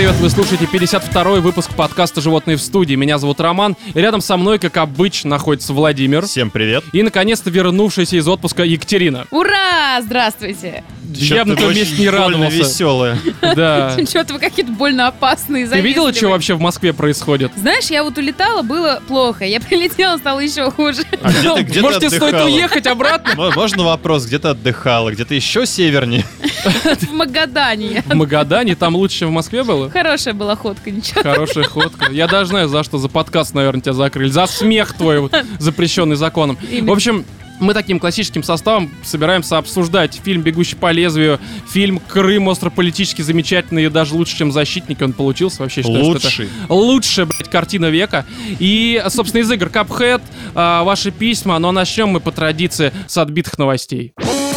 привет! Вы слушаете 52-й выпуск подкаста «Животные в студии». Меня зовут Роман, и рядом со мной, как обычно, находится Владимир. Всем привет! И, наконец-то, вернувшаяся из отпуска Екатерина. Ура! Здравствуйте! Я бы на том месте не радовался. Веселая. Да. Что-то вы какие-то больно опасные, Ты видела, что вообще в Москве происходит? Знаешь, я вот улетала, было плохо. Я прилетела, стало еще хуже. А где ты Может, тебе стоит отдыхала? уехать обратно? Можно вопрос, где ты отдыхала? Где-то еще севернее? В Магадане. В Магадане? Там лучше, чем в Москве было? Хорошая была ходка, ничего. Хорошая ходка. Я даже знаю, за что. За подкаст, наверное, тебя закрыли. За смех твой, вот, запрещенный законом. В общем, мы таким классическим составом собираемся обсуждать фильм «Бегущий по лезвию», фильм «Крым», острополитически замечательный и даже лучше, чем «Защитники» он получился. Вообще считаю, Лучший. что это лучшая, картина века. И, собственно, из игр Cuphead, ваши письма, но начнем мы по традиции с отбитых новостей.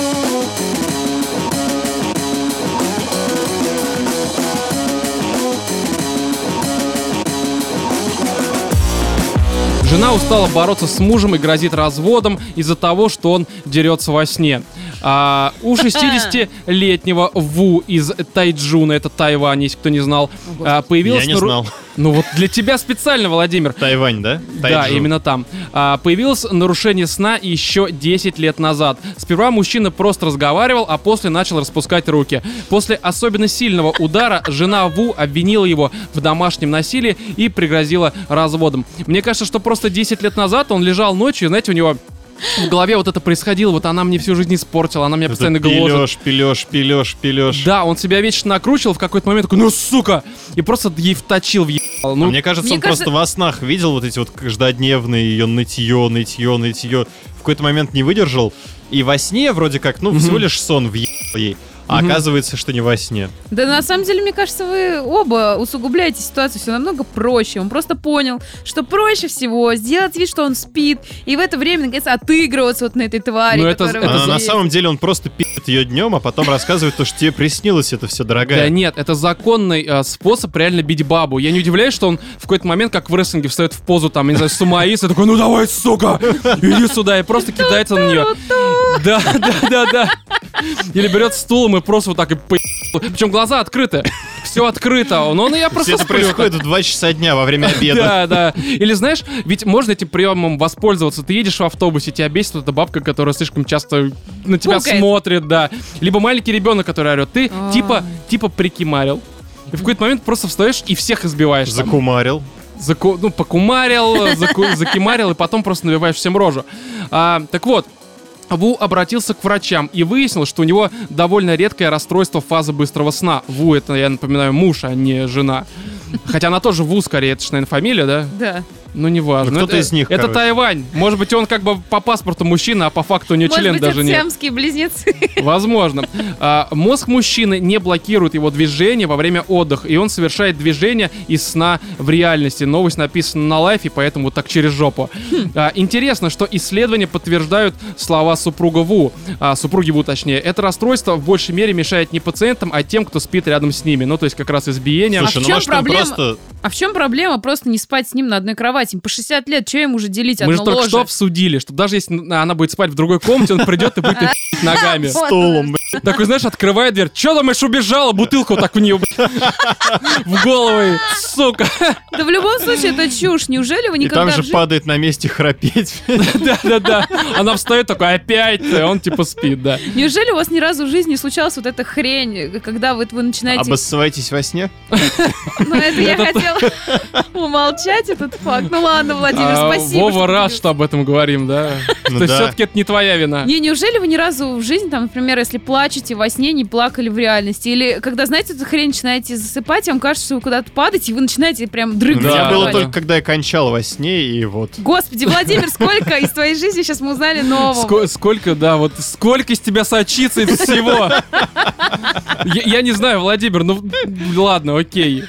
Жена устала бороться с мужем и грозит разводом из-за того, что он дерется во сне. У 60-летнего Ву из Тайчжуна, это Тайвань, если кто не знал, появилась... Я не знал. Ну вот для тебя специально, Владимир. Тайвань, да? Да, Тайчжун. именно там. Появилось нарушение сна еще 10 лет назад. Сперва мужчина просто разговаривал, а после начал распускать руки. После особенно сильного удара жена Ву обвинила его в домашнем насилии и пригрозила разводом. Мне кажется, что просто 10 лет назад он лежал ночью, и, знаете, у него... В голове вот это происходило, вот она мне всю жизнь испортила, она меня постоянно гложет. Пилёшь. Да, он себя вечно накручивал, в какой-то момент такой, ну сука! И просто ей вточил в ебало. Ну, Мне кажется, он просто во снах видел вот эти вот каждодневные ее нытье. В какой-то момент не выдержал. И во сне вроде как, всего лишь сон въебал ей. А оказывается, что не во сне. Да на самом деле, мне кажется, вы оба усугубляете ситуацию, все намного проще. Он просто понял, что проще всего сделать вид, что он спит, и в это время, наконец, отыгрываться вот на этой твари. Ну, это На самом деле он просто пи***т ее днем, а потом рассказывает то, что тебе приснилось это все, дорогая. Да нет, это законный способ реально бить бабу. Я не удивляюсь, что он в какой-то момент, как в рестлинге, встает в позу, там, не знаю, сумаис, и такой, ну давай, сука, иди сюда, и просто кидается на нее. Да. Или берет стулом и просто вот так и причем глаза открыты. Все открыто. Ну, я просто это происходит в 2 часа дня во время обеда. Да. Или знаешь, ведь можно этим приемом воспользоваться. Ты едешь в автобусе, тебя бесит эта бабка, которая слишком часто на тебя смотрит, да. Либо маленький ребенок, который орет. Ты типа прикимарил. И в какой-то момент просто встаешь и всех избиваешь. Закумарил. Покумарил, закимарил, и потом просто набиваешь всем рожу. Так вот, Ву обратился к врачам и выяснил, что у него довольно редкое расстройство фазы быстрого сна. Ву — это, я напоминаю, муж, а не жена. Хотя она тоже Ву, скорее, это же, наверное, фамилия, да? Да. Ну, неважно. Кто-то из них, Это Тайвань. Может быть, он как бы по паспорту мужчина, а по факту у него член даже нет. Может быть, это сиамские близнецы. Возможно. Мозг мужчины не блокирует его движение во время отдыха, и он совершает движение из сна в реальности. Новость написана на лайфе, поэтому так через жопу. Интересно, что исследования подтверждают слова супруги Ву, точнее. Это расстройство в большей мере мешает не пациентам, а тем, кто спит рядом с ними. Ну, то есть как раз избиение. Слушай, в чем проблема? А в чем проблема просто не спать с ним на одной кровати? Им по 60 лет, что им уже делить одно ложе? Мы же только что обсудили, что даже если она будет спать в другой комнате, он придет и будет ногами. Стулом. Такой, знаешь, открывает дверь. Че думаешь, убежала? Бутылку так в нее в голову, сука. Да в любом случае это чушь. Неужели вы никогда... И там же падает на месте храпеть. Да. Она встает такой, опять, он типа спит, да. Неужели у вас ни разу в жизни не случалась вот эта хрень, когда вы начинаете... Обоссываетесь во сне? Ну это я хотела умолчать этот факт. Ну ладно, Владимир, спасибо. Вова рад, что об этом говорим, да. То есть все-таки это не твоя вина. Неужели вы ни разу в жизни, там, например, если плачете во сне, не плакали в реальности? Или когда, знаете, эту хрень начинаете засыпать, вам кажется, что вы куда-то падаете, и вы начинаете прям дрыгать. У меня было только, когда я кончал во сне, и вот. Господи, Владимир, сколько из твоей жизни сейчас мы узнали нового? Сколько из тебя сочится из всего? Я не знаю, Владимир, ну ладно, окей.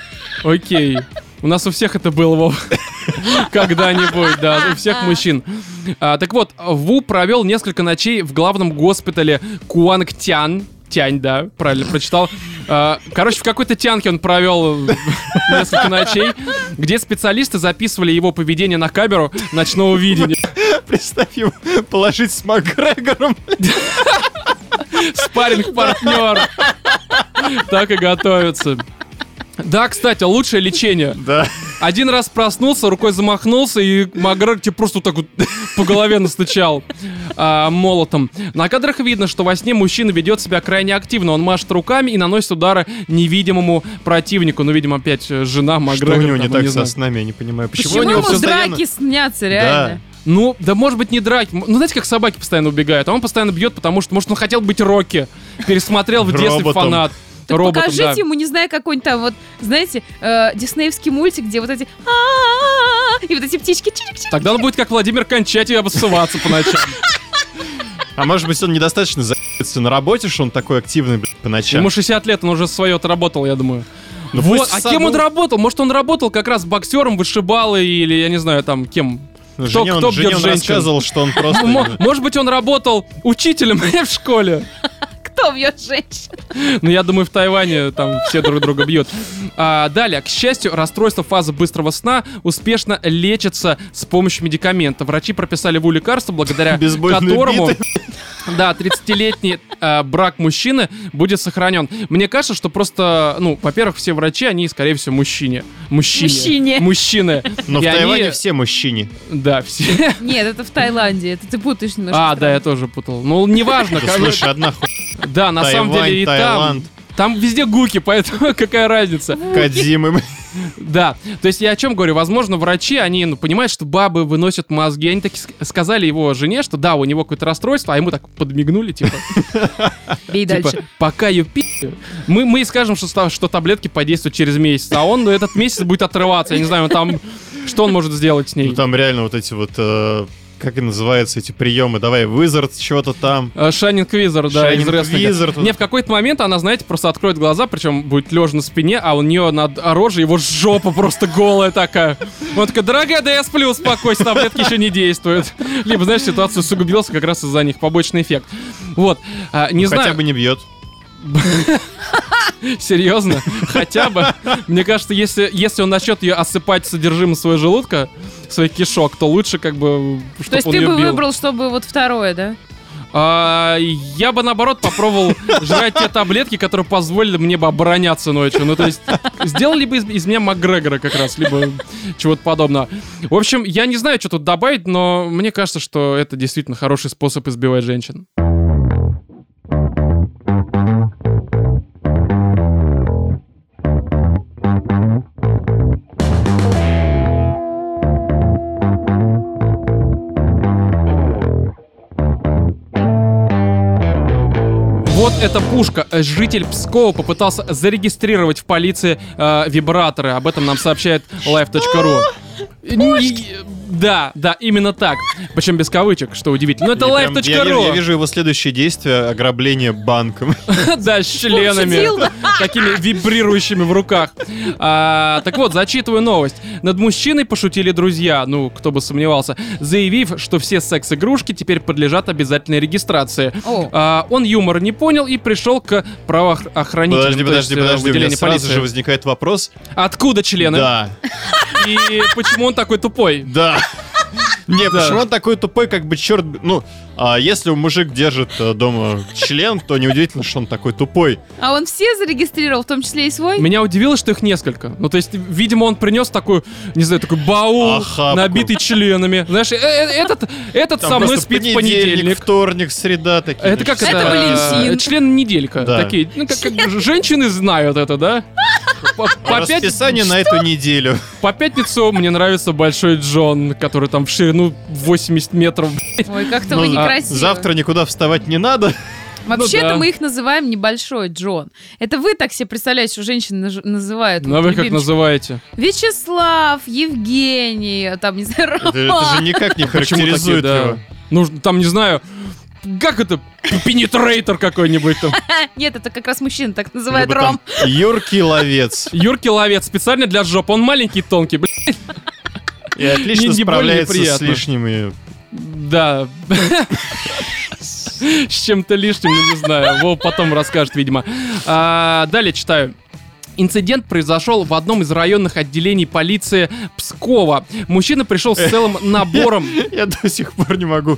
У нас у всех это было, Вов. Когда-нибудь, да, у всех мужчин. Так вот, Ву провел несколько ночей в главном госпитале Куангтян. Тянь, да, правильно прочитал. Короче, в какой-то тянке он провел несколько ночей, где специалисты записывали его поведение на камеру ночного видения. Представь его положить с Макгрегором. Спарринг-партнер. Так и готовится. Да, кстати, лучшее лечение. Да. Один раз проснулся, рукой замахнулся, и Макгрегор тебе просто вот так вот по голове настучал молотом. На кадрах видно, что во сне мужчина ведет себя крайне активно. Он машет руками и наносит удары невидимому противнику. Ну, видимо, опять жена Макгрегора. Что у него не там, так знаю. со снами, я не понимаю. Почему у него ему постоянно... драки снятся, реально? Ну, да может быть не драки. Ну, знаете, как собаки постоянно убегают, а он постоянно бьет, потому что, может, он хотел быть Рокки. Пересмотрел в детстве Роботом. фанат. Так Роботом, покажите да. ему, не знаю, какой-нибудь там вот, знаете, диснеевский мультик, где вот эти и вот эти птички чирик-чирик. Тогда он будет как Владимир кончать и обоссываться по ночам. А может быть, он недостаточно за***ется на работе, что он такой активный, блядь, по ночам. Ему 60 лет, он уже свое отработал, я думаю. Ну, Вот, пусть в а саду. кем он работал? Может, он работал как раз боксером, вышибалой или, я не знаю, там, кем? Ну, Кто жене бьет он женщин? рассказывал, что он просто... Может быть, он работал учителем в школе. Кто бьет женщин? Ну, я думаю, в Тайване там все друг друга бьют. Далее, к счастью, расстройство фазы быстрого сна успешно лечится с помощью медикамента. Врачи прописали Ву лекарство, благодаря Бейсбольные которому... биты. Да, 30-летний брак мужчины будет сохранен. Мне кажется, что просто, ну, во-первых, все врачи, они, скорее всего, мужчины. Мужчине. Мужчины. Но И в Тайване они- все мужчине. Да, все. Нет, это в Таиланде, это ты путаешь немножко. Да, я тоже путал. Ну, неважно. Да, слушай, одна хуй. Да, на самом Тайвань, деле и Таиланд. там везде гуки, поэтому какая разница. Кодзимы. Да, то есть я о чем говорю? Возможно, врачи, они понимают, что бабы выносят мозги. Они так сказали его жене, что да, у него какое-то расстройство, а ему так подмигнули, типа, Бей типа дальше. пока ее мы и скажем, что таблетки подействуют через месяц, а он этот месяц будет отрываться. Я не знаю, там, что он может сделать с ней. Ну там реально вот эти вот... Как и называются эти приемы? Давай, Wizard, что-то там. Shining Wizard, да, из Shining рестлинга. Wizard. Не, в какой-то момент она, знаете, просто откроет глаза, причем будет лежа на спине, а у нее над рожей его жопа просто голая такая. Он такой, дорогая, да я сплю, успокойся, таблетки еще не действуют. Либо, знаешь, ситуация усугубилась как раз из-за них, побочный эффект. Вот, не Хотя знаю, бы не бьет. серьезно, хотя бы. Мне кажется, если он начнет ее осыпать содержимым своего желудка, своих кишок, то лучше как бы, То чтобы есть он ты ее бы бил. выбрал, чтобы вот второе, да? Я бы, наоборот, попробовал жрать те таблетки, которые позволили мне бы обороняться ночью. Ну, то есть, сделали бы из меня Макгрегора как раз, либо чего-то подобного. В общем, я не знаю, что тут добавить, но мне кажется, что это действительно хороший способ избивать женщин. Вот эта пушка. Житель Пскова попытался зарегистрировать в полиции вибраторы. Об этом нам сообщает live.ru. Да, именно так. Причем без кавычек, что удивительно. Но это Я live.ru. вижу его следующее действие — ограбление банком. Да, с членами. Пошутил. Такими вибрирующими в руках. Так вот, зачитываю новость. Над мужчиной пошутили друзья, ну, кто бы сомневался, заявив, что все секс-игрушки теперь подлежат обязательной регистрации. Он юмор не понял и пришел к правоохранителям. Подожди, у меня сразу же возникает вопрос. Откуда члены? Да, И почему он такой тупой? да. Не, Да. почему он такой тупой, как бы черт... Ну, если мужик держит дома член, то неудивительно, что он такой тупой. А он все зарегистрировал, в том числе и свой? Меня удивило, что их несколько. Ну, то есть, видимо, он принес такой, не знаю, такой баул, Охапку. набитый членами. Знаешь, этот Там со мной просто спит в понедельник. вторник, среда такие. Это как Это это? Валентин. Член неделька. Да. Такие, ну, как женщины знают это, да? Расписание на эту неделю. По пятницу мне нравится Большой Джон, который там в ширину 80 метров. Ой, как-то Ну, вы некрасивы. Завтра никуда вставать не надо. Вообще-то Ну да. мы их называем небольшой Джон. Это вы так себе представляете, что женщины называют. Ну, а вот вы как любимчик. называете? Вячеслав, Евгений, там, не знаю, Это же Роман. никак не Почему такие, характеризует да? его. Ну, там, не знаю, как это? Пенетрейтор какой-нибудь там. Нет, это как раз мужчина так называет Либо Ром. там Юркий ловец. Юркий ловец специально для жопы. Он маленький, тонкий, блядь. И отлично Не больно справляется с неприятно. лишними. Да. С чем-то лишним, ну, не знаю. Вова потом расскажет, видимо. Далее читаю. Инцидент произошел в одном из районных отделений полиции Пскова. Мужчина пришел с целым набором... Я до сих пор не могу,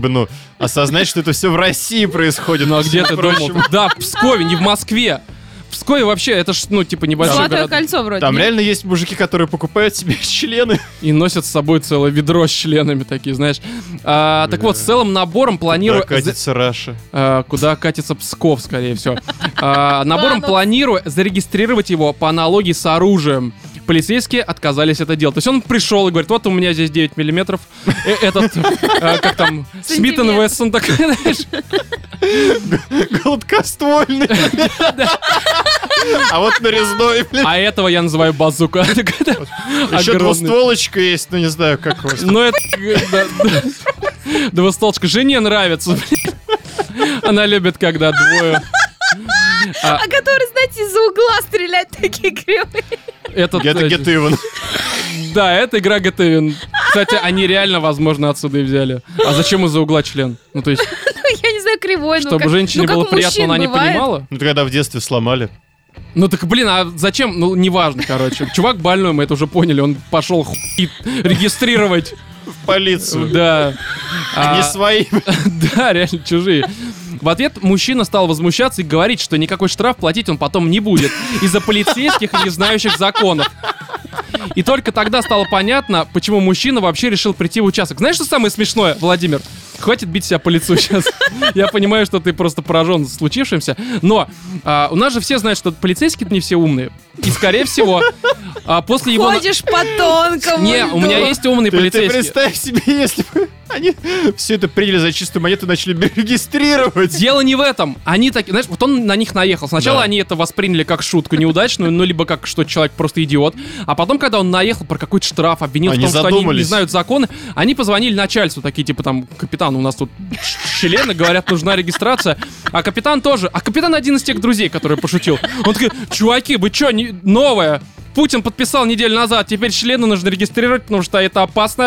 осознать, что это все в России происходит. Ну а где Между ты думал? прочим. Да, в Пскове, не в Москве. В Пскове вообще, это ж, ну, типа, небольшой Золотое город. кольцо вроде. Там нет? реально есть мужики, которые покупают себе члены. И носят с собой целое ведро с членами такие, знаешь. Так вот, с целым набором планирую... Куда катится Раша? Куда катится Псков, скорее всего. Набором Ладно. планирую зарегистрировать его по аналогии с оружием. Полицейские отказались это делать. То есть он пришел и говорит, вот у меня здесь 9 миллиметров. Этот, как там, Смит энд Вессон такой, знаешь. Гладкоствольный. А вот нарезной, блин. А этого я называю базука. Еще Огромный. двустволочка есть, ну не знаю, как у вас. Ну это... Двустволочка. Жене нравится, блин. Она любит, когда двое... А который, знаете, из-за угла стрелять такие кривые. Этот, Это Get Even. Да, это игра Get Even. Кстати, они реально, возможно, отсюда и взяли. А зачем из-за угла член? Ну, то есть, Ну, я не знаю, кривой. ну, чтобы как- женщине ну, как было у приятно, мужчин она не бывает. понимала? Ну, ты когда в детстве сломали. Ну, так, блин, а зачем? Ну, неважно, короче. Чувак больной, мы это уже поняли. Он пошел хуй регистрировать. В полицию. Да. Не свои. Да, реально, чужие. В ответ мужчина стал возмущаться и говорить, что никакой штраф платить он потом не будет из-за полицейских и не знающих законов. И только тогда стало понятно, почему мужчина вообще решил прийти в участок. Знаешь, что самое смешное, Владимир? Хватит бить себя по лицу сейчас. Я понимаю, что ты просто поражен случившимся. Но у нас же все знают, что полицейские не все умные. И, скорее всего, после его... Ходишь по тонкому Не, у меня льду. есть умные Ты полицейские. представь себе, если бы они все это приняли за чистую монету и начали регистрировать. Дело не в этом. Они такие, знаешь, вот он на них наехал. Сначала Да. они это восприняли как шутку неудачную, ну, либо как, что человек просто идиот. А потом, когда он наехал про какой-то штраф, обвинил Они в том, что они не задумались. знают законы, они позвонили начальству, такие, типа, там, капитан, у нас тут члены, говорят, нужна регистрация. А капитан тоже. А капитан один из тех друзей, который пошутил. Он такой, чуваки, вы чё, новое? Путин подписал неделю назад, теперь члены нужно регистрировать, потому что это опасно.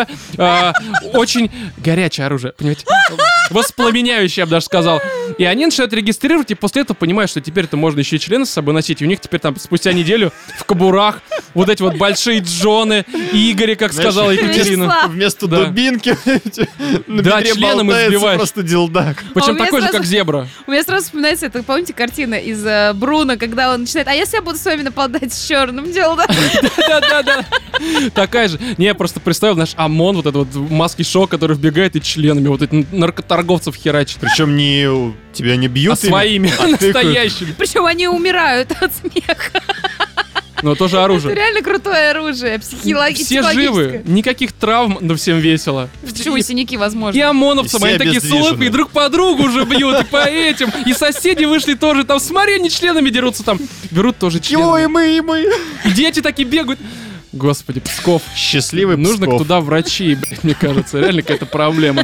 Очень горячее оружие, понимаете? Воспламеняющее, я бы даже сказал. И они начинают регистрировать, и после этого понимают, что теперь это можно еще и члены с собой носить. И у них теперь там спустя неделю в кобурах вот эти вот большие Джоны, Игоря, как Знаешь, сказала Екатерина. Вячеслав. Вместо Да. дубинки на Да, бедре членом болтается избиваешь. просто дилдак. Причем А у меня такой же, сразу- как зебра. У меня сразу вспоминается, это, помните, картина из Бруно, когда он начинает, а если я буду с вами нападать с черным делом, да? Да-да-да. Такая же. Не, я просто представил наш ОМОН, вот этот вот в маске шоу, который вбегает и членами вот этих наркоторговцев херачит. Причем тебя не А бьют ими, своими, а тыкают. настоящими. Причем они умирают от смеха. Но тоже Это оружие. реально крутое оружие, Все психологическое. живы, никаких травм, но всем весело. Почему и синяки возможны? И ОМОНовцам, И все они такие с обездвижены. улыбкой друг по другу уже бьют, и по этим. И соседи вышли тоже, там, смотри, они членами дерутся, там, берут тоже Его члены. и мы. И дети такие бегают. Господи, Псков. Счастливый Нужно Псков. туда врачей, блядь, мне кажется. Реально какая-то проблема.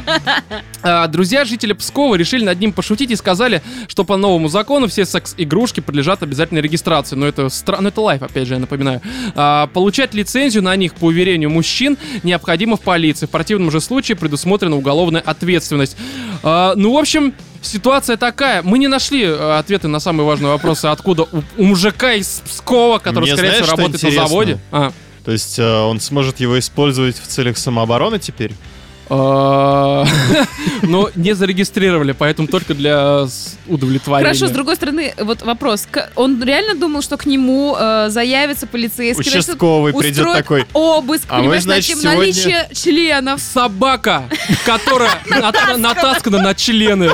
Друзья жители Пскова решили над ним пошутить и сказали, что по новому закону все секс-игрушки подлежат обязательной регистрации. Но это странно, это лайф, опять же, я напоминаю. Получать лицензию на них, по уверению мужчин, необходимо в полиции. В противном же случае предусмотрена уголовная ответственность. Ну, в общем... Ситуация такая. Мы не нашли ответы на самые важные вопросы, откуда у мужика из Пскова, который, Мне скорее знаешь, всего, что работает на интересно? заводе. То есть он сможет его использовать в целях самообороны теперь? Ну, не зарегистрировали, поэтому только для удовлетворения. Хорошо, с другой стороны, вот вопрос. Он реально думал, что к нему заявится полицейский, значит, Участковый придет устроит такой. обыск, А мы, понимаешь, значит, на тем наличие членов. Собака, которая натаскана на члены.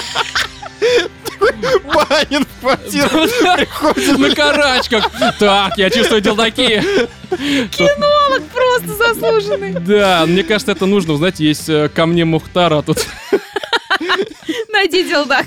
Банин в квартиру приходит. На карачках. Так, я чувствую делдаки. Кинолог просто заслуженный. Да, мне кажется, это нужно. Знаете, есть ко мне Мухтара тут. Найди делдак.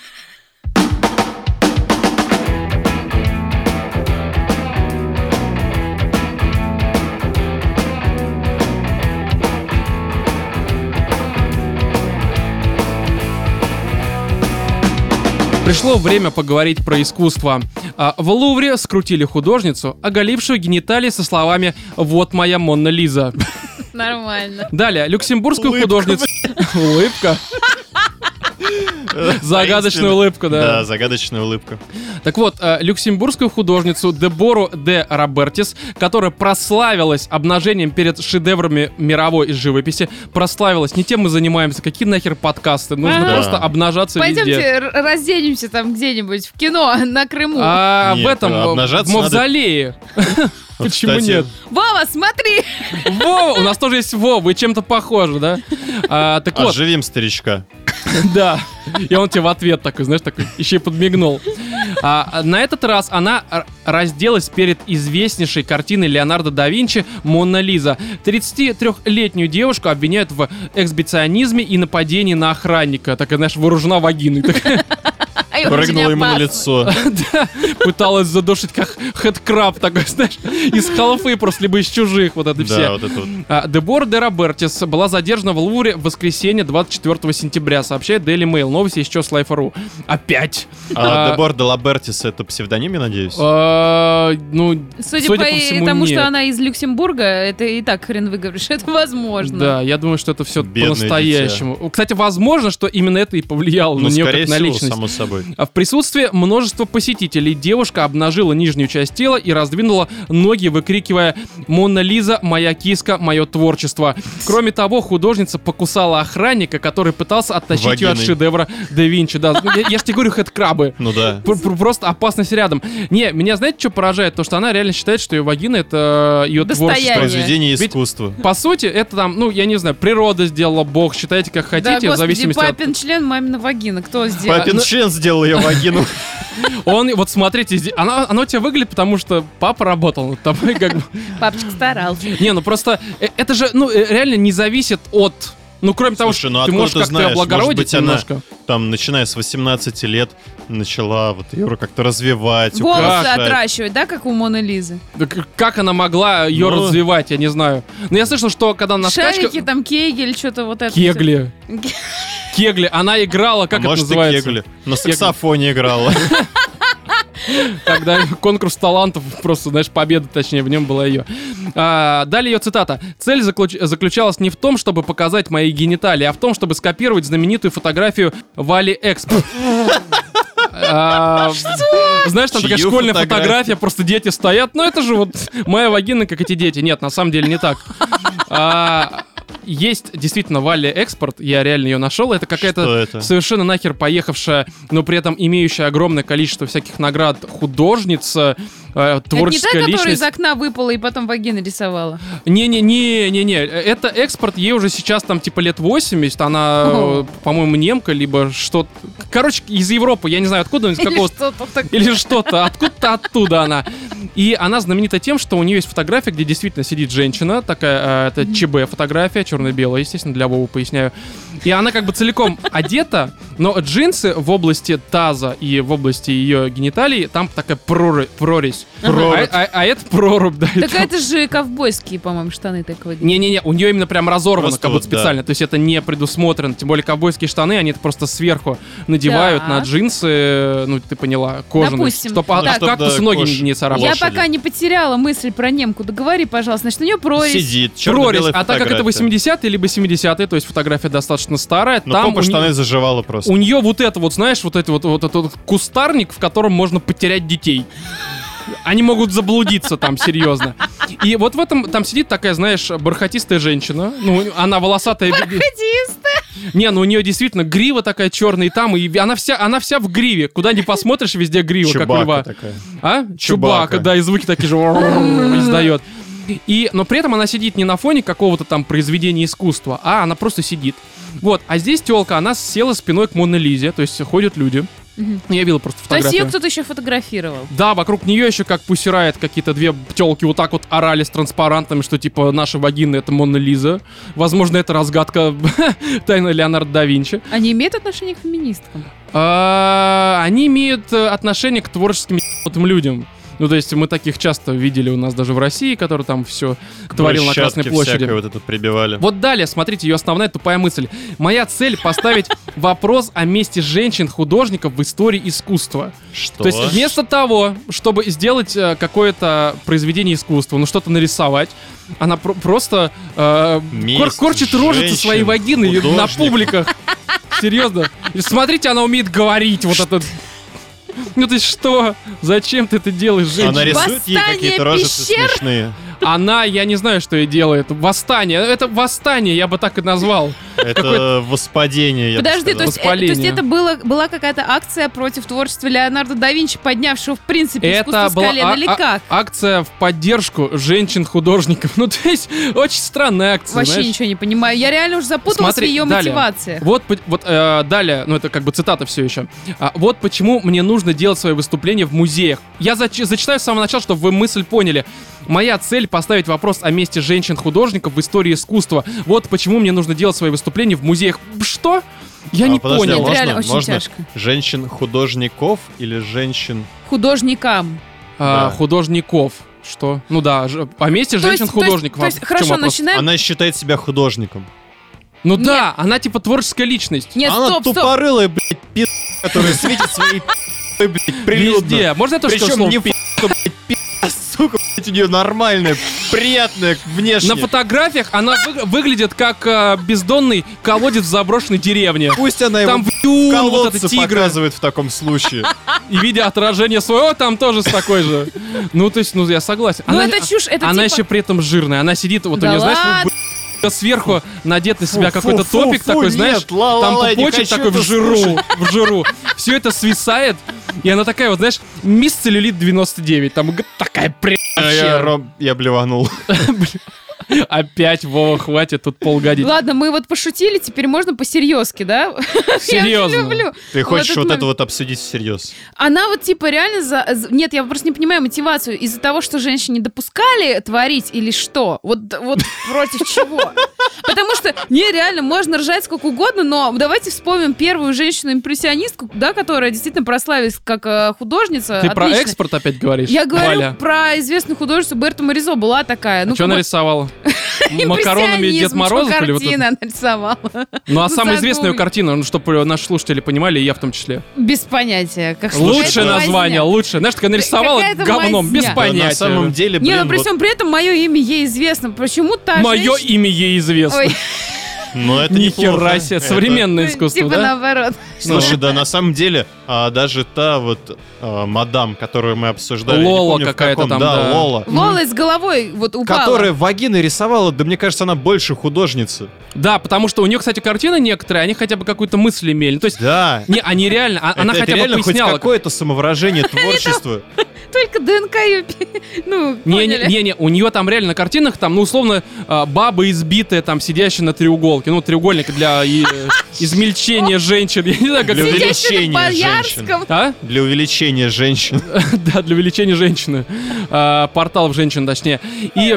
Пришло время поговорить про искусство. В Лувре скрутили художницу, оголившую гениталии со словами «Вот моя Монна Лиза». Нормально. Далее, люксембургскую Улыбка. художницу... Улыбка. Загадочная улыбка, Да, да. загадочная улыбка. Так вот, люксембургскую художницу Дебору де Робертис, которая прославилась обнажением перед шедеврами мировой живописи, прославилась. Не тем мы занимаемся, какие нахер подкасты, нужно Ага. просто обнажаться везде. Пойдемте разденемся там где-нибудь в кино на Крыму. В Нет, этом, в обнажаться мавзолее. Вот, Почему кстати, нет? Вова, смотри! Вова, у нас тоже есть Вова, вы чем-то похожи, да? Так вот, Оживим старичка. да. И он тебе в ответ такой, знаешь, такой, еще и подмигнул. На этот раз она разделась перед известнейшей картиной Леонардо да Винчи «Мона Лиза». 33-летнюю девушку обвиняют в эксбиционизме и нападении на охранника. Такая, знаешь, вооружена вагиной. Такая, Ай, очень Прыгнула ему на опасно. лицо. да, пыталась задушить, как хэдкраб такой, знаешь, из халфы просто, либо из чужих, вот это все. Да, вот это вот. Дебора де Робертис была задержана в Лувре в воскресенье 24 сентября, сообщает Daily Mail. Новости из Life.ru. Опять. Дебор де Лабертис — это псевдоним, я надеюсь? Ну, Судя Судя по по всему, тому, нет. что она из Люксембурга, это и так хрен выговоришь, это возможно. да, я думаю, что это все Бедное по-настоящему. Кстати, возможно, что именно это и повлияло Ну, на нее скорее как на всего, личность. само собой. В присутствии множества посетителей девушка обнажила нижнюю часть тела и раздвинула ноги, выкрикивая «Мона Лиза, моя киска, мое творчество». Кроме того, художница покусала охранника, который пытался оттащить ее от Вагиной. шедевра да Винчи. Да, я же тебе говорю, хэдкрабы. Ну да. Просто опасность рядом. Не, меня знаете, что поражает? То, что она реально считает, что ее вагина — это ее Достояние. творчество. Произведение Ведь- искусства. По сути, это там, ну, я не знаю, природа сделала, Бог, считайте как Да, хотите, в господи, зависимости папин член, мамина вагина. Кто сделал? Папин член сделал ее вагину. от... Он, вот смотрите, она у тебя выглядит, потому что папа работал над тобой, как бы. Папочка старался. Не, ну просто, это же, ну, реально не зависит от... Ну, кроме того, Слушай, что ну ты откуда можешь ты как-то знаешь? Может облагородить быть, она немножко. там, начиная с 18 лет, начала вот ее как-то развивать, Волосы украшать. отращивать, да, как у Моны Лизы? Да как она могла ее Ну. развивать, я не знаю. Но я слышал, что когда на Шарики, скачках... там, кегель, что-то вот это. Кегли. Кегли. Она играла, как А это может, и называется? кегли. На саксофоне играла. Когда конкурс талантов, просто, знаешь, победа, точнее, в нем была ее. Далее ее цитата. «Цель заключалась не в том, чтобы показать мои гениталии, а в том, чтобы скопировать знаменитую фотографию Вали Экспорт». Знаешь, там такая Чью школьная фотографию? фотография, просто дети стоят. Ну, это же вот моя вагина, как эти дети. Нет, на самом деле не так. Есть действительно Валли Экспорт, я реально ее нашел. Это Что какая-то это? совершенно нахер поехавшая, но при этом имеющая огромное количество всяких наград художница, Это не та, творческая которая из личность. окна выпала и потом вагина рисовала. Не-не-не-не-не. Это Экспорт, ей уже сейчас там типа лет 80, она, Ого. по-моему, немка, либо что-то. Короче, из Европы, я не знаю откуда, из Или какого-то что-то такое. или что-то, откуда-то оттуда она. И она знаменита тем, что у нее есть фотография, где действительно сидит женщина, такая, это ЧБ фотография, черно-белая, естественно, для Вовы поясняю. И она как бы целиком одета, но джинсы в области таза и в области ее гениталий, там такая прорезь. Прорубь. А это прорубь, да. Так это же ковбойские, по-моему, штаны так выглядят. Не-не-не, у нее именно прям разорвано, Просто как будто вот, да. специально. То есть это не предусмотрено. Тем более ковбойские штаны, они это просто сверху надевают Так. на джинсы, ну ты поняла, кожаные. Допустим. Чтоб Так. от кактуса Чтоб, да, ноги кожа. не царапали. Я лошади. пока не потеряла мысль про немку. Договори, пожалуйста. Значит, у нее прорезь. Сидит, Прорезь, черно-белая а так как это фотография. 80-е либо 70-е, то есть фотография достаточно старая, Ну, там попа штаны заживала просто. у нее вот это вот, знаешь, вот этот вот кустарник, в котором можно потерять детей. Они могут заблудиться там, серьезно. И вот в этом, там сидит такая, знаешь, бархатистая женщина. Ну, она волосатая. Не, ну у нее действительно грива такая черная, и там, и она вся в гриве. Куда ни посмотришь, везде грива, как у льва. Чубака такая. А? Чубака. Да, и звуки такие же издает. Но при этом она сидит не на фоне какого-то там произведения искусства, а она просто сидит. Вот, а здесь тёлка, она села спиной к Моне Лизе, то есть ходят люди. Я видел просто То есть ее фотографию. кто-то еще фотографировал. Да, вокруг нее еще как пусирает какие-то две тёлки вот так вот орали с транспарантами, что типа наша вагина — это Мона Лиза. Возможно, это разгадка тайны Леонардо да Винчи. Они имеют отношение к феминисткам? Они имеют отношение к творческим ебанутым людям. Ну, то есть мы таких часто видели у нас даже в России, который там все творил на Красной Брусчатки площади. всякое вот это прибивали. Вот далее, смотрите, ее основная тупая мысль. Моя цель — поставить вопрос о месте женщин-художников в истории искусства. Что? То есть вместо того, чтобы сделать какое-то произведение искусства, ну что-то нарисовать, она просто Место корчит рожицы своей вагины на женщин-художников. публиках. Серьезно. И смотрите, она умеет говорить, вот это... Ну ты что? Зачем ты это делаешь, женщина? Она рисует ей Восстание какие-то рожицы пещер? смешные. Она, я не знаю, что ей делает. Восстание. Это восстание, я бы так и назвал. Это воспадение, я бы Подожди, то сказал. есть это была какая-то акция против творчества Леонардо да Винчи, поднявшего, в принципе, Это искусство с была колен, или как? акция в поддержку женщин-художников. Ну, то есть, очень странная акция, Вообще знаешь. ничего не понимаю. Я реально уже запуталась Смотри, в ее далее. мотивации. Вот далее, ну это как бы цитата все еще. Вот почему мне нужно делать свои выступления в музеях. Я зачитаю с самого начала, чтобы вы мысль поняли. Моя цель — поставить вопрос о месте женщин-художников в истории искусства. Вот почему мне нужно делать свои выступления в музеях. Что? Я не Подожди, понял. Это реально очень можно тяжко. женщин-художников или женщин... Художникам. Да. Художников. Что? Ну да, о месте То есть- женщин-художников. То есть, В чем хорошо, вопрос? начинаем. Она считает себя художником. Ну да, она типа творческая личность. Нет, Она стоп, стоп. тупорылая, блядь, пи***, которая светит своей блядь, прилюдно. Везде. Можно я тоже скажу Причем слово не «пи***»? что, блядь, пи***, сука, блядь, у нее нормальная, приятная внешне. На фотографиях она выглядит как бездонный колодец в заброшенной деревне. Пусть она Там его вот колодцы это тигры. показывает в таком случае. И видя отражение своего, там тоже с такой же. Ну, то есть, ну, я согласен. Ну это чушь, это Она типа... еще при этом жирная. Она сидит, вот Да у нее, знаешь, ладно? сверху надет на себя Фу, какой-то фу, топик фу, такой, нет, знаешь, ла-ла-ла, там я не пупочек хочу такой это в жиру. Все это свисает, и она такая вот, знаешь, мисс целлюлит 99, там такая вообще. Я блеванул. Опять, Вова, хватит тут полгодить. Ладно, мы вот пошутили, теперь можно по-серьезки, да? Серьезно. Я люблю. Ты хочешь этот вот момент. это вот обсудить всерьез? Она вот типа реально Нет, я просто не понимаю мотивацию. Из-за того, что женщине не допускали творить или что? Вот против чего? Потому что, не, реально, можно ржать сколько угодно, но давайте вспомним первую женщину-импрессионистку, да, которая действительно прославилась как художница. Ты про Отлично. экспорт опять говоришь? Я говорю Валя. про известную художницу Берту Моризо, была такая. А что как бы нарисовала? Макаронами Дед импрессионизм, Морозов что или вот это? картина нарисовала. Ну а Ну, самая известная загугли. картина, ну чтобы наши слушатели понимали, и я в том числе. Без понятия. Как Лучшее какая-то название, мазня. лучшее. Знаешь, такая нарисовала Какая-то говном, без мазня. понятия. На самом деле, Не, блин, но при вот- всем при этом мое имя ей известно. Почему та Мое женщина- имя ей известно. Ой, но это Ни неплохо. хера себе, Это- современное искусство, типа да? наоборот. Слушай, да, на самом деле, даже та вот мадам, которую мы обсуждали, я не Лола помню, в какая-то каком, там, да, да. Лола, Лола с головой вот упала. которая вагины рисовала, да мне кажется, она больше художница. Да, потому что у нее, кстати, картины некоторые, они хотя бы какую-то мысль имели. То есть, Да. не, они реально, она это хотя бы реально хоть поясняла. какое-то самовыражение, творчество. Только ДНК ее... Ну, поняли. Не, у нее там реально на картинах, там, ну, условно, баба избитая, там, сидящая на треуголке. Ну, треугольник для измельчения женщин. Я не знаю, как Для это... Сидящая на увеличения женщин. Боярском. А? Для увеличения женщин. Да, для увеличения женщины. Порталов женщин, точнее. И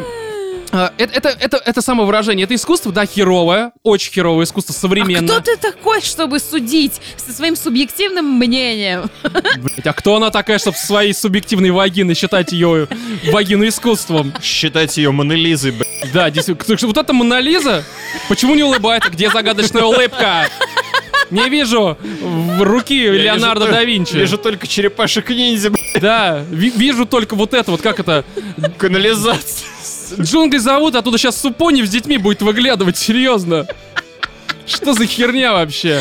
это самовыражение. Это искусство, да, херовое. Очень херовое искусство, А современное. кто ты такой, чтобы судить со своим субъективным мнением? Блять, а кто она такая, чтобы своей субъективной вагиной считать ее вагину искусством? Считать ее Моной Лизой, блядь. Да, действительно. Вот эта Мона Лиза, почему не улыбается? Где загадочная улыбка? Не вижу в руки Леонардо да Винчи. Вижу только черепашек-ниндзя, блядь. Да, вижу только вот это вот, как это... Канализация. Джунгли зовут, оттуда сейчас Супонев с детьми будет выглядывать, серьезно. Что за херня вообще?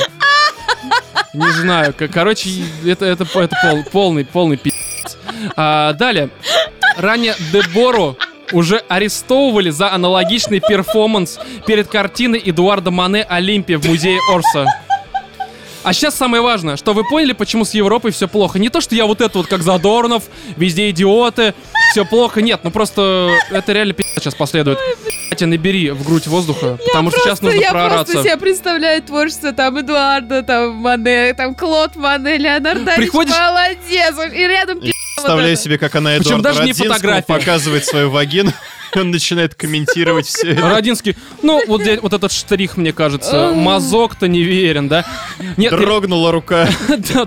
Не знаю, короче, это полный пи***ц. Далее. Ранее Дебору уже арестовывали за аналогичный перформанс перед картиной Эдуарда Мане «Олимпия» в музее Орса. А сейчас самое важное, что вы поняли, почему с Европой все плохо. Не то, что я вот это вот как Задорнов, везде идиоты, все плохо. Нет, ну просто это реально пи*** сейчас последует. Катя, набери в грудь воздуха, потому что сейчас нужно Я проораться. просто себе представляю творчество там Эдуарда, там Мане, там Клод Мане, Леонардо да Винчи, Приходишь- молодец, и рядом пи***. Представляю себе, как она Причем Эдуарду даже не Родзинскому фотография. показывает свою вагину. И он начинает комментировать все это. Родинский, ну вот здесь вот этот штрих, мне кажется, мазок-то не верен, да? Нет, Дрогнула рука. да,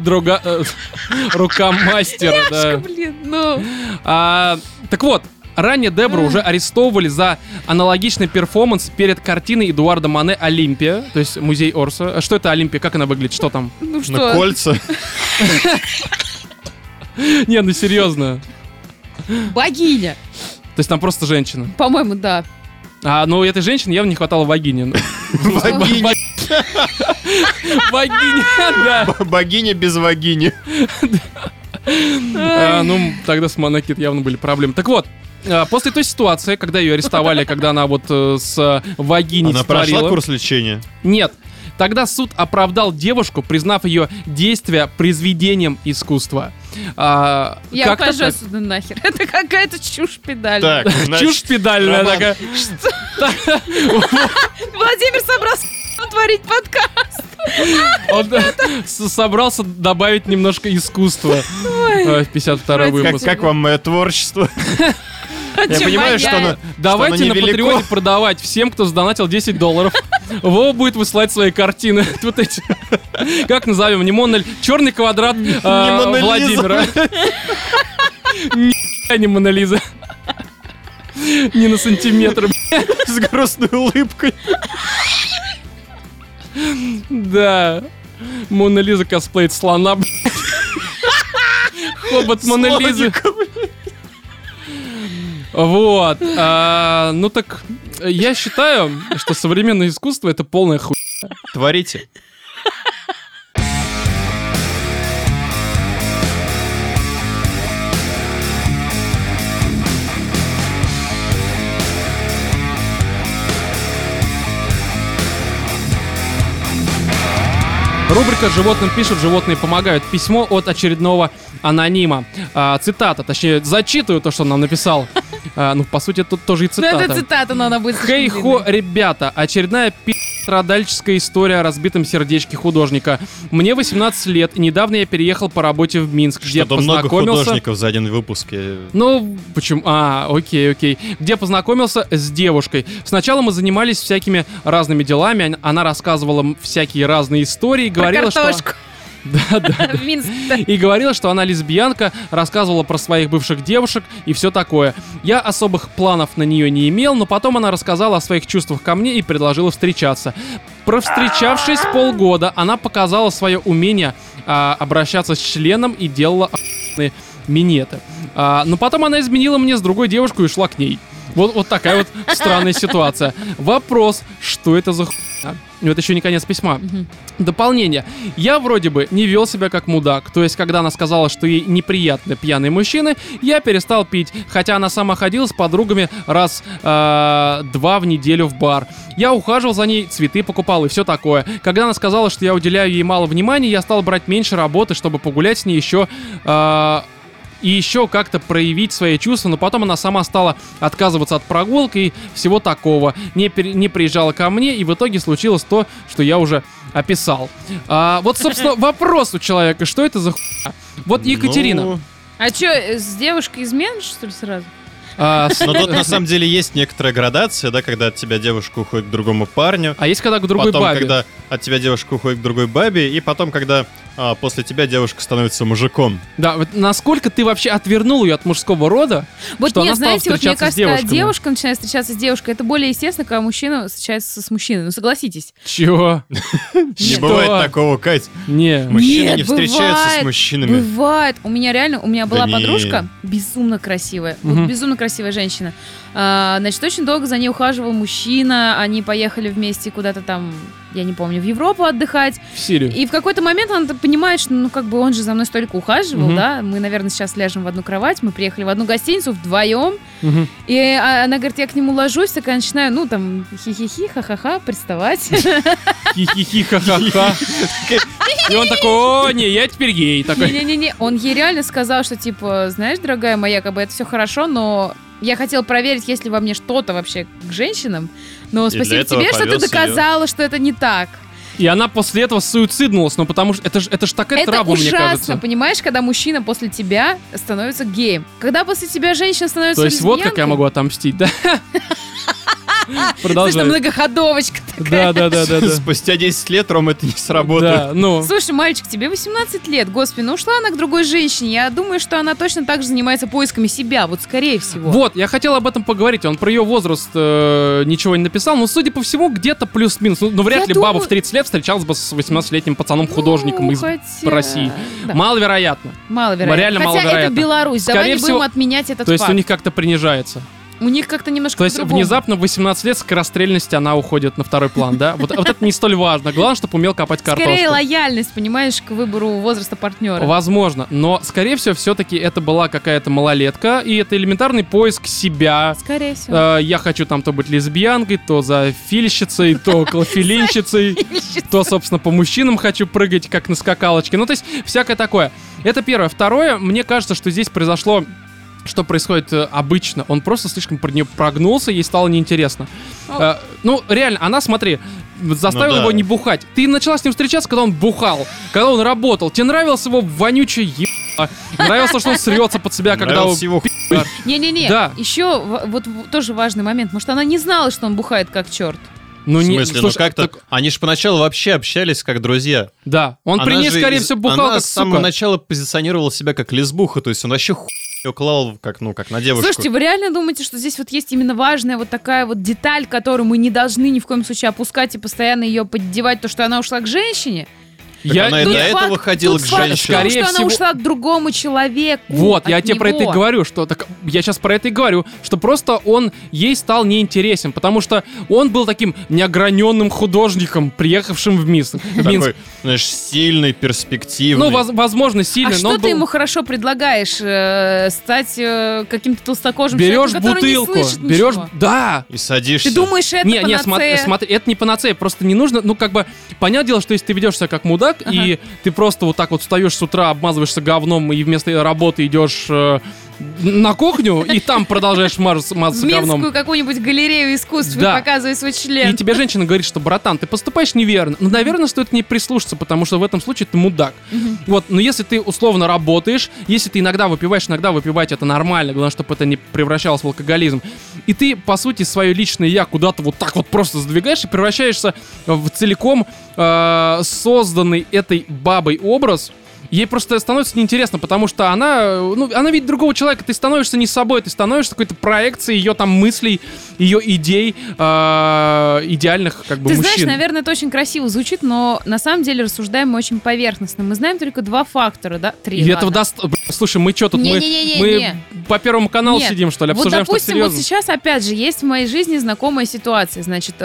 рука мастера, да. Блин, ну... Так вот, ранее Дебру уже арестовывали за аналогичный перформанс перед картиной Эдуарда Мане «Олимпия», то есть музей Орса. А что это Олимпия? Как она выглядит? Что там? Ну На что? кольца. Не, ну серьезно. Богиня. То есть там просто женщина. По-моему, да. Ну, этой женщине явно не хватало вагини. Богиня. Вагиня, да. Богиня без вагини. Ну, тогда с Монокит явно были проблемы. Так вот, после той ситуации, когда ее арестовали, когда она вот с вагиней Она прошла творила... курс лечения? Нет. Тогда суд оправдал девушку, признав ее действия произведением искусства. Я как-то ухожу так. отсюда нахер. Это какая-то чушь педальная. Так, значит, Чушь педальная Роман, такая. Владимир собрался творить подкаст. Он собрался добавить немножко искусства в 52-й выпуск. как вам мое творчество? Я понимаю, что оно Давайте на невелико. Патреоне продавать всем, кто сдонатил $10. Вова будет выслать свои картины. Вот эти. Как назовем? Не Мона Лиза. Черный квадрат Мона Лиза. Владимира. Не Мона Лиза. Не на сантиметр. с грустной улыбкой. Да. Мона Лиза косплеит слона. Хобот Мона Лизы. Вот. Ну так, я считаю, что современное искусство — это полная хуйня. Творите. Рубрика «Животным пишут, животные помогают». Письмо от очередного анонима. Цитата, точнее, зачитываю то, что он нам написал. Ну, по сути, тут тоже и Ну, это цитата. цитата, но она будет... Хей-хо, ребята, очередная страдальческая история о разбитом сердечке художника. Мне 18 лет, и недавно я переехал по работе в Минск, где Что-то много познакомился... художников за один выпуск. Ну, почему? Окей. Где познакомился с девушкой. Сначала мы занимались всякими разными делами, она рассказывала всякие разные истории, говорила, что... Да. В Минске. И говорила, что она лесбиянка, рассказывала про своих бывших девушек и все такое. Я особых планов на нее не имел, но потом она рассказала о своих чувствах ко мне и предложила встречаться. Провстречавшись полгода, она показала свое умение обращаться с членом и делала охуенные минеты. Но потом она изменила мне с другой девушкой и ушла к ней. Вот такая вот странная ситуация. Вопрос, что это за хуйня? Это еще не конец письма. Дополнение. Я вроде бы не вел себя как мудак. То есть, когда она сказала, что ей неприятны пьяные мужчины, я перестал пить. Хотя она сама ходила с подругами раз 2 в неделю в бар. Я ухаживал за ней, цветы покупал и все такое. Когда она сказала, что я уделяю ей мало внимания, я стал брать меньше работы, чтобы погулять с ней еще... и еще как-то проявить свои чувства, но потом она сама стала отказываться от прогулки и всего такого. Не приезжала ко мне, и в итоге случилось то, что я уже описал. Вот, собственно, вопрос у человека, что это за хуйня? Вот Екатерина. Ну, А что, с девушкой изменишь, что ли, сразу? но тут на самом деле есть некоторая градация, да, когда от тебя девушка уходит к другому парню. А есть когда к другой Потом, бабе. когда от тебя девушка уходит к другой бабе, и потом, когда после тебя девушка становится мужиком. Да, вот насколько ты вообще отвернул ее от мужского рода, Вот что нет, она стала знаете, вот мне встречаться с кажется, когда девушками? девушка начинает встречаться с девушкой, это более естественно, когда мужчина встречается с мужчиной. Ну, согласитесь. Чего? Не Что? бывает такого, Кать. Не. Мужчины Нет, не встречаются бывает. с мужчинами. Бывает. У меня была не. подружка, безумно красивая. Вот Мгм. безумно красивая женщина. Значит, очень долго за ней ухаживал мужчина. Они поехали вместе куда-то там, я не помню, в Европу отдыхать. В Сирию. И в какой-то момент она понимает, что, ну, как бы он же за мной столько ухаживал, Мгм. да. Мы, наверное, сейчас ляжем в одну кровать. Мы приехали в одну гостиницу вдвоем. Мгм. И она говорит, я к нему ложусь, такая начинаю, ну, там, хи-хи-хи, ха-ха-ха, приставать. Хи-хи-хи, ха-ха-ха. И он такой: о, не, я теперь гей. Такой. Не-не-не, он ей реально сказал, что, типа, знаешь, дорогая моя, как бы это все хорошо, но я хотел проверить, есть ли во мне что-то вообще к женщинам. Но для спасибо этого тебе, что ты повез доказала, что это не так. И она после этого суициднулась, ну потому что это ж такая Это травма, мне ужасно, кажется. понимаешь, когда мужчина после тебя становится геем. Когда после тебя женщина становится То есть вот как я лесбиянкой, могу отомстить, да? слышно, Продолжай. многоходовочка такая. Да. Спустя 10 лет, Ром, это не сработает. Да, ну. Слушай, мальчик, тебе 18 лет, господи, ну ушла она к другой женщине. Я думаю, что она точно так же занимается поисками себя, вот скорее всего. Вот, я хотел об этом поговорить. Он про ее возраст ничего не написал, но, судя по всему, где-то плюс-минус. Ну, вряд Я ли баба думаю- в 30 лет встречалась бы с 18-летним пацаном-художником из хотя- России. Да. Маловероятно. Маловероятно. Реально Хотя маловероятно. это Беларусь, Скорее давай не всего, будем отменять этот То есть факт. у них как-то принижается. У них как-то немножко То есть по-другому. внезапно в 18 лет скорострельности она уходит на второй план, да? Вот это не столь важно. Главное, чтобы умел копать картошку. Скорее лояльность, понимаешь, к выбору возраста партнера. Возможно, но, скорее всего, все-таки это была какая-то малолетка, и это элементарный поиск себя. Скорее всего. Я хочу там то быть лесбиянкой, то зоофильщицей, то клофелинщицей, то, собственно, по мужчинам хочу прыгать, как на скакалочке. Ну, то есть, всякое такое. Это первое. Второе, мне кажется, что здесь произошло... Что происходит обычно? Он просто слишком про нее прогнулся, ей стало неинтересно. Ну, реально, она, смотри, заставила его не бухать. Ты начала с ним встречаться, когда он бухал, когда он работал. Тебе нравилось его вонючее ебало. Нравилось, что он срется под себя, когда он... Не-не-не, Да. еще вот тоже важный момент. Может, она не знала, что он бухает как черт. Ну, В не, смысле, слушай, ну как-то... так- Они же поначалу вообще общались как друзья. Да, он при Она ней, же скорее всего, бухал она как с самого сука. начала позиционировала себя как лесбуха, то есть он вообще хуй клал, как на девушку. Слушайте, вы реально думаете, что здесь вот есть именно важная вот такая вот деталь, которую мы не должны ни в коем случае опускать и постоянно ее поддевать, то, что она ушла к женщине? Так она и Тут до этого факт- ходила тут к факт в женщине. том, Скорее что всего- она ушла к другому человеку. Вот, я от тебе про это и него. говорю, что так, я сейчас про это и говорю, что просто он ей стал неинтересен, потому что он был таким неограненным художником, приехавшим в Минск. Такой, знаешь, сильный, перспективный. Ну, возможно, сильный, А но что он ты был... ему хорошо предлагаешь? Стать каким-то толстокожим Берешь человеком, который бутылку, не слышит берешь... ничего? Да! И садишься. Ты думаешь, это Не, панацея? смотри, это не панацея, просто не нужно, ну, как бы, понятное дело, что если ты ведешь себя как мудак, Ага. и ты просто вот так вот встаешь с утра, обмазываешься говном, и вместо работы идешь на кухню, и там продолжаешь мазаться В говном. Минскую какую-нибудь галерею искусств Да. и показывай свой И член. тебе женщина говорит, что, братан, ты поступаешь неверно. Ну, наверное, стоит к ней прислушаться, потому что в этом случае ты мудак. Вот, но если ты условно работаешь, если ты иногда выпиваешь, иногда выпивать это нормально, главное, чтобы это не превращалось в алкоголизм. И ты, по сути, свое личное я куда-то вот так вот просто сдвигаешь и превращаешься в целиком созданный этой бабой образ. Ей просто становится неинтересно, потому что она видит другого человека, ты становишься не собой, ты становишься какой-то проекцией ее там мыслей, ее идей, идеальных как бы Ты мужчин. знаешь, наверное, это очень красиво звучит, но на самом деле рассуждаем мы очень поверхностно. Мы знаем только два фактора, да? Три, И этого ладно. Слушай, мы что тут, мы Не-не-не-не-не. по Первому каналу Нет. сидим, что ли, Вот, обсуждаем что-то допустим, вот серьезное? сейчас, опять же, есть в моей жизни знакомая ситуация. Значит,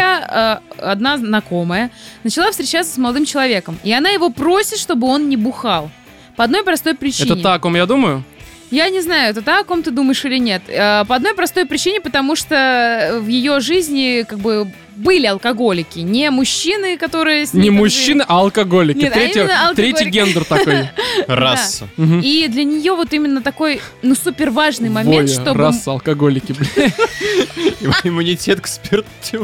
моя одна знакомая начала встречаться с молодым человеком, и она его просит, чтобы он не бухал. По одной простой причине. Это та, о ком я думаю? Я не знаю, это та, о ком ты думаешь или нет. По одной простой причине, потому что в ее жизни как бы были алкоголики. Не мужчины, которые с ней Не там мужчины, а алкоголики. Нет, а именно алкоголики. Третий гендер такой. Раса. Мгм. И для нее вот именно такой, супер важный момент, Воля, чтобы раса, алкоголики, блин. Иммунитет к спирту.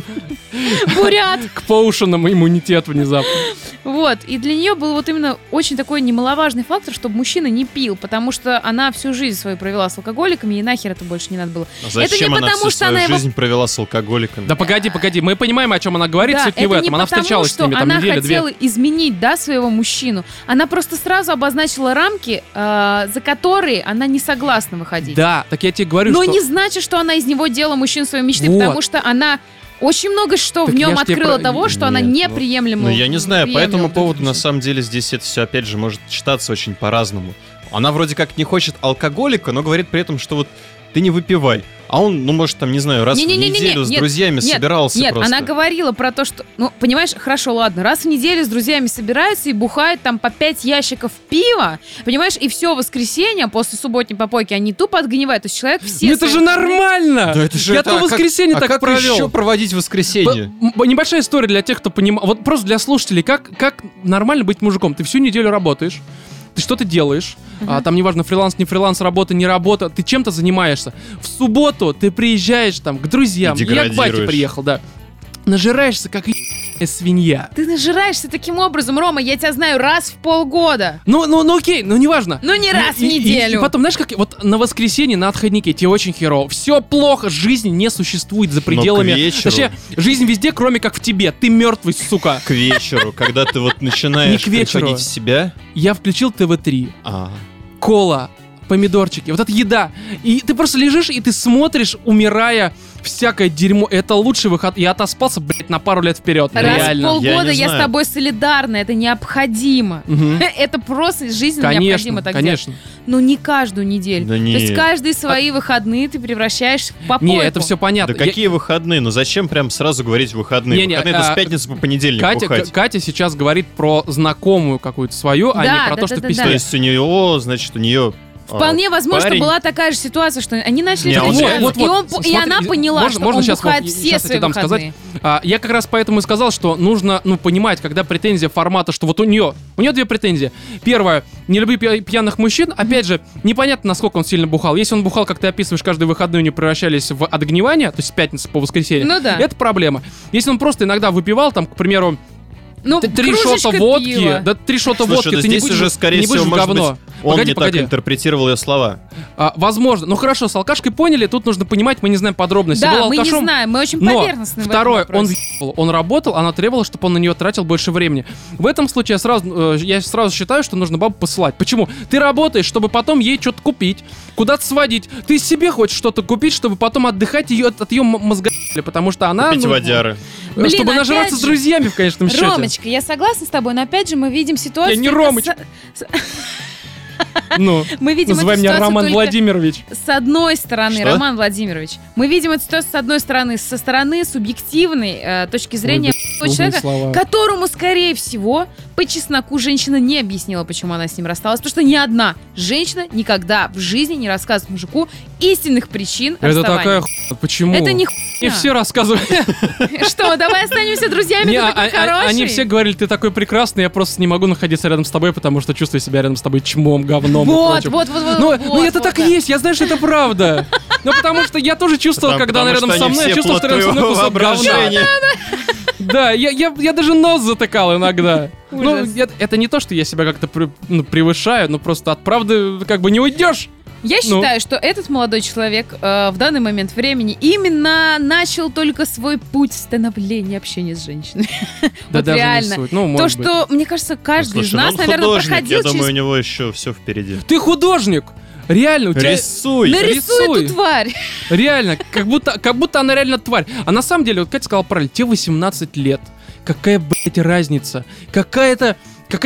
бурят. К поушенам иммунитет внезапно. Вот. И для нее был вот именно очень такой немаловажный фактор, чтобы мужчина не пил, потому что она всю жизнь свою провела с алкоголиками, и нахер это больше не надо было. А зачем не она потому, всю что свою она его- жизнь провела с алкоголиками? Да погоди, мы понимаем, о чем она говорит, Да, суть не это в этом. Она потому, встречалась с что ними там она неделю-две. хотела изменить, да, своего мужчину. Она просто сразу обозначила рамки, за которые она не согласна выходить. Да, так я тебе говорю, Но что... не значит, что она из него делала мужчину своей мечты, Вот. потому что она очень много что Так в нем я ж тебе открыла про- того, что она Нет, неприемлема. Ну, я не знаю, по этому приемлема в поводу, на случае. самом деле, здесь это все, опять же, может читаться очень по-разному. Она вроде как не хочет алкоголика, но говорит при этом, что вот ты не выпивай. А он, ну, может, там, не знаю, раз в Не-не-не-не, неделю с нет, друзьями нет, собирался Нет, просто. она говорила про то, что... Ну, понимаешь, хорошо, ладно, раз в неделю с друзьями собираются и бухают там по 5 ящиков пива, понимаешь, и все воскресенье после субботней попойки они тупо отгнивают. То есть человек все... Ну это же нормально! Да это же Я это- то а как- воскресенье а так как провел. еще проводить воскресенье? Небольшая история для тех, кто понимает. Вот просто для слушателей, как нормально быть мужиком? Ты всю неделю работаешь, ты что-то делаешь, там неважно, фриланс, не фриланс, работа, не работа, ты чем-то занимаешься. В субботу ты приезжаешь там к друзьям, И я к бате деградируешь. приехал, да. Нажираешься, как свинья. Ты нажираешься таким образом, Рома, я тебя знаю раз в полгода. Ну окей, ну неважно. Ну не раз в И неделю. потом, знаешь, как вот на воскресенье на отходнике тебе очень херово. Все плохо, жизнь не существует за пределами. вечеру. Точнее, жизнь везде, кроме как в тебе. Ты мертвый, сука. К вечеру, когда ты вот начинаешь Не к вечеру. приходить в себя. Я включил ТВ-3. А, Кола, помидорчики, вот эта еда. И ты просто лежишь, и ты смотришь, умирая, всякое дерьмо. Это лучший выход. Я отоспался, блядь, на пару лет вперед. Раз Реально. в полгода Я не я с знаю. тобой солидарна, это необходимо. Мгм. Это просто жизненно необходимо Конечно, так конечно. делать. Но не каждую неделю. Да То есть не. каждые свои выходные ты превращаешь в попойку. Не, это все понятно. Да какие выходные? Ну зачем прям сразу говорить выходные? Не-не, Выходные это с пятницы по понедельник бухать. Катя сейчас говорит про знакомую какую-то свою, а Да, не про да, то, что да, в да, письме. То есть у нее, значит, у нее Вполне возможно, парень. что была такая же ситуация, что они начали Не, он встречаться, вот, и, он, смотри, и она поняла, можно- что можно он сейчас бухает вот- все сейчас я свои тебе дам выходные. Я как раз поэтому и сказал, что нужно, понимать, когда претензия формата, что вот у нее две претензии. Первая, не люблю пьяных мужчин. Опять же, непонятно, насколько он сильно бухал. Если он бухал, как ты описываешь, каждые выходные у него превращались в отгнивание, то есть с пятницы по воскресенье, Ну да. это проблема. Если он просто иногда выпивал, там, к примеру, Ну, 3 кружечка шота водки, пива. да 3 шота Слушай, водки, да ты не здесь будешь, уже, скорее не будешь всего, в может говно. быть, он Погоди, не погоди. так интерпретировал ее слова. Возможно. Ну хорошо, с алкашкой поняли, тут нужно понимать, мы не знаем подробностей. Да, Был мы не алкашом, знаем, мы очень но поверхностны в этом второе, вопросе. он работал, она требовала, чтобы он на нее тратил больше времени. В этом случае я сразу считаю, что нужно бабу посылать. Почему? Ты работаешь, чтобы потом ей что-то купить, куда-то сводить. Ты себе хочешь что-то купить, чтобы потом отдыхать ее от ее мозга, потому что она... Купить водяры. Блин, чтобы опять нажраться с же, друзьями в конечном счете. Ромочка, я согласна с тобой, но опять же мы видим ситуацию... Я не только Ромыч. Ну, Мы видим называй эту меня ситуацию Роман только Владимирович. с одной стороны, Что? Роман Владимирович. Мы видим эту ситуацию с одной стороны, со стороны субъективной точки зрения Ой, человека, слова. которому, скорее всего, по чесноку женщина не объяснила, почему она с ним рассталась. Потому что ни одна женщина никогда в жизни не рассказывает мужику истинных причин Это расставания. такая хуйня. Почему? Это не И все рассказывали. Что, давай останемся друзьями, Не, ты такой хороший. они все говорили, ты такой прекрасный, я просто не могу находиться рядом с тобой, потому что чувствую себя рядом с тобой чмом, говном и Вот, прочим. вот. Ну это так и да. есть, я знаю, что это правда. Ну потому что я тоже чувствовал, когда она рядом со мной, я чувствовал, что рядом со мной кусок говна. Да, я даже нос затыкал иногда. Ну, Ужас. это не то, что я себя как-то превышаю, но просто от правды как бы не уйдешь. Я считаю, что этот молодой человек в данный момент времени именно начал только свой путь становления общения с женщиной. Да Вот даже не реально. суть. Ну, То, может быть. что, мне кажется, каждый из Слушай, нас, он наверное, художник, проходил я думаю, у через... него еще все впереди. Ты художник! Реально, у тебя... Рисуй! Нарисуй рисуй. эту тварь. Реально, как будто она реально тварь. А на самом деле, вот Катя сказала правильно, тебе 18 лет. Какая, блядь, разница? Какая-то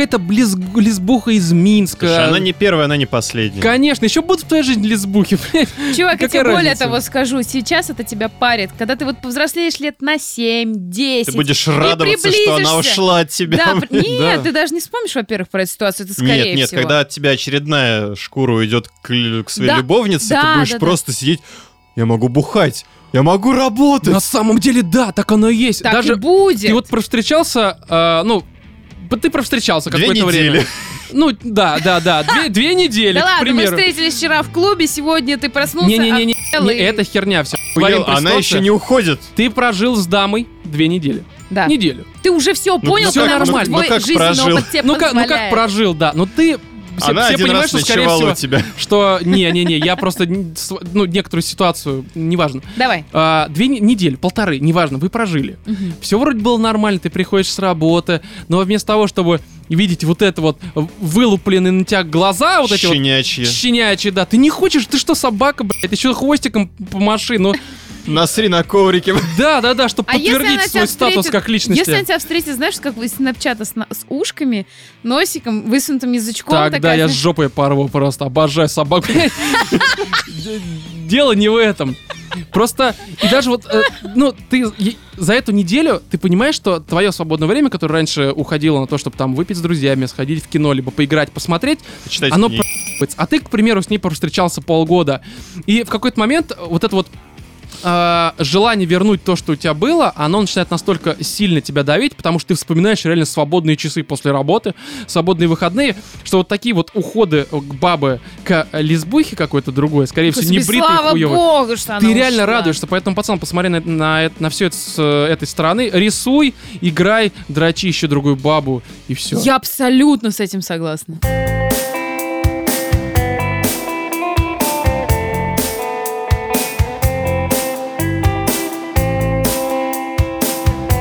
лесбуха из Минска. Слушай, она не первая, она не последняя. Конечно, еще будут в твоей жизни лесбухи, блядь. Чувак, я Какая тебе более разница? того скажу, сейчас это тебя парит. Когда ты вот повзрослеешь лет на 7-10. Ты будешь радоваться, что она приблизишься. ушла от тебя. Да, блин. нет, Да. ты даже не вспомнишь, во-первых, про эту ситуацию, это скорее Нет, всего. когда от тебя очередная шкура уйдет к своей Да, любовнице, да, ты будешь да, просто сидеть. Я могу бухать, я могу работать. На самом деле, да, так оно и есть. Так Даже и будет. ты вот провстречался, ты провстречался 2 какое-то недели. время. Ну, да, две недели, Да к ладно, мы примеру. встретились вчера в клубе, сегодня ты проснулся, Не-не-не, охуел и- это херня все. Ел, она еще не уходит. Ты прожил с дамой 2 недели. Да. Неделю. Ты уже все понял, всё потому что нормально. твой Ну как жизненный прожил? опыт тебе Ну как позволяет. прожил, да. Но ты Она все один понимают, раз что, скорее ночевала всего, у тебя. что... Не-не-не, я просто, некоторую ситуацию, неважно. Давай. 2 недели, 1,5, неважно, вы прожили. Мгм. Все вроде было нормально, ты приходишь с работы, но вместо того, чтобы видеть вот это вот вылупленные на тебя глаза, вот эти вот Щенячьи. щенячьи, да, ты не хочешь, ты что, собака, блядь, еще хвостиком помаши, ну, Насри на коврике. да, чтобы А если она подтвердить тебя свой статус встретит- как личности. Если она тебя встретит, знаешь, как из снапчата с ушками, носиком, высунутым язычком. Тогда такая, я с знаешь, жопой порву просто, обожаю собак. Дело не в этом. Просто, и даже вот, за эту неделю ты понимаешь, что твое свободное время, которое раньше уходило на то, чтобы там выпить с друзьями, сходить в кино, либо поиграть, посмотреть, Почитайте оно книги. проебывается. А ты, к примеру, с ней встречался полгода. И в какой-то момент вот это вот желание вернуть то, что у тебя было, оно начинает настолько сильно тебя давить, потому что ты вспоминаешь реально свободные часы после работы, свободные выходные, что вот такие вот уходы к бабы, к лесбухе какой-то другой, скорее всего, Господи, не бритый слава хуёвый. богу, что она Ты реально ушла. радуешься, поэтому, пацан, посмотри на все это с этой стороны, рисуй, играй, дрочи еще другую бабу, и все. Я абсолютно с этим согласна.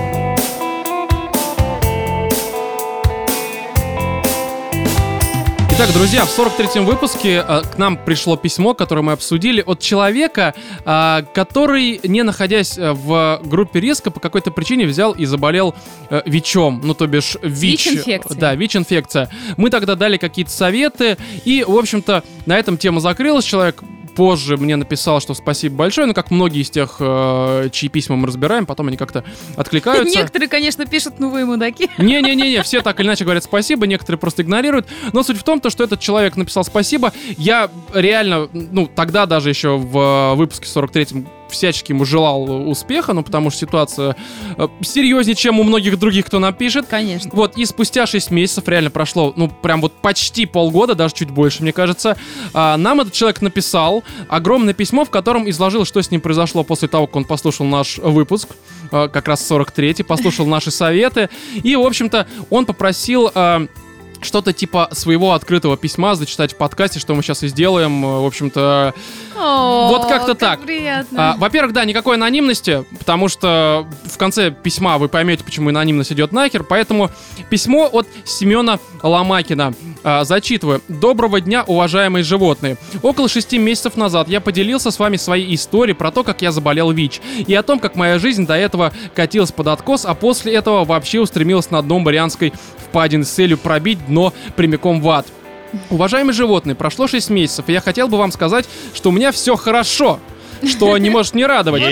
И Итак, друзья, в 43-м выпуске к нам пришло письмо, которое мы обсудили, от человека, который, не находясь в группе риска, по какой-то причине взял и заболел ВИЧом, ну, то бишь ВИЧ. ВИЧ-инфекция. Да, ВИЧ-инфекция. Мы тогда дали какие-то советы, и, в общем-то, на этом тема закрылась. Человек позже мне написал, что спасибо большое, ну, как многие из тех, чьи письма мы разбираем, потом они как-то откликаются. Некоторые, конечно, пишут, ну вы мудаки. Не-не-не, все так или иначе говорят спасибо, некоторые просто игнорируют. Но суть в том, что этот человек написал спасибо. Я реально, ну, тогда даже еще в выпуске 43-м всячески ему желал успеха, ну, потому что ситуация серьезнее, чем у многих других, кто нам пишет. Конечно. Вот, и спустя 6 месяцев реально прошло, ну, прям вот почти полгода, даже чуть больше, мне кажется, нам этот человек написал огромное письмо, в котором изложил, что с ним произошло после того, как он послушал наш выпуск, как раз 43-й, послушал наши советы, и, в общем-то, он попросил что-то типа своего открытого письма зачитать в подкасте, что мы сейчас и сделаем. В общем-то, вот как-то так. Приятно. Во-первых, да, никакой анонимности, потому что в конце письма вы поймете, почему анонимность идет нахер. Поэтому письмо от Семена Ломакина. Зачитываю. Доброго дня, уважаемые животные. Около 6 месяцев назад я поделился с вами своей историей про то, как я заболел ВИЧ, и о том, как моя жизнь до этого катилась под откос, а после этого вообще устремилась на дно Марианской впадины с целью пробить дно прямиком в ад. Уважаемые животные, прошло 6 месяцев, и я хотел бы вам сказать, что у меня все хорошо, что не может не радовать.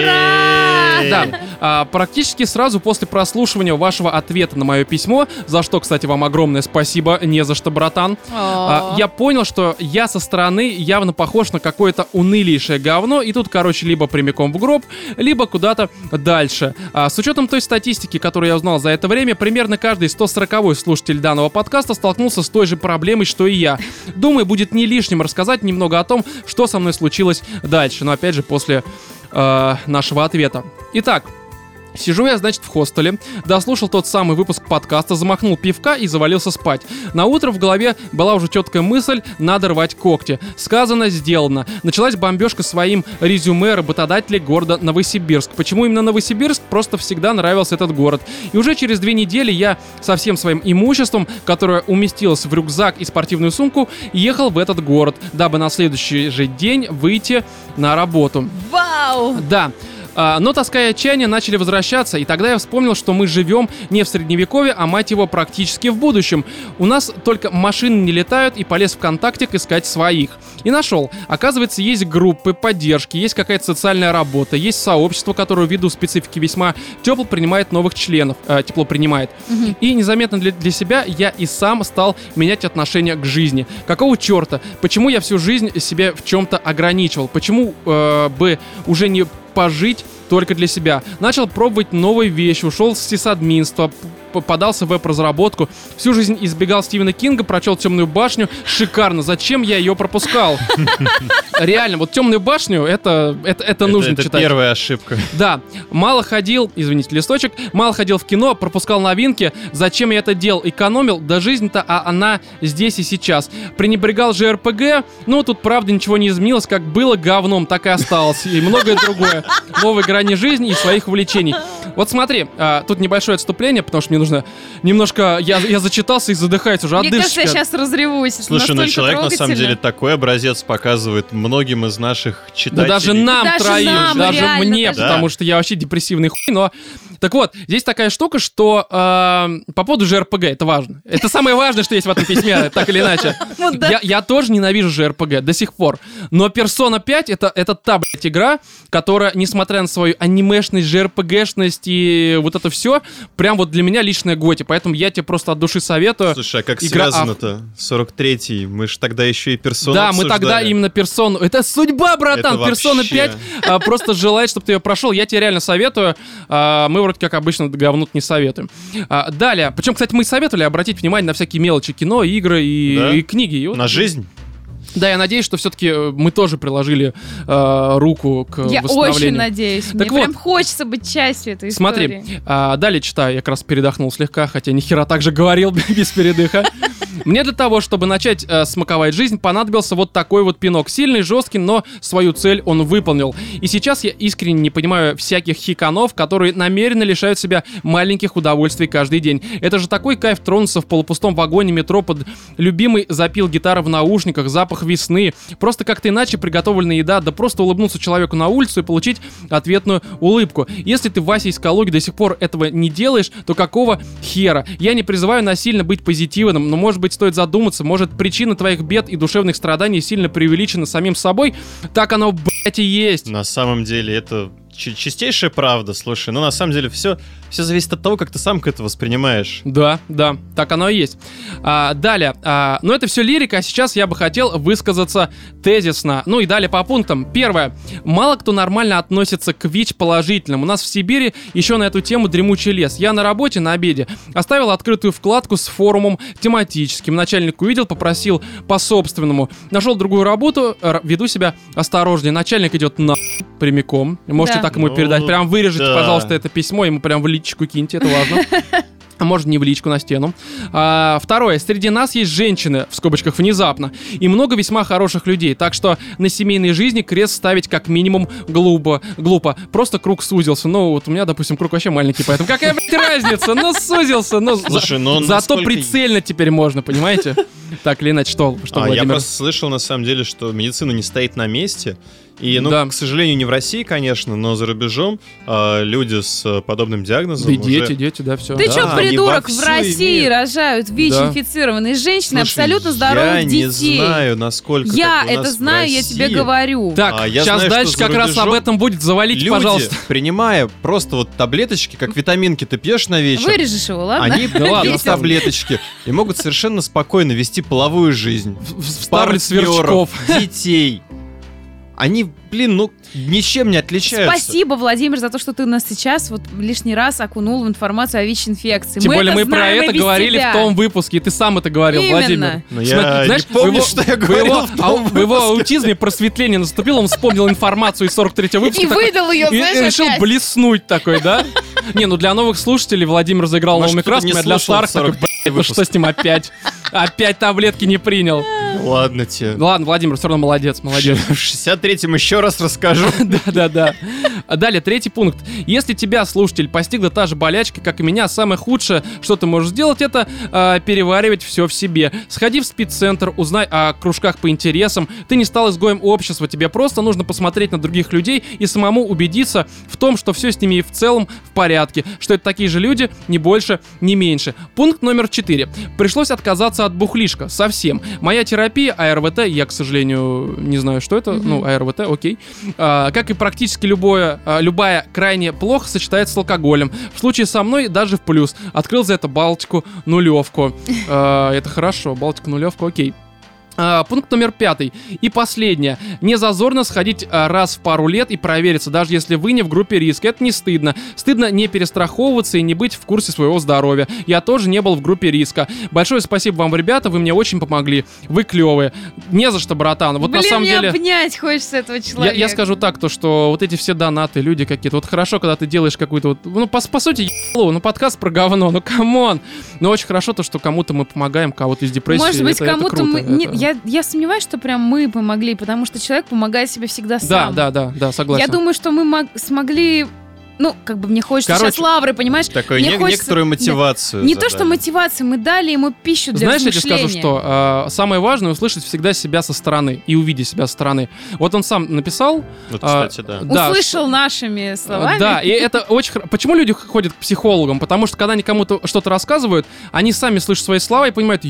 Да, практически сразу после прослушивания вашего ответа на мое письмо, за что, кстати, вам огромное спасибо, не за что, братан, я понял, что я со стороны явно похож на какое-то унылейшее говно, и тут, короче, либо прямиком в гроб, либо куда-то дальше. С учетом той статистики, которую я узнал за это время, примерно каждый 140-й слушатель данного подкаста столкнулся с той же проблемой, что и я. Думаю, будет не лишним рассказать немного о том, что со мной случилось дальше, но опять же после нашего ответа. Итак, сижу я, значит, в хостеле, дослушал тот самый выпуск подкаста, замахнул пивка и завалился спать. На утро в голове была уже четкая мысль: надо рвать когти. Сказано, сделано. Началась бомбежка своим резюме работодателей города Новосибирск. Почему именно Новосибирск? Просто всегда нравился этот город. И уже через 2 недели я со всем своим имуществом, которое уместилось в рюкзак и спортивную сумку, ехал в этот город, дабы на следующий же день выйти на работу. Вау! Да. Но тоска и отчаяние начали возвращаться, и тогда я вспомнил, что мы живем не в средневековье, а, мать его, практически в будущем. У нас только машины не летают, и полез ВКонтактик искать своих. И нашел. Оказывается, есть группы поддержки, есть какая-то социальная работа, есть сообщество, которое ввиду специфики весьма тепло принимает новых членов. Тепло принимает. И незаметно для себя я и сам стал менять отношение к жизни. Какого черта? Почему я всю жизнь себя в чем-то ограничивал? Почему бы уже не пожить только для себя? Начал пробовать новые вещи, ушел с сисадминства, подался в веб-разработку. Всю жизнь избегал Стивена Кинга, прочел «Темную башню». Шикарно. Зачем я ее пропускал? Реально, вот «Темную башню» это нужно читать. Это первая ошибка. Да. Мало ходил, извините, листочек, мало ходил в кино, пропускал новинки. Зачем я это делал? Экономил? Да жизнь-то, она здесь и сейчас. Пренебрегал же РПГ. Ну, тут, правда, ничего не изменилось. Как было говном, так и осталось. И многое другое. Новые грани жизни и своих увлечений. Вот смотри, тут небольшое отступление, потому что мне нужно немножко... Я зачитался и задыхаюсь уже от Мне дышки. кажется, я сейчас разревусь. Слушай, ну человек на самом деле такой образец показывает многим из наших читателей. Да даже нам Даже троим, нам, даже реально, мне, даже. потому что я вообще депрессивный хуй, но... Так вот, здесь такая штука, что по поводу JRPG, это важно. Это самое важное, что есть в этом письме, так или иначе. Вот да. Я тоже ненавижу JRPG до сих пор, но Persona 5 это та, блядь, игра, которая, несмотря на свою анимешность, JRPG-шность и вот это все, прям вот для меня личная готи, поэтому я тебе просто от души советую. Слушай, а как Игра связано-то? 43-й, мы же тогда еще и Persona Да, мы обсуждали. тогда именно Persona... Это судьба, братан! Это Persona вообще. 5 просто желает, чтобы ты ее прошел. Я тебе реально советую. Мы вроде как обычно говнут не советуем. Далее. Причем, кстати, мы советовали обратить внимание на всякие мелочи кино, игры и книги. И вот, На жизнь? да, я надеюсь, что все-таки мы тоже приложили руку к Я восстановлению. очень надеюсь. Так Мне вот. прям хочется быть частью этой истории. Смотри, далее читаю, я как раз передохнул слегка, хотя нихера так же говорил без передыха. Мне для того, чтобы начать смаковать жизнь, понадобился вот такой вот пинок. Сильный, жесткий, но свою цель он выполнил. И сейчас я искренне не понимаю всяких хиканов, которые намеренно лишают себя маленьких удовольствий каждый день. Это же такой кайф тронуться в полупустом вагоне метро под любимый запил гитары в наушниках, запах весны, просто как-то иначе приготовленная еда, да просто улыбнуться человеку на улицу и получить ответную улыбку. Если ты, Вася из Калуги, до сих пор этого не делаешь, то какого хера? Я не призываю насильно быть позитивным, но, может быть, стоит задуматься, может, причина твоих бед и душевных страданий сильно преувеличена самим собой? Так оно, блять, и есть. На самом деле, это чистейшая правда, слушай. Ну, на самом деле, все зависит от того, как ты сам к этому воспринимаешь. Да, так оно и есть. Далее, ну это все лирика, а сейчас я бы хотел высказаться тезисно. Ну и далее по пунктам. Первое. Мало кто нормально относится к ВИЧ-положительным. У нас в Сибири еще на эту тему дремучий лес. Я на работе, на обеде, оставил открытую вкладку с форумом тематическим. Начальник увидел, попросил по-собственному. Нашел другую работу, веду себя осторожнее. Начальник идет на прямиком. Можете так ему передать. Прям вырежите, пожалуйста, это письмо, ему прям в личку киньте, это важно. А может, не в личку, на стену. Второе. Среди нас есть женщины, в скобочках, внезапно, и много весьма хороших людей. Так что на семейной жизни крест ставить как минимум глупо. Просто круг сузился. Ну, вот у меня, допустим, круг вообще маленький, поэтому какая, блядь, разница? Ну, сузился. Ну, слушай, ну, зато прицельно теперь можно, понимаете? Так или иначе, что Владимир? Я просто слышал, на самом деле, что медицина не стоит на месте. И, ну, да. К сожалению, не в России, конечно, но за рубежом люди с подобным диагнозом да уже... дети, да, все. Ты да. что, придурок, в России рожают ВИЧ-инфицированные женщины, абсолютно здоровых детей. Я не знаю, насколько я это знаю, я тебе говорю. Так, я сейчас знаю, дальше как раз об этом будет. Завалите, люди, пожалуйста. Принимая просто вот таблеточки, как витаминки ты пьешь на вечер. Вырежешь его, ладно? Они пьют таблеточки и могут совершенно спокойно вести половую жизнь. Ставлять сверчков. Детей. Они, ну, ничем не отличаются. Спасибо, Владимир, за то, что ты нас сейчас вот лишний раз окунул в информацию о ВИЧ-инфекции. Тем более мы про это говорили в том выпуске, и ты сам это говорил, именно. Владимир. Но я не помню, что я говорил в том выпуске. В его аутизме просветление наступило, он вспомнил информацию из 43-го выпуска. И выдал ее, знаешь, и решил опять. Блеснуть такой, да? Не, ну для новых слушателей Владимир заиграл новыми красками, а для старых такой, что с ним опять? Опять таблетки не принял. Ладно тебе. Ладно, Владимир, все равно молодец. В 63-м еще раз расскажу. Да. Далее, третий пункт. Если тебя, слушатель, постигла та же болячка, как и меня, самое худшее, что ты можешь сделать, это переваривать все в себе. Сходи в спеццентр, узнай о кружках по интересам. Ты не стал изгоем общества, тебе просто нужно посмотреть на других людей и самому убедиться в том, что все с ними в целом в порядке, что это такие же люди, ни больше, ни меньше. Пункт номер 4. Пришлось отказаться от бухлишка. Совсем. Моя терапия, АРВТ, я, к сожалению, не знаю, что это, ну, АРВТ, окей. Как и практически любая крайне плохо сочетается с алкоголем. В случае со мной даже в плюс. Открыл за это Балтику нулевку. Это хорошо, Балтику нулевку, окей. Пункт номер 5. И последнее. Не зазорно сходить раз в пару лет и провериться, даже если вы не в группе риска. Это не стыдно. Стыдно не перестраховываться и не быть в курсе своего здоровья. Я тоже не был в группе риска. Большое спасибо вам, ребята, вы мне очень помогли. Вы клевые. Не за что, братан. Вот на самом деле... обнять хочется этого человека. Я скажу так, то что вот эти все донаты, люди какие-то. Вот хорошо, когда ты делаешь какую-то вот... Ну, по сути, ну, подкаст про говно, ну, камон. Но очень хорошо то, что кому-то мы помогаем, кого-то из депрессии. Может быть, кому-то мы... Это... Я сомневаюсь, что прям мы помогли, потому что человек помогает себе всегда сам. Да, согласен. Я думаю, что мы смогли... Ну, как бы мне хочется сейчас лавры, понимаешь? Такую некоторую мотивацию. Не то, что мотивацию, мы дали ему пищу для размышления. Знаешь, я тебе скажу, что самое важное — услышать всегда себя со стороны и увидеть себя со стороны. Вот он сам написал... Вот, кстати, да. Услышал нашими словами. Да, и это очень... Почему люди ходят к психологам? Потому что, когда они кому-то что-то рассказывают, они сами слышат свои слова и понимают,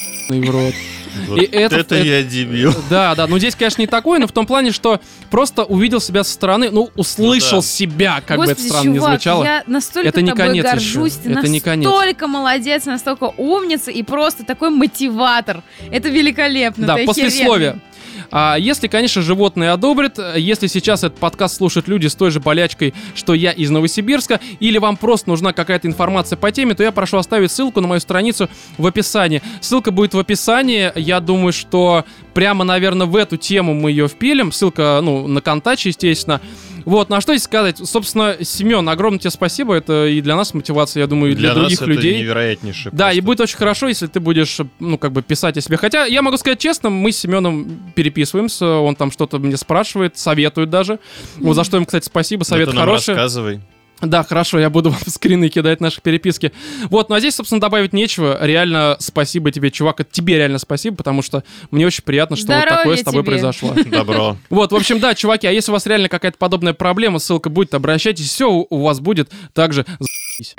в рот. Вот и это я дебил. Да, ну здесь, конечно, не такое, но в том плане, что просто увидел себя со стороны, ну, услышал себя, как Господи, бы это странно чувак, не звучало. Я настолько это не тобой конец горжусь, еще. ты это не конец. настолько молодец, настолько умница и просто такой мотиватор. Это великолепно. Да, послесловие. Если, конечно, животные одобрят, если сейчас этот подкаст слушают люди с той же болячкой, что я из Новосибирска, или вам просто нужна какая-то информация по теме, то я прошу оставить ссылку на мою страницу в описании. Ссылка будет в описании, я думаю, что прямо, наверное, в эту тему мы ее впилим. Ссылка, ну, на Контач, естественно. Вот, ну а что здесь сказать? Собственно, Семен, огромное тебе спасибо. Это и для нас мотивация, я думаю, и для других нас людей. Это невероятнейшее. Да, просто. и будет очень хорошо, если ты будешь, писать о себе. Хотя, я могу сказать честно, мы с Семеном переписываемся, он там что-то мне спрашивает, советует даже. Вот за что им, кстати, спасибо, совет ты нам хороший. рассказывай. Да, хорошо, я буду вам скрины кидать наших переписки. Вот, ну а здесь, собственно, добавить нечего. Реально спасибо тебе, чувак. Это тебе реально спасибо, потому что мне очень приятно, что вот такое с тобой произошло. Добро. Вот, в общем, да, чуваки, а если у вас реально какая-то подобная проблема, ссылка будет, обращайтесь, все у вас будет также за***ись.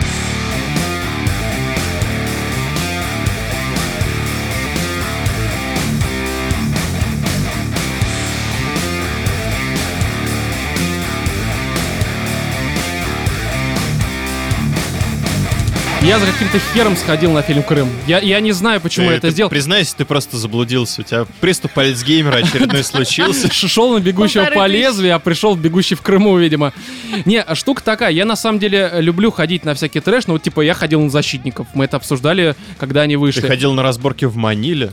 Я за каким-то хером сходил на фильм «Крым». Я не знаю, почему я это сделал. Признайся, ты просто заблудился. У тебя приступ Альцгеймера очередной случился. Шел на «Бегущего по лезвию», а пришел в «Бегущий в Крыму», видимо. Не, штука такая. Я на самом деле люблю ходить на всякий трэш. Ну, вот, типа, я ходил на «Защитников». Мы это обсуждали, когда они вышли. Ты ходил на разборки в Маниле?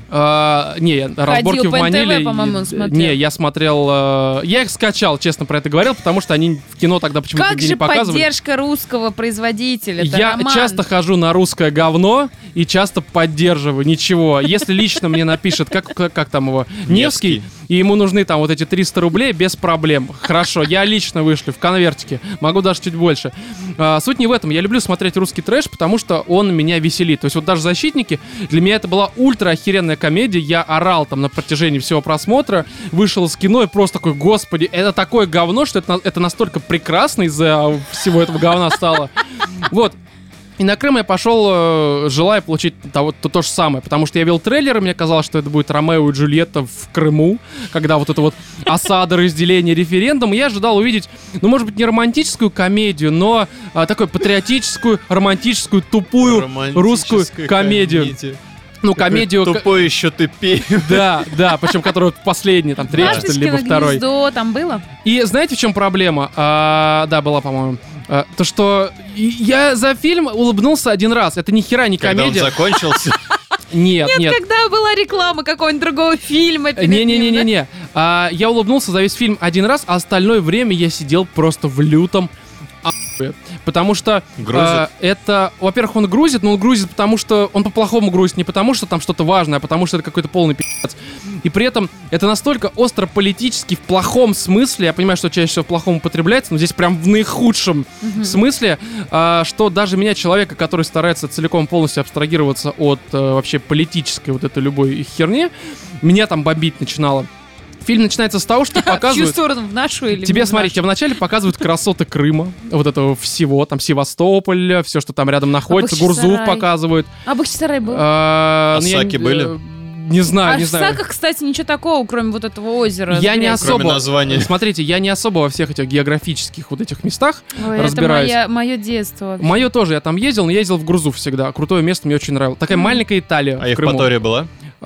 Не, разборки в Маниле. НТВ, по-моему, смотрел. Не, я смотрел... Я их скачал, честно, про это говорил, потому что они в кино тогда почему-то Как не же показывали. поддержка русского производителя? Я часто хожу на русское говно и часто поддерживаю. Ничего. Если лично мне напишет, как там его, Невский, и ему нужны там вот эти 300 рублей, без проблем. Хорошо, я лично вышлю в конвертике. Могу даже чуть больше. Суть не в этом. Я люблю смотреть русский трэш, потому что он меня веселит. То есть вот даже «Защитники», для меня это была ультра охеренная комедия. Я орал там на протяжении всего просмотра, вышел из кино и просто такой: господи, это такое говно, что это настолько прекрасно из-за всего этого говна стало. Вот. И на Крым я пошел, желая получить то же самое, потому что я видел трейлер, и мне казалось, что это будет Ромео и Джульетта в Крыму, когда вот это вот осада, разделение, референдум. И я ожидал увидеть, ну, может быть, не романтическую комедию, но такую патриотическую, романтическую, тупую русскую комедию. Ну, комедию... Тупой еще тупее. Да, причем которая последняя, там, третья, что ли, либо второй. Гнездо там было? И знаете, в чем проблема? Да, была, по-моему. То, что я за фильм улыбнулся один раз. Это ни хера не комедия. Когда он закончился? Нет. Когда была реклама какого-нибудь другого фильма перед ним, Не. Я улыбнулся за весь фильм один раз, а остальное время я сидел просто в лютом ахуе. Потому что это, во-первых, он грузит, но он грузит потому, что он по-плохому грузит, не потому, что там что-то важное, а потому, что это какой-то полный пи***ц. И при этом это настолько остро политически в плохом смысле, я понимаю, что чаще всего в плохом употребляется, но здесь прям в наихудшем смысле, что даже меня, человека, который старается целиком полностью абстрагироваться от вообще политической вот этой любой херни, меня там бомбить начинало. Фильм начинается с того, что показывают... В чью сторону? В нашу или тебе, в смотри, нашу? тебе вначале показывают красоты Крыма, вот этого всего, там Севастополь, все, что там рядом находится, Гурзуф показывают. А Бахчисарай был? Саки были? Не знаю, А не в знаю. Саках, кстати, ничего такого, кроме вот этого озера. Я не особо... Кроме названия. Смотрите, я не особо во всех этих географических вот этих местах Ой, разбираюсь. Это мое детство вообще. Мое тоже, я там ездил, но ездил в Гурзуф всегда. Крутое место, мне очень нравилось. Такая маленькая Италия А в Крыму. Евпатория была?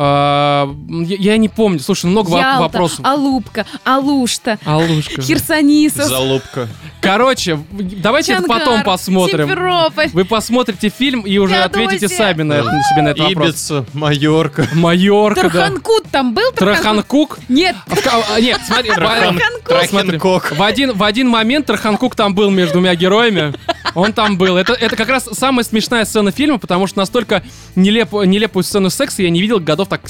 Я не помню. Слушай, много Ялта, вопросов. Алупка, Алушта, Алушка. Херсонисов, Залупка. Короче, давайте это Чонгар, потом посмотрим. Симферополь. Вы посмотрите фильм и уже ответите Феодосия. сами себе на этот вопрос. Ибица, Майорка. Майорка, да. Тарханкут там был? Траханкук? Нет. Нет, смотри. Трахенкок. В один момент Траханкук там был между двумя героями. Он там был. Это как раз самая смешная сцена фильма, потому что настолько нелепую сцену секса я не видел годов так...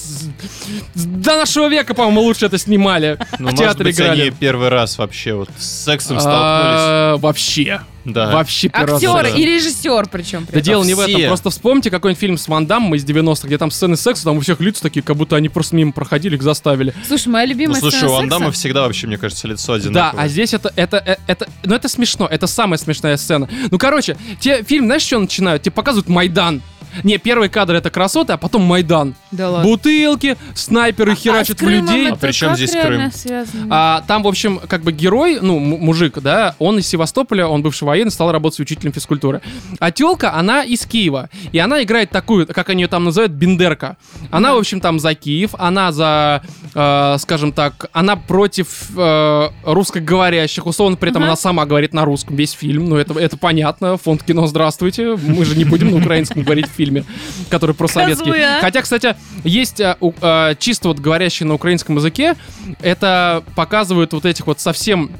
До нашего века, по-моему, лучше это снимали. Ну, В может театре быть, играли. они первый раз вообще вот с сексом столкнулись. Вообще. Да. Вообще первый раз. Актер да. и режиссер причем. Да дело не в все. этом. Просто вспомните какой-нибудь фильм с Ван Даммом из 90-х, где там сцены секса, там у всех лица такие, как будто они просто мимо проходили, их заставили. Слушай, моя Ну, любимая слушай, сцена у Ван секса. Дамма всегда вообще, мне кажется, лицо Да, одинаковое. а здесь ну это смешно, это самая смешная сцена. Ну, короче, тебе фильм, знаешь, что начинают? Тебе показывают Майдан. Не, первый кадр это красота, а потом Майдан. Да ладно. Бутылки, снайперы херачат с в Крымом людей. это А при чем как здесь реально Крым? связано? Там, в общем, как бы герой, ну, мужик, да, он из Севастополя, он бывший военный, стал работать учителем физкультуры. А тёлка, она из Киева. И она играет такую, как они ее там называют, бендерка. Она, в общем, там за Киев, она за, скажем так, она против русскоговорящих. Условно, при этом она сама говорит на русском весь фильм. Ну, это понятно. Фонд кино, здравствуйте. Мы же не будем на украинском говорить в фильме, который про советский. Козлы, а? Хотя, кстати, есть чисто вот говорящие на украинском языке, это показывают вот этих вот совсем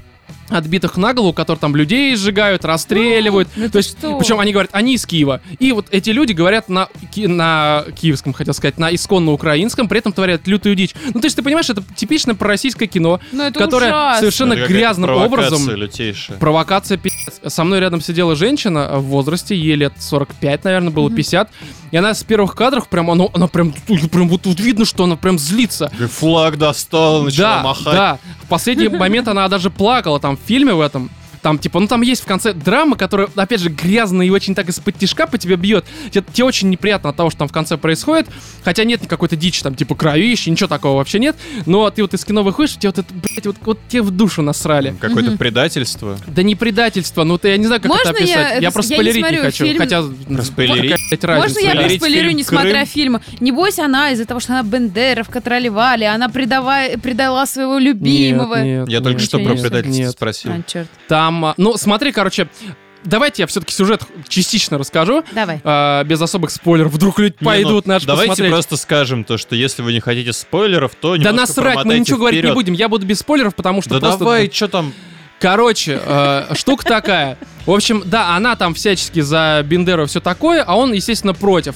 отбитых на голову, которые там людей сжигают, расстреливают. То есть, причем они говорят, они из Киева. И вот эти люди говорят на киевском, хотел сказать, на исконно украинском, при этом творят лютую дичь. Ну, то есть, ты понимаешь, это типичное пророссийское кино, которое ужасно. совершенно Это грязным образом... лютейшая. Провокация пи***ц. Со мной рядом сидела женщина в возрасте, ей лет 45, наверное, было 50. И она с первых кадров прям, она прям вот тут видно, что она прям злится. И флаг достала, начала махать. Да, в последний момент она даже плакала там в фильме в этом. Там, типа, ну там есть в конце драма, которая, опять же, грязная и очень так из-под тишка по тебе бьет. Тебе очень неприятно от того, что там в конце происходит. Хотя нет какой-то дичи, там, типа, кровищи, ничего такого вообще нет. Но ты вот из кино выходишь, тебе вот это, блядь, вот тебе в душу насрали. Какое-то предательство. Да не предательство, ну я не знаю, как это описать. Я просто спойлерить не хочу. Фильм? Хотя, Проспойлерить? Можно я проспойлерю, не смотря Крым? фильм? Небось, она из-за того, что она бендеровка тролливали, она предала своего любимого. Нет, Я только что ничего про не предательство нет. спросил. А, черт. Там, ну смотри, короче, давайте я все-таки сюжет частично расскажу. Давай. Без особых спойлеров. Вдруг люди пойдут, наши Давайте посмотреть. просто скажем то, что если вы не хотите спойлеров, то Да немножко насрать, мы промотайте ничего говорить не вперед. будем. Я буду без спойлеров, потому что Да просто... давай, что там? Короче, штука такая. В общем, да, она там всячески за Бендеру все такое, а он, естественно, против.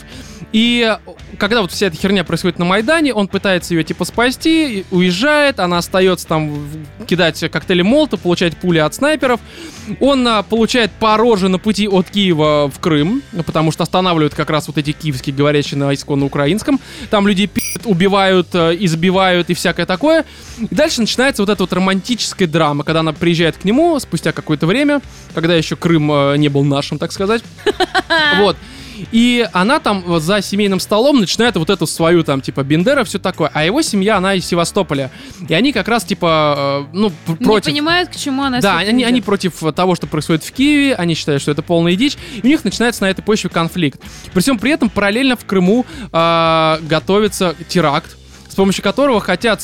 И когда вот вся эта херня происходит на Майдане, он пытается ее типа спасти, уезжает, она остается там кидать коктейли Молотова, получать пули от снайперов. Он получает по роже на пути от Киева в Крым, потому что останавливают как раз вот эти киевские говорящие на исконно украинском. Там людей пи***ют, убивают, избивают и всякое такое. И дальше начинается вот эта вот романтическая драма, когда она приезжает к нему спустя какое-то время, когда еще Крым не был нашим, так сказать. Вот. И она там за семейным столом начинает вот эту свою там, типа, Бендера, все такое. А его семья, она из Севастополя. И они как раз, типа, против... Не понимают, к чему она Да, они против того, что происходит в Киеве, они считают, что это полная дичь, и у них начинается на этой почве конфликт. При всем при этом параллельно в Крыму готовится теракт, с помощью которого хотят,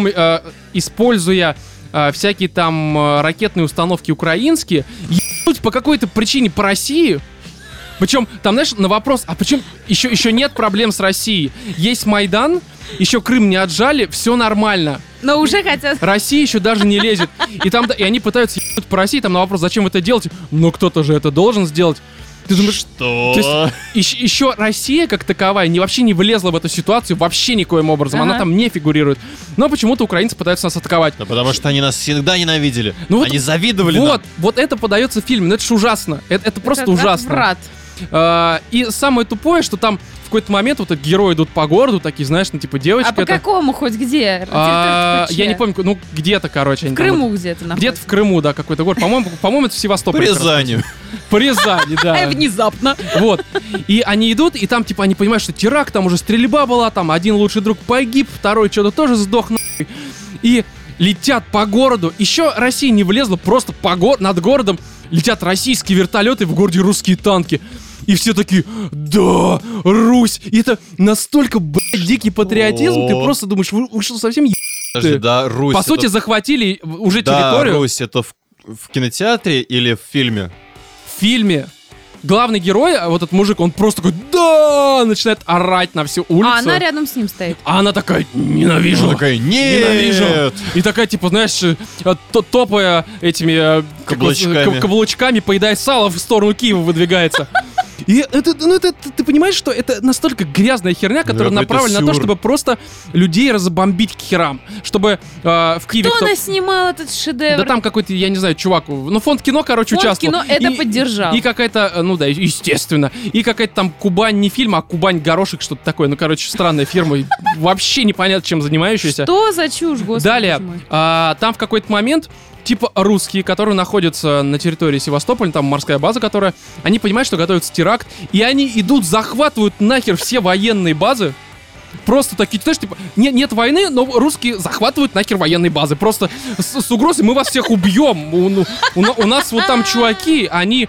используя всякие там ракетные установки украинские, ебнуть по какой-то причине по России. Причем, там, знаешь, на вопрос, а почему еще нет проблем с Россией? Есть Майдан, еще Крым не отжали, все нормально. Но уже хотят... Россия еще даже не лезет. И они пытаются ебнуть по России, там на вопрос, зачем вы это делаете? Ну, кто-то же это должен сделать. Ты думаешь, что? То есть еще Россия как таковая вообще не влезла в эту ситуацию вообще никоим образом. Она там не фигурирует. Но почему-то украинцы пытаются нас атаковать. Да потому что они нас всегда ненавидели. Ну вот, они завидовали нам. Вот это подается в фильме. Ну это ж ужасно. Это просто ужасно. Отврат. И самое тупое, что там в какой-то момент вот эти герои идут по городу, такие, знаешь, ну типа девочка. А по какому хоть где? Я не помню, ну где-то, короче. В Крыму где-то находится. Где-то в Крыму, да, какой-то город. По-моему, это в Севастополе. По Рязани. По Рязани, да. Внезапно. Вот. И они идут, и там, типа, они понимают, что теракт, там уже стрельба была, там один лучший друг погиб, второй что-то тоже сдох, нахуй. И летят по городу. Еще Россия не влезла, просто над городом летят российские вертолеты, в городе русские танки. И все такие, да, Русь. И это настолько, блядь, дикий патриотизм, ты просто думаешь, вы что, совсем Подожди, да, Русь. По сути, захватили уже территорию. Да, Русь, это в кинотеатре или в фильме? В фильме. Главный герой, вот этот мужик, он просто такой, да, начинает орать на всю улицу. А она рядом с ним стоит. А она такая, ненавижу. Она такая, нет. Ненавижу. И такая, типа, знаешь, топая этими каблучками, поедая сало в сторону Киева выдвигается. И ты понимаешь, что это настолько грязная херня, которая направлена на то, чтобы просто людей разобомбить к херам. Чтобы в Киеве... Кто она снимал этот шедевр? Да там какой-то, я не знаю, чувак, ну фонд кино, короче, участвовал. Фонд кино это поддержал. И какая-то, ну да, естественно. И какая-то там Кубань, не фильм, а Кубань Горошек, что-то такое. Ну, короче, странная фирма, вообще непонятно, чем занимающаяся. Что за чушь, господи. Далее, там в какой-то момент... Типа русские, которые находятся на территории Севастополя, там морская база, которая... Они понимают, что готовится теракт, и они идут, захватывают нахер все военные базы. Просто такие, знаешь, типа, нет войны, но русские захватывают нахер военные базы. Просто с угрозой мы вас всех убьем. У нас вот там чуваки, они...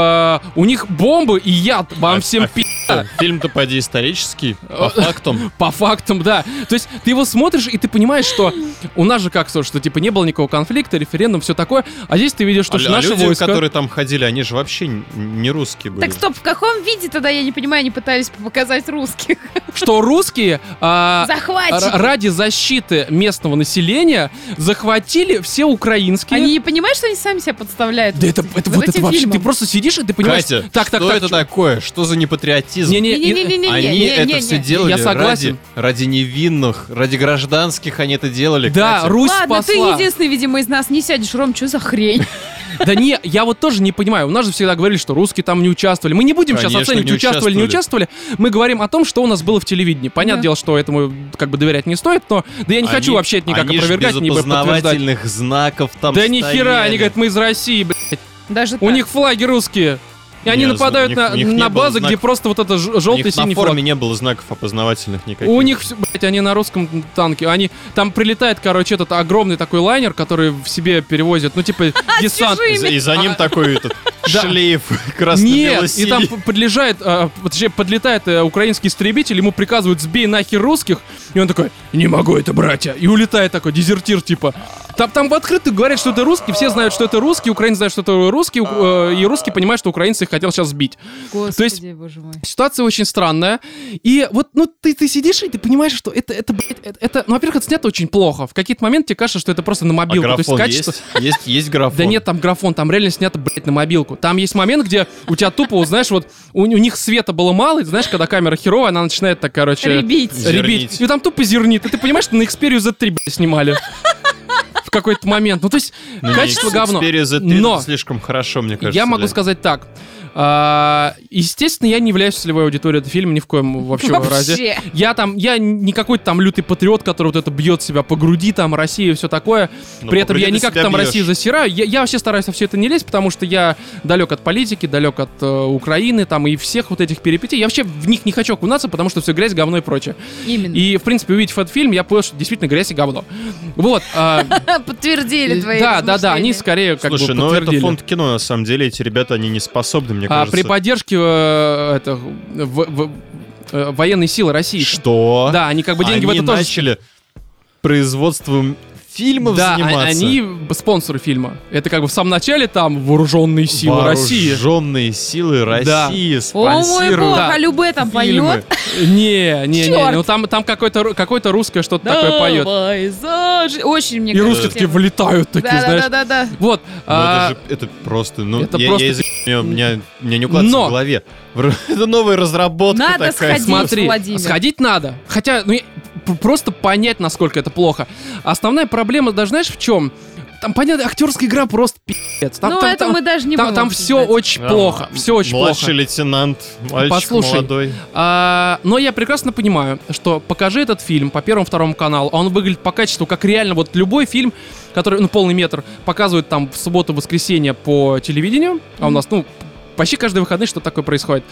у них бомбы и яд, вам всем пи***а. Фильм-то поди исторический, по фактам. По фактам, да. То есть ты его смотришь, и ты понимаешь, что у нас же как, что типа не было никакого конфликта, референдум, все такое. А здесь ты видишь, что наши люди, войска... которые там ходили, они же вообще не русские были. Так стоп, в каком виде тогда, я не понимаю, они пытались показать русских? что русские Захватчики. ради защиты местного населения захватили все украинские... Они не понимают, что они сами себя подставляют. Да это вообще, ты просто сидишь и ты понимаешь... Катя, так, что это такое? Что за непатриотизм? Они это все делали Я согласен. ради невинных, ради гражданских они это делали. Да, Катя. Русь Ладно, ты спасла. единственный, видимо, из нас не сядешь, Ром, что за хрень? Да не, я вот тоже не понимаю. У нас же всегда говорили, что русские там не участвовали. Мы не будем сейчас Конечно, оценивать, не участвовали, не участвовали. Мы говорим о том, что у нас было в телевидении. Понятное Да. дело, что этому как бы доверять не стоит, но да я не хочу вообще это никак они ж опровергать, без ни подтверждать. опознавательных знаков там Да ни хера, стояли. они говорят, мы из России, блядь. Даже У так. них флаги русские. И они Нет, нападают у них не на было базы, где знаков. просто вот это У желтый них на синий форме флаг. не было знаков опознавательных никаких. У них, всё, блядь, они на русском танке. Они там прилетает, короче, этот огромный такой лайнер, который в себе перевозит, ну, типа, десант. чужими. И за ним такой этот Да. шлейф Нет, красно-бело-синий. и там подлетает украинский истребитель, ему приказывают «сбей нахер русских», и он такой «не могу это, братья», и улетает такой, дезертир, типа. Там в открытую говорят, что это русские, все знают, что это русские, украинцы знают, что это русские, и русские понимают, что украинцы их хотел сейчас сбить. Господи, То есть- боже мой. Ситуация очень странная. И вот, ну, ты сидишь, и ты понимаешь, что это, блядь, это, ну, во-первых, это снято очень плохо. В какие-то моменты тебе кажется, что это просто на А мобилку. То есть графон качество... есть графон? Да нет, там графон, там реально снято, блядь, на мобилку. Там есть момент, где у тебя тупо, вот, знаешь, вот у них света было мало, и знаешь, когда камера херовая, она начинает так, короче... Ребить. Зернить. И там тупо зернит. И ты понимаешь, что на Xperia Z3, блядь, снимали. В какой-то момент. Ну, то есть, Ну, качество не, говно. Xperia Z3 Но это слишком хорошо, мне кажется. я могу да. сказать так. Естественно, я не являюсь целевой аудиторией этого фильма ни в коем вообще разе. Я не какой-то там лютый патриот, который вот это бьет себя по груди, там, Россия и все такое. Ну, При этом по я груди никак себя там бьешь. Россию засираю. Я вообще стараюсь во все это не лезть, потому что я далек от политики, далек от Украины, там, и всех вот этих перипетий. Я вообще в них не хочу окунаться, потому что все грязь, говно и прочее. Именно. И, в принципе, увидев этот фильм, я понял, что действительно грязь и говно. Вот. Подтвердили твои Да, размышления. они скорее как Слушай, бы ну это подтвердили. фонд кино, на самом деле, эти ребята, они не способны, мне кажется. При поддержке военной силы России. Что? Да, они как бы деньги в Они это тоже... начали производством фильмов Да, заниматься. они спонсоры фильма. Это как бы в самом начале там вооруженные силы России. Вооруженные силы Да. России О мой спонсируют бог, Да. а Любэ там фильмы. поет? Не, Чёрт. ну там какое-то русское что-то такое поет. Очень, мне И кажется, русские такие тема. вылетают, такие, знаешь. Да. Вот. Ну, это просто, ну, это я просто- извиняюсь, мне не укладывается Но- в голове. Это новая разработка Надо такая. сходить. Смотри, Владимир. сходить надо. Хотя, ну, просто понять, насколько это плохо. Основная проблема, даже знаешь, в чем? Там, понятно, актерская игра просто пи***ц. Там, Ну, это мы даже не будем Там все обсуждать. очень плохо. Все очень Младший плохо. лейтенант, мальчик Послушай, молодой. Но я прекрасно понимаю, что покажи этот фильм по Первому-Второму каналу, а он выглядит по качеству, как реально вот любой фильм, который, ну, полный метр, показывают там в субботу-воскресенье по телевидению, а у нас, ну, почти каждые выходные что-то такое происходит.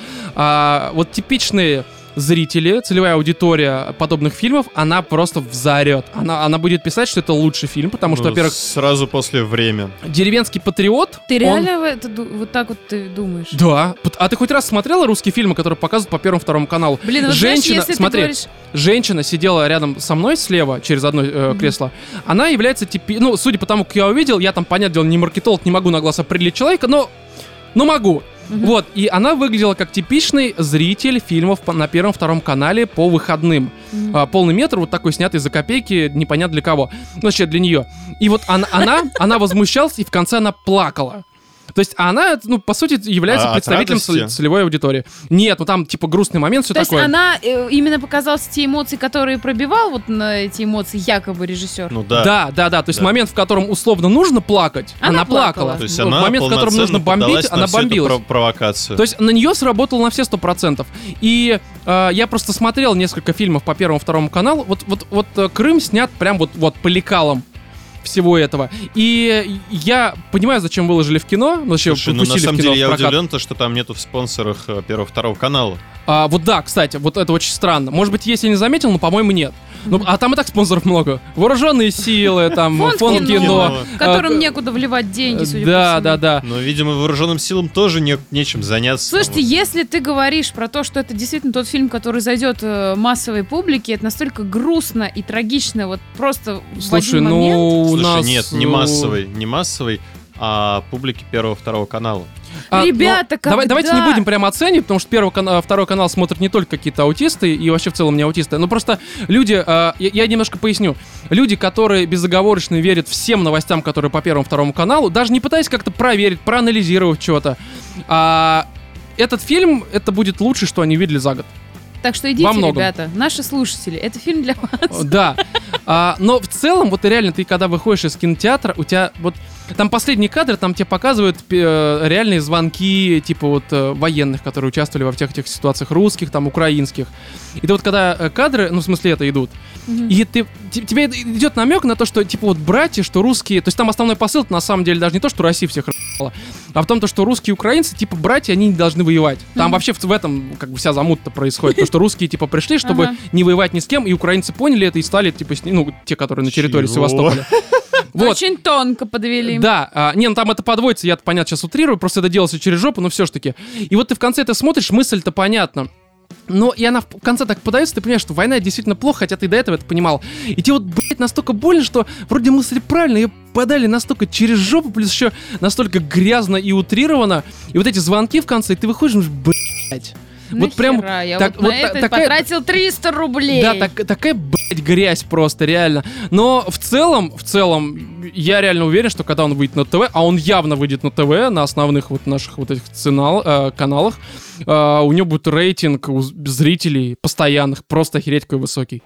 Вот типичные зрители, целевая аудитория подобных фильмов, она просто взорет. Она будет писать, что это лучший фильм, потому что, Ну, во-первых, сразу после «Время». «Деревенский патриот». Ты он- реально вот так вот ты думаешь? Да. А ты хоть раз смотрела русские фильмы, которые показывают по Первому-Второму каналу? Блин, вот Женщина, знаешь, если смотри, ты говоришь... женщина сидела рядом со мной слева, через одно кресло. Она является ну, судя по тому, как я увидел, я там, понятное дело, не маркетолог, не могу на глаз определить человека, но могу. Вот, и она выглядела как типичный зритель фильмов на Первом-Втором канале по выходным. Полный метр, вот такой снятый за копейки, непонятно для кого. Ну, вообще для нее. И вот она возмущалась, и в конце она плакала. То есть она, ну, по сути, является от представителем радости? целевой аудитории. Нет, ну там, типа, грустный момент, все То есть такое. она именно показалась те эмоции, которые пробивал, вот на эти эмоции якобы режиссер. Ну да. Да. То есть Да. момент, в котором условно нужно плакать, Она она плакала. плакала. То есть В она момент, в котором нужно полноценно бомбить, поддалась на она всю эту бомбилась. провокацию. То есть на нее сработало на все 100%. И я просто смотрел несколько фильмов по Первому-Второму каналу. Вот Крым снят прям вот по лекалам всего этого. И я понимаю, зачем выложили в кино. Ну, зачем Слушай, ну на пустили в самом кино деле я в прокат. удивлен, то, что там нету в спонсорах Первого-Второго канала. Вот да, кстати, вот это очень странно. Может быть, есть, я не заметил, но, по-моему, нет. Ну, а там и так спонсоров много. Вооруженные силы, там, фонд кино. Которым некуда вливать деньги, судя по всему. Да. Но, видимо, вооруженным силам тоже нечем заняться. Слушайте, если ты говоришь про то, что это действительно тот фильм, который зайдет массовой публике, это настолько грустно и трагично, вот просто в Слушай, один момент. ну, у Слушай, нас... нет, не массовый, а публике Первого-Второго канала. Ребята, когда? Давайте не будем прямо оценивать, потому что второй канал смотрят не только какие-то аутисты, и вообще в целом не аутисты. Но просто люди, я немножко поясню. Люди, которые безоговорочно верят всем новостям, которые по Первому, Второму каналу, даже не пытаясь как-то проверить, проанализировать что-то. Этот фильм, это будет лучше, что они видели за год. Так что идите, ребята, наши слушатели, это фильм для вас. Да. Но в целом, вот реально, ты когда выходишь из кинотеатра, у тебя вот... Там последние кадры, там тебе показывают реальные звонки, типа вот военных, которые участвовали во всех этих ситуациях, русских, там, украинских. И ты вот когда кадры, ну, в смысле, это идут, и тебе идет намек на то, что, типа, вот братья, что русские... То есть там основной посыл, на самом деле, даже не то, что Россия всех р***ала, а в том, что русские и украинцы, типа, братья, они не должны воевать. Там вообще в этом, как бы, вся замута происходит. То, что русские, типа, пришли, чтобы не воевать ни с кем, и украинцы поняли это и стали, типа, ну, те, которые на территории Севастополя. Вот. Очень тонко подвели. Да, ну там это подводится, я, понятно, сейчас утрирую, просто это делается через жопу, но все ж таки. И вот ты в конце это смотришь, мысль-то понятна. Но и она в конце так подается, ты понимаешь, что война действительно плохо, хотя ты до этого это понимал. И тебе вот, блядь, настолько больно, что вроде мысли правильные, ее подали настолько через жопу, плюс еще настолько грязно и утрировано. И вот эти звонки в конце, и ты выходишь, блядь. Вот прям я так, вот на это такая, потратил 300 рублей. Да, такая, блядь, грязь просто, реально. Но в целом, я реально уверен, что когда он выйдет на ТВ, а он явно выйдет на ТВ, на основных вот наших вот этих каналах, у него будет рейтинг у зрителей постоянных просто охереть какой высокий.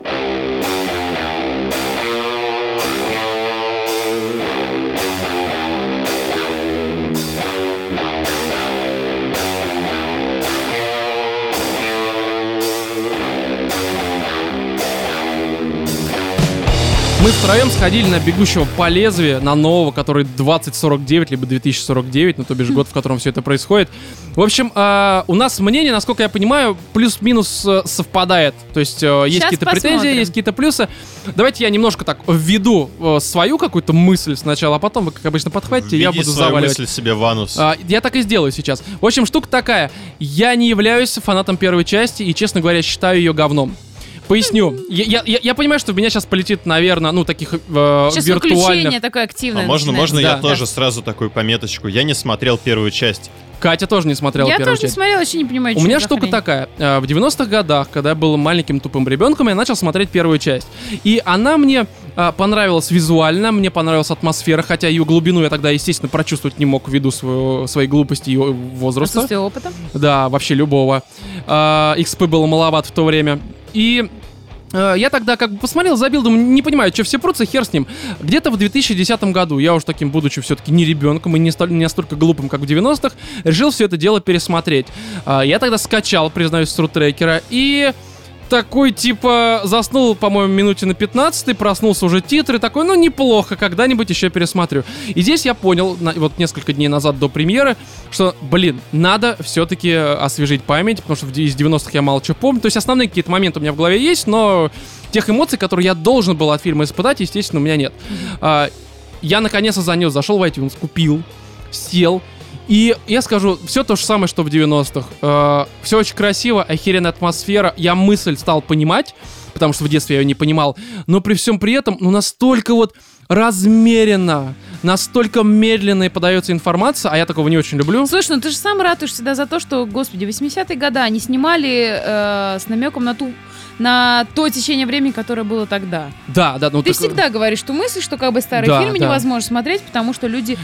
Мы втроем сходили на «Бегущего по лезвию», на нового, который 2049, либо 2049, ну, то бишь год, в котором все это происходит. В общем, у нас мнение, насколько я понимаю, плюс-минус совпадает. То есть есть какие-то претензии, есть какие-то плюсы. Давайте я немножко так введу свою какую-то мысль сначала, а потом вы, как обычно, подхватите, я буду заваливать. Мысль себе в анус. Я так и сделаю сейчас. В общем, штука такая. Я не являюсь фанатом первой части и, честно говоря, считаю ее говном. Поясню. Я понимаю, что в меня сейчас полетит, наверное, ну, таких сейчас виртуальных... выключение такое активное. Можно я тоже сразу такую пометочку? Я не смотрел первую часть. Катя тоже не смотрела первую часть. Я тоже не смотрела, вообще не понимаю, что у меня штука такая. В 90-х годах, когда я был маленьким тупым ребенком, я начал смотреть первую часть. И она мне понравилась визуально, мне понравилась атмосфера, хотя ее глубину я тогда, естественно, прочувствовать не мог ввиду своей глупости и возраста. Отсутствие опыта? Да, вообще любого. XP было маловато в то время. И я тогда как бы посмотрел, забил, думаю, не понимаю, что все прутся, хер с ним. Где-то в 2010 году, я уже таким, будучи все-таки не ребенком и не настолько глупым, как в 90-х, решил все это дело пересмотреть. Я тогда скачал, признаюсь, с рутрекера, и такой, типа, заснул, по-моему, минуте на 15-й, проснулся уже титры, такой, ну, неплохо, когда-нибудь еще пересмотрю. И здесь я понял, вот несколько дней назад до премьеры, что, блин, надо все-таки освежить память, потому что из 90-х я мало что помню. То есть основные какие-то моменты у меня в голове есть, но тех эмоций, которые я должен был от фильма испытать, естественно, у меня нет. Я наконец-то занес, зашел в iTunes, купил, сел. И я скажу, все то же самое, что в 90-х. Все очень красиво, охеренная атмосфера. Я мысль стал понимать, потому что в детстве я ее не понимал. Но при всем при этом, ну, настолько вот размеренно, настолько медленно подается информация, а я такого не очень люблю. Слушай, ну ты же сам ратуешь всегда за то, что, господи, 80-е годы они снимали с намеком на то течение времени, которое было тогда. Да. Ну, ты всегда говоришь, что мысль, что как бы старые фильмы невозможно смотреть, потому что люди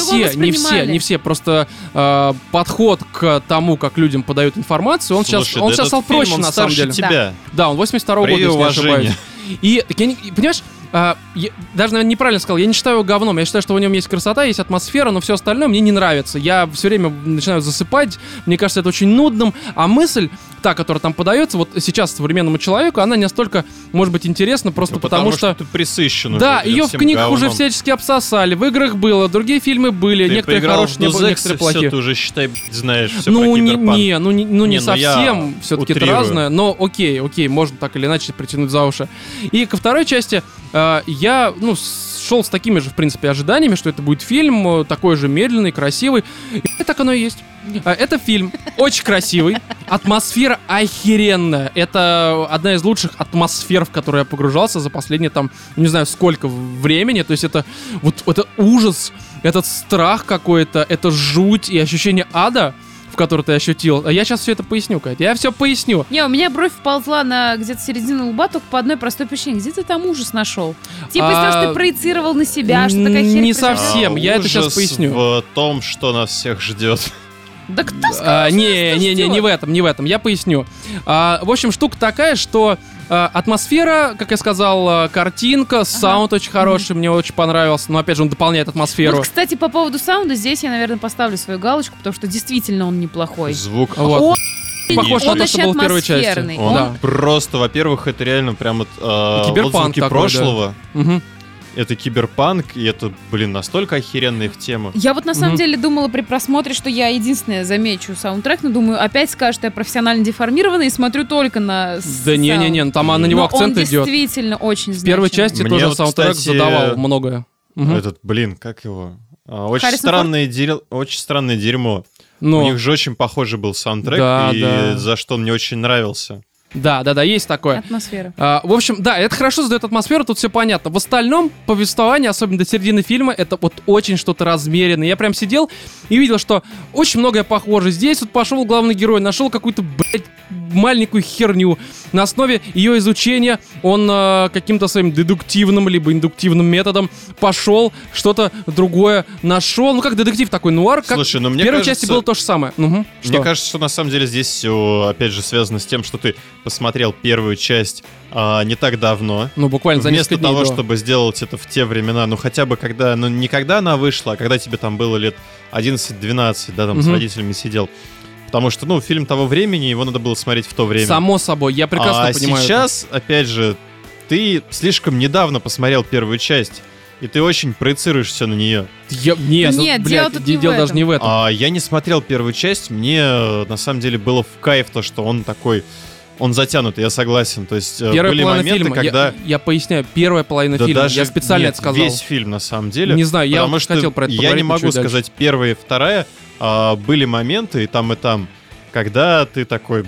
не все. Просто подход к тому, как людям подают информацию, он сейчас стал проще, на самом деле. Тебя. Да, он 82-го года, если не ошибаюсь. И, понимаешь, я даже, наверное, неправильно сказал, я не считаю его говном, я считаю, что в нем есть красота, есть атмосфера, но все остальное мне не нравится. Я все время начинаю засыпать, мне кажется, это очень нудным, а мысль, та, которая там подается, вот сейчас современному человеку, она не настолько, может быть, интересна, просто потому что ты присыщен. Да, ее в книгах уже всячески обсосали, в играх было, другие фильмы были, некоторые хорошие, не было, некоторые плохие. Ты уже, считай, знаешь все про киберпанк. Не совсем, все-таки это разное, но окей, можно так или иначе притянуть за уши. И ко второй части я, шел с такими же, в принципе, ожиданиями, что это будет фильм такой же медленный, красивый. И так оно и есть. Это фильм очень красивый, атмосфера охеренная. Это одна из лучших атмосфер, в которую я погружался за последние там, не знаю, сколько времени. То есть это вот это ужас, этот страх какой-то, это жуть и ощущение ада, в который ты ощутил. А я сейчас все это поясню, Кать. Я все поясню. Не, у меня бровь вползла на где-то середину лба только по одной простой причине. Где ты там ужас нашел? Типа из того, что ты проецировал на себя, что такая херь не произошла? совсем. Я это сейчас Ужас поясню. в том, что нас всех ждет. Да кто сказал, что нас Не ждет? не в этом, я поясню. В общем, штука такая, что атмосфера, как я сказал, картинка, саунд очень хороший, мне очень понравился, но опять же он дополняет атмосферу. Вот, кстати, по поводу саунда, здесь я, наверное, поставлю свою галочку, потому что действительно он неплохой. Звук Вот. Похож на Он то, очень что был в первой части. атмосферный. Он Да. просто, во-первых, это реально прям вот Киберпанк отзвуки такой, прошлого. Мгм. Это киберпанк, и это, настолько охеренная их тема. Я вот на самом деле думала при просмотре, что я единственная замечу саундтрек, но думаю, опять скажут, что я профессионально деформирована и смотрю только на Да не-не-не, ну, там на него Но акцент он идет. действительно очень В первой значимый. части Мне тоже вот, саундтрек кстати, задавал многое. Мгм. Этот, как его? Очень Харрисон очень странное дерьмо. Ну, У них же очень похожий был саундтрек, Да, и да. за что он мне очень нравился. да, есть такое. Атмосфера. В общем, да, это хорошо задает атмосферу, тут все понятно. В остальном, повествование, особенно до середины фильма, это вот очень что-то размеренное. Я прям сидел и видел, что очень многое похоже. Здесь вот пошел главный герой, нашел какую-то, маленькую херню. На основе ее изучения он каким-то своим дедуктивным либо индуктивным методом пошел, что-то другое нашел. Ну, как детектив такой, нуар. Как Слушай, в первой части было то же самое. Угу. Мне кажется, что на самом деле здесь все, опять же, связано с тем, что ты посмотрел первую часть не так давно. Ну, буквально за Вместо несколько дней того, до. чтобы сделать это в те времена, хотя бы когда, не когда она вышла, а когда тебе там было лет 11-12, да, там с Мгм. родителями сидел. Потому что, фильм того времени, его надо было смотреть в то время. Само собой, я прекрасно понимаю. Сейчас, опять же, ты слишком недавно посмотрел первую часть, и ты очень проецируешь все на нее. Нет, Нет, дело тут не в дело даже этом. не в этом. Я не смотрел первую часть, мне на самом деле было в кайф то, что он такой, он затянутый, я согласен. То есть Первая были половина моменты, фильма, когда... я поясняю, первая половина Да фильма, даже я специально нет, это сказал. весь фильм на самом деле. Не знаю, я потому вот что хотел про это я поговорить, не но могу чуть дальше. сказать первая и вторая. Были моменты и там, когда ты такой,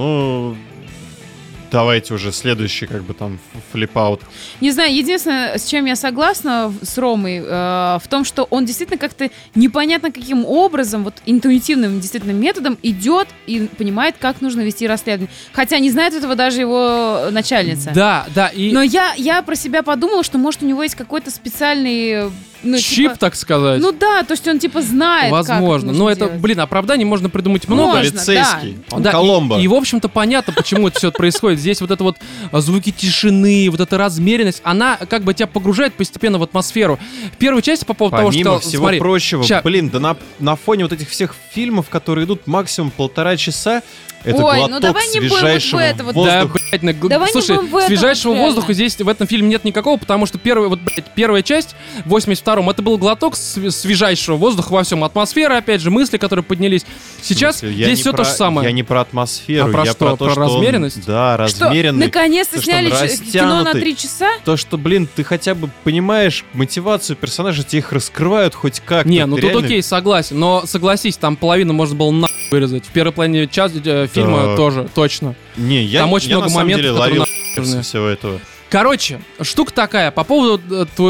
давайте уже следующий, флип-аут. Не знаю, единственное, с чем я согласна с Ромой, в том, что он действительно как-то непонятно каким образом, вот интуитивным действительно методом идет и понимает, как нужно вести расследование. Хотя не знает этого даже его начальница. Да, и Но я про себя подумала, что, может, у него есть какой-то специальный... чип, так сказать. Ну да, то есть он типа знает, Возможно. как Но нужно это, делать. оправданий можно придумать много. Можно, Полицейский. Он Да, Коломбо. и, в общем-то, понятно, почему это все происходит. Здесь вот это вот звуки тишины, вот эта размеренность, она как бы тебя погружает постепенно в атмосферу. В первой части по поводу того, что Помимо сказал, всего смотри, прочего, ща- да на фоне вот этих всех фильмов, которые идут максимум 1,5 часа, это Ой, глоток ну давай не будем вот в свежайшего это вот. Да, воздуха. Давай не слушай, будем в это свежайшего вот реально. воздуха здесь в этом фильме нет никакого, потому что первая часть в 82-м это был глоток свежайшего воздуха во всем. Атмосфера, опять же, мысли, которые поднялись. Сейчас В смысле, я здесь не все про- то же самое. Я не про атмосферу, А про я что? про то, Про что он- размеренность? да, Что, размеренный. наконец-то то, что он сняли кино на растянутый. 3 часа? То, что, ты хотя бы понимаешь мотивацию персонажа, тебе их раскрывают хоть как-то. Не, Ты ну тут реально- окей, согласен. Но согласись, там половину можно было вырезать. В первой половине фильма Так. тоже, точно. Не, я, Там очень я много на самом моментов, деле которые ловил нужны. всего этого. Короче, штука такая, по поводу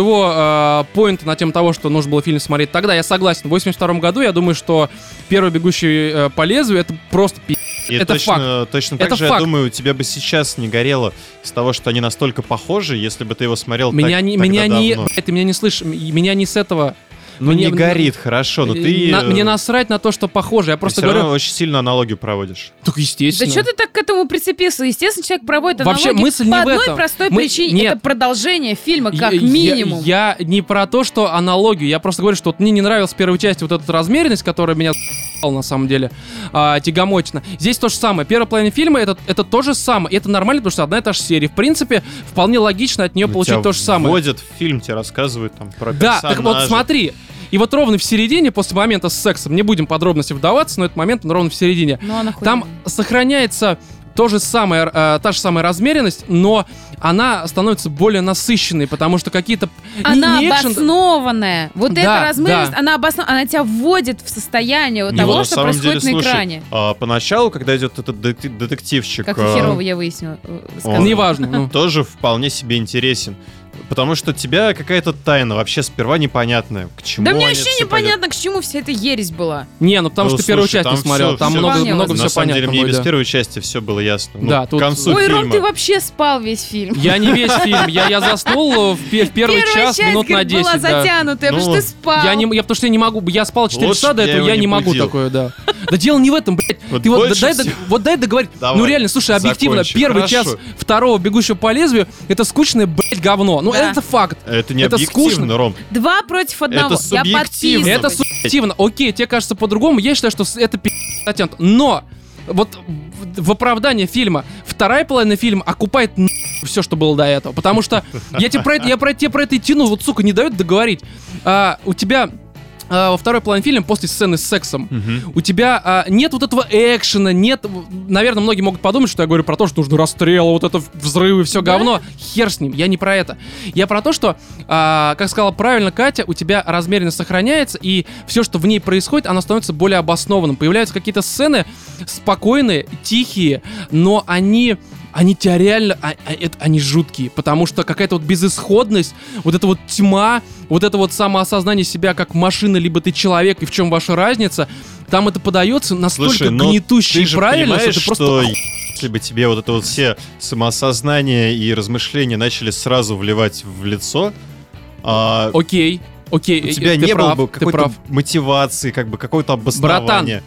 твоего поинта на тему того, что нужно было фильм смотреть тогда, я согласен. В 82 году я думаю, что «Первый бегущий по лезвию» — это просто И Это точно так Это же, факт. я думаю, у тебя бы сейчас не горело с того, что они настолько похожи, если бы ты его смотрел меня тогда не, давно. блядь, ты меня не слышишь, меня не с этого. Ну, мне- не горит, хорошо, но ты... Мне насрать на то, что похоже. Я ты просто всё равно говорю. очень сильно аналогию проводишь. Так Да естественно. что ты так к этому прицепился? Естественно, человек проводит Вообще, аналогии мысль не по в одной этом. простой Мы- причине. нет. Это продолжение фильма, как Я- минимум. Я не про то, что аналогию. Я просто говорю, что вот мне не нравилась первая часть, вот эта размеренность, которая меня на самом деле тягомотина. Здесь то же самое. Первая половина фильма это то же самое. И это нормально, потому что одна и та же серия. В принципе, вполне логично от нее получить Тебя то же самое. вводят в фильм, тебе рассказывают там про Да, так вот персонажа. смотри. И вот ровно в середине, после момента с сексом, не будем в подробности вдаваться, но этот момент, он ровно в середине. Ну, она хуйня. Там сохраняется та же самая размеренность, но она становится более насыщенной, потому что какие-то... Она не экшен- обоснованная. Вот Да, эта размеренность, да. она тебя вводит в состояние вот Не, того, на что самом происходит деле, на слушай, экране. Поначалу, когда идет этот детективчик, Как херово я выяснила. сказала. Неважно. ну. тоже вполне себе интересен. Потому что тебя какая-то тайна вообще сперва непонятная. К чему Да мне они вообще все непонятно, к чему вся эта ересь была. Не, ну потому Ну, что ты первую слушай, часть не там смотрел. всё- Там всё- много Вполне все На самом деле, понятно мне и будет, без да. первой части все было ясно. Ну, Да, к тут- концу Ой, фильма. Ром, ты вообще спал весь фильм. Я не весь фильм, я заснул в первый Первая час, часть, минут на говорит, 10. была да. затянутая, потому Ну, что ты спал. Я потому что я не могу, я спал 4 Лучше часа до б я этого, его я не не могу будил. такое, да. Да дело не в этом, блядь. Вот Ты вот больше всего- дай договорить. Давай, Ну реально, слушай, объективно, закончи, первый хорошо. час второго «Бегущего по лезвию» это скучное, блядь, говно. Ну Да. это факт. Это не Это объективно, скучно. Ром. 2 против 1. Это Я субъективно. подписываюсь. Это субъективно. Окей, тебе кажется по-другому, я считаю, что это натянуто. Но вот в оправдание фильма вторая половина фильма окупает все, что было до этого. Потому что я тебе про это и тяну, вот, сука, не дают договорить. У тебя во второй половине фильма, после сцены с сексом, у тебя нет вот этого экшена, нет... Наверное, многие могут подумать, что я говорю про то, что нужно расстрелы, вот это взрывы, все Да? говно. Хер с ним, я не про это. Я про то, что, как сказала правильно Катя, у тебя размеренность сохраняется, и все, что в ней происходит, оно становится более обоснованным. Появляются какие-то сцены спокойные, тихие, но они тебя реально, они жуткие, потому что какая-то вот безысходность, вот эта вот тьма, вот это вот самоосознание себя как машина, либо ты человек, и в чем ваша разница, там это подается настолько Слушай, ну гнетуще ты и же правильно, понимаешь, что ты просто... если бы тебе вот это вот все самоосознание и размышления начали сразу вливать в лицо, Окей, у тебя ты не было прав, бы ты какой-то прав. мотивации, как бы какого-то обоснования.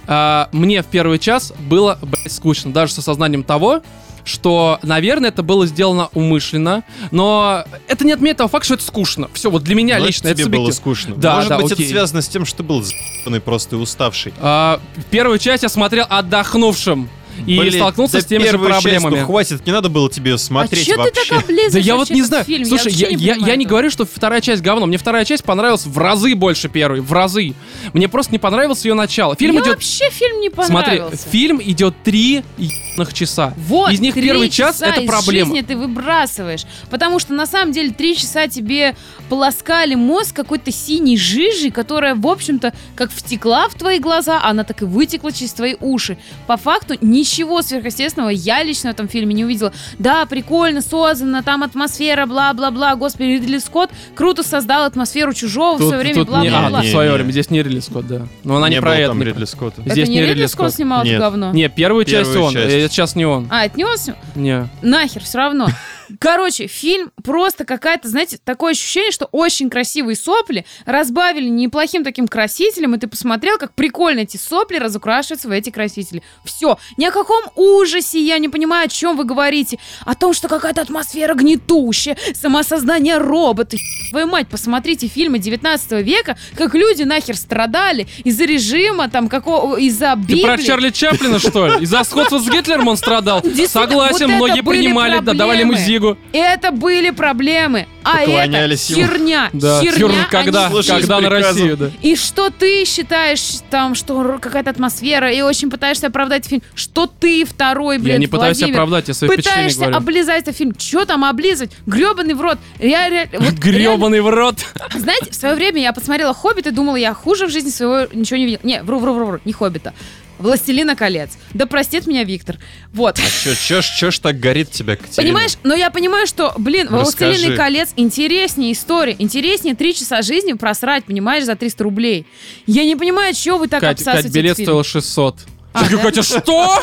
Мне в первый час было, блядь, скучно, даже с осознанием того, что, наверное, это было сделано умышленно, но это не отменяет того факта, что это скучно. Все, вот для меня Но лично это тебе было субъективно. скучно. Да, Может да, быть, окей. это связано с тем, что ты был за***ный просто и уставший. Первую часть я смотрел отдохнувшим и Блин, столкнулся да с теми же первую часть, проблемами. ну хватит, не надо было тебе ее смотреть а чё вообще. ты так облизываешь Да я вот вообще не этот знаю. фильм? Слушай, вообще я понимаю не этого. говорю, что вторая часть говно. Мне вторая часть понравилась в разы больше первой. В разы. Мне просто не понравилось ее начало. Фильм Мне идет... вообще фильм не Смотри, понравился. фильм идет 3 ебаных часа. Вот, Из них 3 первый час часа это из проблема. жизни ты выбрасываешь. Потому что на самом деле 3 часа тебе полоскали мозг какой-то синей жижей, которая, в общем-то, как втекла в твои глаза, она так и вытекла через твои уши. По факту ничего сверхъестественного я лично в этом фильме не увидела. Да, прикольно создана, там атмосфера, бла-бла-бла. Господи, Ридли Скотт круто создал атмосферу Чужого в свое время, тут не- бла-бла-бла. в свое Не, время. не. Здесь не Ридли Скотт, да. Но она не Не про было это. там не Ридли про- Скотта. Это Здесь не Ридли Скотт снимал это Нет. говно? Не, первую часть Первую он. часть. Это сейчас не он. А, это не он снимал? Не. Нахер, все равно. Короче, фильм просто какая-то, знаете, такое ощущение, что очень красивые сопли разбавили неплохим таким красителем, и ты посмотрел, как прикольно эти сопли разукрашиваются в эти красители. Все. Ни о каком ужасе, я не понимаю, о чем вы говорите. О том, что какая-то атмосфера гнетущая, самоосознание робота. Твою мать, посмотрите фильмы 19 века, как люди нахер страдали из-за режима, там, какого, из-за Ты Библии. про Чарли Чаплина, что ли? Из-за сходства с Гитлером он страдал? Действительно, Согласен, вот это многие были принимали, да, давали ему проблемы. зигу. Это были проблемы. А это Поклонялись ему. херня. Да, Херня, когда, они- Слушай, когда с на приказом. Россию, да. И что ты считаешь там, что какая-то атмосфера, и очень пытаешься оправдать фильм. Что ты второй, блядь, Я не пытаюсь Владимир, оправдать, я свои впечатления пытаешься говорю. облизать этот фильм. Че там облизывать? Гребаный в рот. Я вот Гребаный в рот. реально, знаете, в свое время я посмотрела «Хоббит» и думала, я хуже в жизни своего ничего не видела. Не, вру, не «Хоббита». «Властелина колец». Да простит меня Виктор. Вот. А чё ж так горит тебя, Катерина? Понимаешь, но я понимаю, что, блин, Расскажи. «Властелин колец» интереснее история, интереснее 3 часа жизни просрать, понимаешь, за 300 рублей. Я не понимаю, чего вы так Кать, обсасываете билет этот фильм. стоил 600. А, Я говорю, да? Катя, что?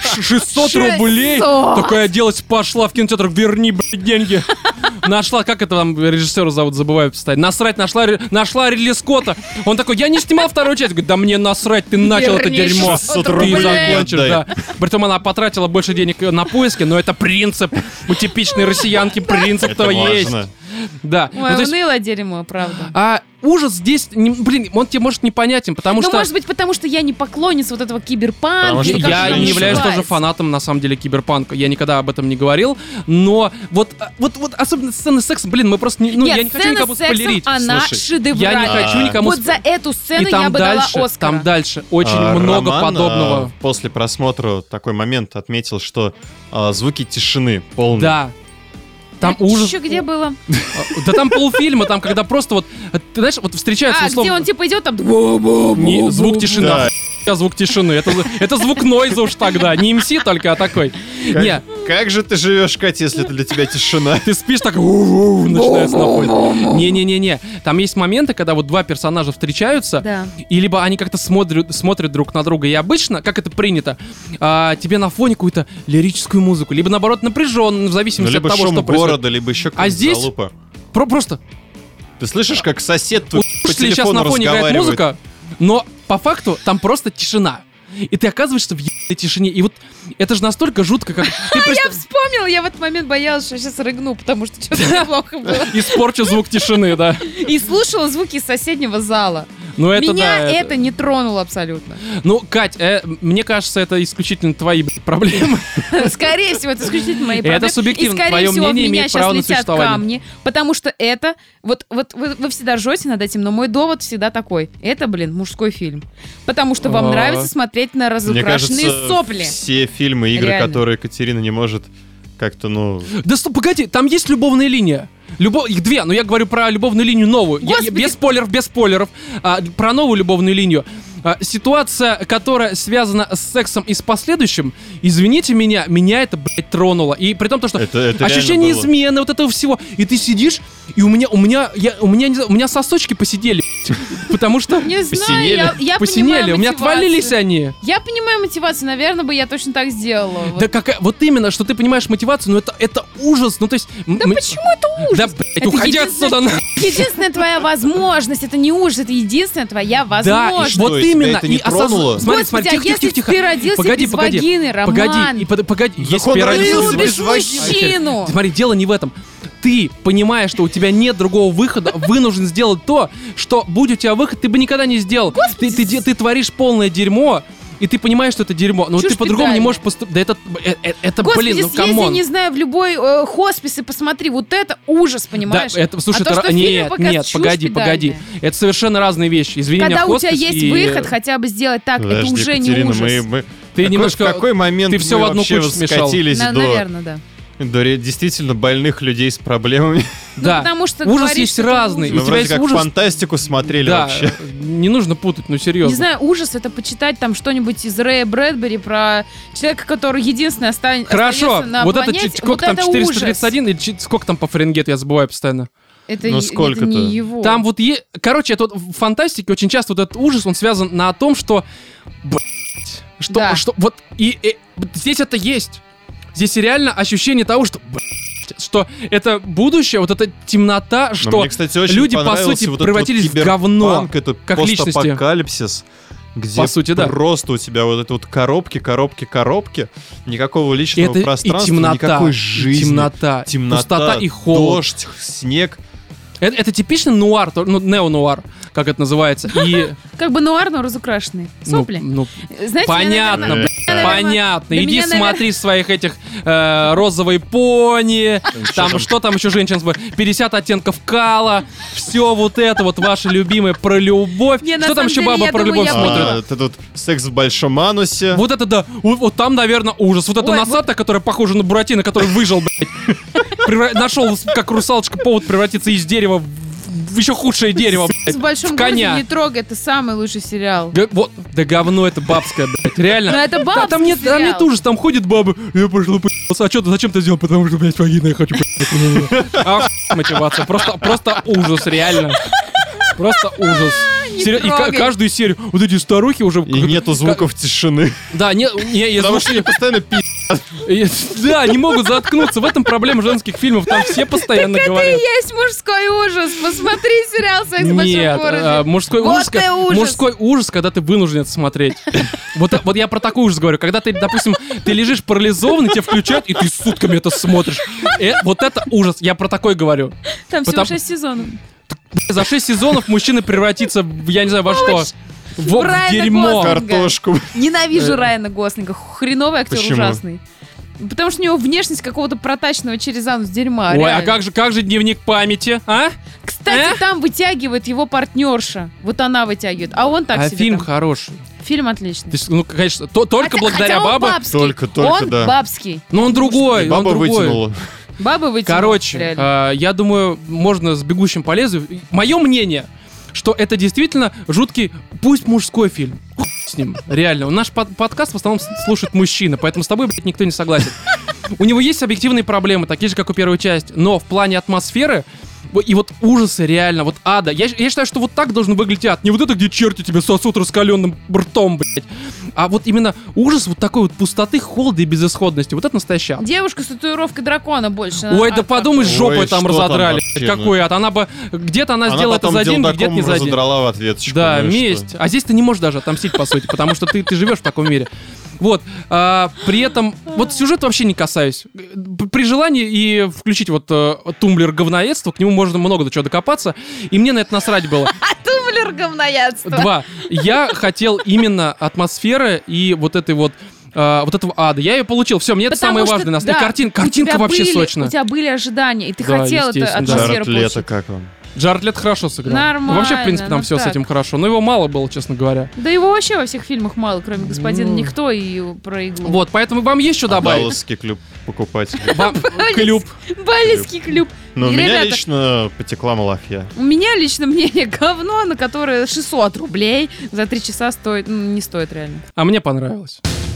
600 рублей? 600. Такая делать пошла в кинотеатр, верни, блядь, деньги. Нашла, как это там режиссера зовут, забываю поставить. Насрать, нашла Ридли Скотта. Он такой, я не снимал вторую часть. Говорит, да мне насрать, ты начал это Верни дерьмо. 600 Ты рублей. закончишь, Отдай. да. Притом она потратила больше денег на поиски, но это принцип. У типичной россиянки принцип-то Это есть. важно. Да. Ну, Ой, то есть, уныло дерьмо, правда. ужас здесь, блин, он тебе может непонятен, потому Ну, что... может быть, потому что я не поклонница вот этого киберпанка. Потому что или как Я оно не являюсь тоже называется. фанатом, на самом деле, киберпанка. Я никогда об этом не говорил. Но вот особенно сцены секса, блин, мы просто не... Ну, Нет, я не хочу сцена никому с сексом, спойлерить. она Слушай, шедевральная. Я не хочу никому... Вот за эту сцену И там я бы дальше, дала Оскара. там дальше очень много Роман, подобного. после просмотра такой момент отметил, что звуки тишины полные. Да. Там ужас. Еще где было? Да там полфильма, там когда просто вот... Ты знаешь, вот встречаются условно... Где он типа идет там... Звук тишины. Да. Звук тишины. Это звук нойза уж тогда. Не МС только, а такой. Не, Как же ты живешь, Катя, если это для тебя тишина? ты спишь так, начинается на фоне. Не-не-не-не. Там есть моменты, когда вот два персонажа встречаются, Да. и либо они как-то смотрят друг на друга. И обычно, как это принято, тебе на фоне какую-то лирическую музыку, либо наоборот напряженно, в Ну, зависимости либо от того, шум что происходит. города, либо еще какая-то здесь- залупа. Просто Ты слышишь, как сосед твой по слышали, сейчас телефону на фоне играет разговаривает? музыка, но по факту там просто тишина. И ты оказываешься в ебаной тишине. И вот это же настолько жутко, как... Ты Я просто вспомнила, я в этот момент боялась, что сейчас рыгну, потому что что-то неплохо было. испорчу звук тишины, да. И слушала звуки из соседнего зала. Ну это Меня да. это не тронуло абсолютно. Ну, Кать, мне кажется, это исключительно твои проблемы. Скорее всего, это исключительно мои проблемы. Это субъективно. И, скорее Твое всего, в мнение меня имеет сейчас право на летят существование. камни, потому что это... Вот вы всегда ржете над этим, но мой довод всегда такой. Это, блин, мужской фильм. Потому что вам А. нравится смотреть на Мне разукрашенные кажется, сопли. все фильмы, игры, Реально. которые Катерина не может как-то, ну... Да стоп, погоди, там есть любовная линия. Их две, но я говорю про любовную линию новую. Господи. Без спойлеров. Про новую любовную линию. Ситуация, которая связана с сексом и с последующим, извините меня это, блядь, тронуло. И при том, то, что Это ощущение реально было. измены, вот этого всего. И ты сидишь, и у меня сосочки посидели, блядь. Потому что Не знаю, Посинели. я посинели, понимаю у меня мотивацию. отвалились они. Я понимаю мотивацию, наверное, бы я точно так сделала. Вот. Да какая, вот именно, что ты понимаешь мотивацию, но это ужас, ну то есть... Да почему это ужас? Да, блядь, Это уходи единственное- отсюда, на... Единственная твоя возможность, это не ужас, это единственная твоя Да, возможность. и вот Что, тебя именно. это не тронуло? Смотри, Господи, смотри, а если тихо. ты родился Погоди, без погоди. вагины, Роман? Погоди, Так если он бы я Ты родился любишь без вагины. мужчину! Смотри, дело не в этом. Ты, понимая, что у тебя нет другого выхода, вынужден сделать то, что, будь у тебя выход, ты бы никогда не сделал. Ты творишь полное дерьмо, и ты понимаешь, что это дерьмо, но Чушь ты по-другому не педальная. можешь поступить. Да это Господи, блин, ну съезди, камон. не знаю, в любой хоспис и посмотри, вот это ужас, Да, понимаешь? слушай, А то, что в фильме нет, показывают, чушь погоди. педальная. Это совершенно разные вещи. Извини Когда меня, у тебя хоспис есть и- выход, хотя бы сделать так, это Подожди, уже Катерина, не ужас. Ты немножко- В какой момент ты всё мы в одну вообще кучу смешал. скатились до Наверное, да. действительно больных людей с проблемами? Да. Ну, потому что Ужас говоришь, есть что это разный. ужас. У Мы тебя вроде есть как ужас? фантастику смотрели Да, вообще. не нужно путать, ну серьезно. Не знаю, ужас это почитать там что-нибудь из Рэя Брэдбери про человека, который единственный Хорошо, остается на вот это планете. сколько Вот там, это 431 или сколько там по Фаренгейту, я забываю постоянно. Это, Ну, это сколько-то? не его. Там вот, короче, это вот в фантастике очень часто вот этот ужас, он связан на том, что, блядь, Да. что вот, и здесь это есть. Здесь реально ощущение того, что, блядь, что это будущее, вот эта темнота, Но что мне, кстати, очень люди, по понравился сути, вот этот превратились в вот говно, киберпанк, это как личности. постапокалипсис, где По сути, да. просто у тебя вот это вот коробки, никакого личного это и пространства, темнота, никакой и жизни. темнота, пустота и холод. дождь, снег. Это типичный нуар, ну, неонуар, как это называется. И, Как бы нуар, но разукрашенный. Сопли. ну, Знаете, понятно, меня, блядь, наверное, понятно. да Иди меня, наверное- смотри своих этих розовые пони, там, что там еще женщин, 50 оттенков кала, все вот это вот ваше любимое про любовь. Не, на Что там самом еще деле, баба я про думаю, любовь я смотрит? поняла. Это тут секс в большом анусе. Вот это да, вот там, наверное, ужас. Вот эта Ой, носатая, которая похожа на Буратино, который выжил, блядь. Нашел, как русалочка, повод превратиться из дерева в еще худшее дерево, блядь. В большом в коня. городе не трогай, это самый лучший сериал. Вот, да говно это бабское, блядь, реально. Ну, это Да, бабский там нет сериал. ужас, там ходит баба, я пошла а что ты, зачем ты сделал? Потому что, блядь, вагина, я хочу, мотивация, просто ужас, реально. Просто ужас. Не И трогай. каждую серию вот эти старухи уже... И нету звуков тишины. Да, не, Потому звук- что они постоянно пи***ят Да, не могут заткнуться. В этом проблема женских фильмов. Там все постоянно Это и говорят. есть мужской ужас. Посмотри сериал «Секс в большом Нет, городе». мужской Вот ужас, ты ужас. мужской ужас, когда ты вынужден это смотреть. Вот я про такой ужас говорю. Когда ты, допустим, ты лежишь парализованный, тебя включают, и ты сутками это смотришь. Вот это ужас. Я про такой говорю. Там всего Потому- 6 сезонов. За 6 сезонов мужчина превратится, я не знаю, во что. В Райана дерьмо. Гослинга. Картошку. Ненавижу Райана Гослинга. Хреновый актер, Почему? ужасный. Потому что у него внешность какого-то протачного через анус дерьма. Ой, а реально. как же дневник памяти, а? Кстати, там вытягивает его партнерша. Вот она вытягивает. А он так А себе фильм там. хороший. Фильм отличный. То есть, ну, конечно, только благодаря Хотя он бабам. бабский. Только, он да. бабский. Но он другой, Баба он другой. вытянула. Баба вытянула. Короче, реально. я думаю, можно с «Бегущим по лезвию». Мое мнение, что это действительно жуткий, пусть мужской фильм. Хуй с ним, реально. Наш подкаст в основном слушает мужчины, поэтому с тобой, блядь, никто не согласен. У него есть объективные проблемы, такие же, как у первой части, но в плане атмосферы и вот ужасы реально, вот ада. Я считаю, что вот так должен выглядеть ад. Не вот это, где черти тебе сосут раскаленным ртом, блядь. А вот именно ужас вот такой вот пустоты, холода и безысходности. Вот это настоящий ад. Девушка с татуировкой дракона больше. Ой, да подумай, Ой, жопой там что там разодрали. вообще, Какой ад. Она бы... Где-то она сделала это потом за деньги, где-то дилдаком не за деньги. разодрала в ответочку. Да, ну и месть. что? А здесь ты не можешь даже отомстить, по сути, потому что ты живешь в таком мире. Вот. При этом, вот сюжет вообще не касаюсь. При желании и включить вот тумблер говноедства, к нему можно много до чего докопаться. И мне на это насрать было. Тумблер говноядство. 2. Я хотел именно атмосферы и вот этой вот этого ада. Я ее получил. Все, мне это Потому самое что, важное. да, Картинка у тебя вообще были- сочная. У тебя были ожидания, и ты Да, хотел эту естественно, да. атмосферу Джаред Лето, получить. как вам? Джаред Лето хорошо сыграл. Нормально, Вообще, в принципе, там ну все с так. этим хорошо. Но его мало было, честно говоря. Да его вообще во всех фильмах мало, кроме «Господина Ну. Никто» и про иглу. Вот, поэтому вам есть что добавить? Далласский клуб покупателей. Вам клюб. Балийский клуб. Но у И, меня ребята, лично потекла малафья. У меня лично мнение говно, на которое 600 рублей за 3 часа стоит, не стоит реально. А мне понравилось.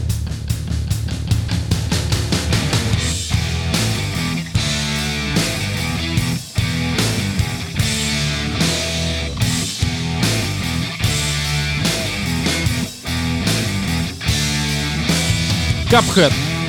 Cuphead.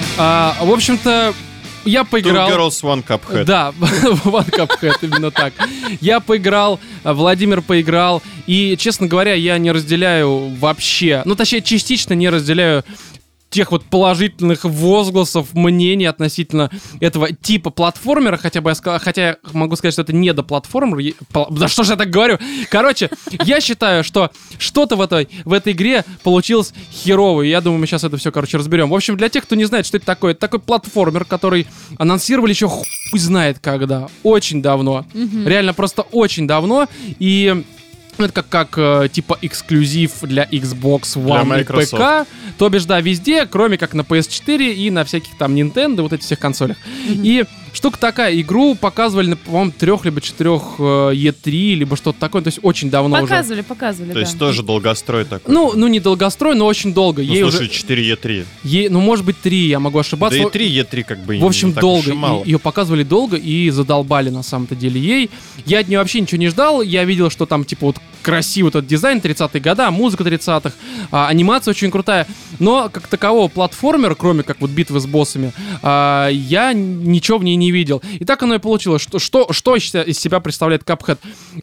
В общем-то, я поиграл... Two Girls, One Cuphead. Да, One Cuphead, именно так. Я поиграл, Владимир поиграл, и, честно говоря, я не разделяю вообще, ну, точнее, частично не разделяю тех вот положительных возгласов, мнений относительно этого типа платформера, хотя я могу сказать, что это не доплатформер. Да что же я так говорю? Короче, я считаю, что что-то в этой игре получилось херово, и я думаю, мы сейчас это все, разберем. В общем, для тех, кто не знает, что это такой платформер, который анонсировали еще хуй знает когда, очень давно. Реально просто очень давно, и... Это как типа эксклюзив для Xbox One Для и ПК. То бишь, да, везде, кроме как на PS4 и на всяких там Nintendo, вот этих всех консолях. И штука такая, игру показывали на, по-моему, 3 либо 4 E3, либо что-то такое, то есть очень давно Показывали, То да. есть тоже долгострой такой. уже. Ну, не долгострой, но очень долго. Ну, Ей слушай, уже, 4 E3. ну, может быть, 3, я могу Да ошибаться. и 3 E3 как бы В общем, не так уж долго. и мало. Ее показывали долго и задолбали на самом-то деле ей. Я от нее вообще ничего не ждал. Я видел, что там типа вот красивый этот дизайн 30-е годы, музыка 30-х, анимация очень крутая. Но как такового платформера, кроме как вот битвы с боссами, я ничего в ней не видел. И так оно и получилось. Что из себя представляет Cuphead?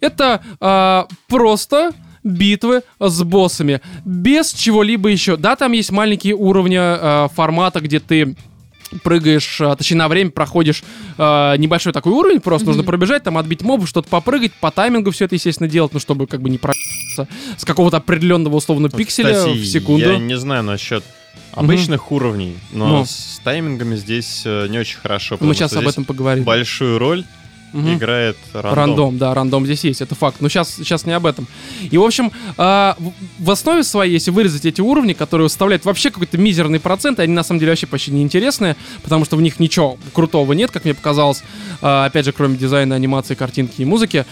Это просто битвы с боссами. Без чего-либо еще. Да, там есть маленькие уровни формата, где ты прыгаешь, точнее, на время проходишь небольшой такой уровень, просто нужно пробежать, там отбить мобов, что-то попрыгать, по таймингу все это, естественно, делать, ну, чтобы как бы не проебаться с какого-то определенного условно Вот, пикселя кстати, в секунду. Я не знаю насчет обычных уровней, но Ну. с таймингами здесь не очень хорошо. Мы потому сейчас что об здесь этом поговорим. большую роль играет рандом. Да, рандом здесь есть, это факт. Но сейчас не об этом. И, в общем, в основе своей, если вырезать эти уровни, которые составляют вообще какой-то мизерный процент, они на самом деле вообще почти неинтересные, потому что в них ничего крутого нет, как мне показалось, опять же, кроме дизайна, анимации, картинки и музыки.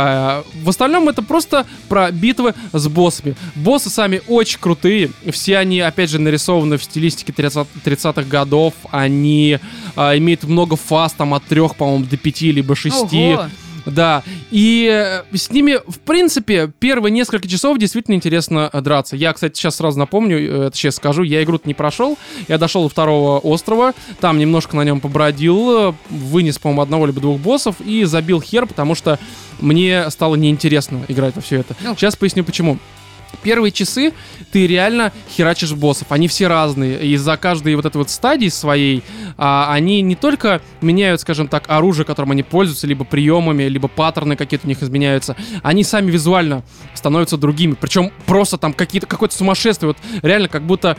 В остальном это просто про битвы с боссами. Боссы сами очень крутые, все они, опять же, нарисованы в стилистике 30-х годов, они имеют много фаз, там от 3, по-моему, до 5, либо 6. Ого. Да, и с ними, в принципе, первые несколько часов действительно интересно драться. Я, кстати, сейчас сразу напомню, это сейчас скажу, я игру-то не прошел, я дошел до второго острова, там немножко на нем побродил, вынес, по-моему, одного либо двух боссов и забил хер, потому что мне стало неинтересно играть во все это. Сейчас поясню, почему. Первые часы ты реально херачишь боссов. Они все разные. И за каждой вот этой вот стадии своей они не только меняют, скажем так, оружие, которым они пользуются, либо приемами, либо паттерны какие-то у них изменяются. Они сами визуально становятся другими. Причем просто там какое-то сумасшествие. Вот реально как будто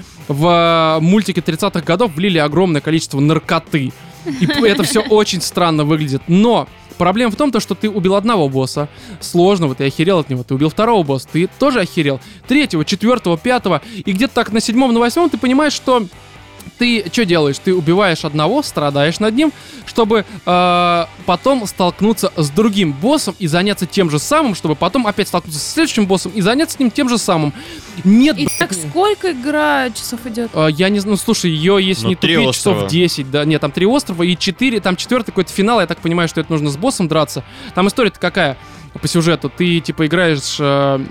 в мультике 30-х годов влили огромное количество наркоты. И это все очень странно выглядит. Но проблема в том, что ты убил одного босса, сложного, ты охерел от него. Ты убил второго босса, ты тоже охерел. Третьего, четвертого, пятого. И где-то так на седьмом, на восьмом ты понимаешь, что ты что делаешь? Ты убиваешь одного, страдаешь над ним, чтобы потом столкнуться с другим боссом и заняться тем же самым, чтобы потом опять столкнуться с следующим боссом и заняться с ним тем же самым. Нет. И так сколько игра часов идет? Я не знаю, ну слушай, ее, если не тупить, часов 10, да, нет, там 3 острова и 4, там 4-й какой-то финал, я так понимаю, что это нужно с боссом драться. Там история-то какая по сюжету? Ты типа играешь...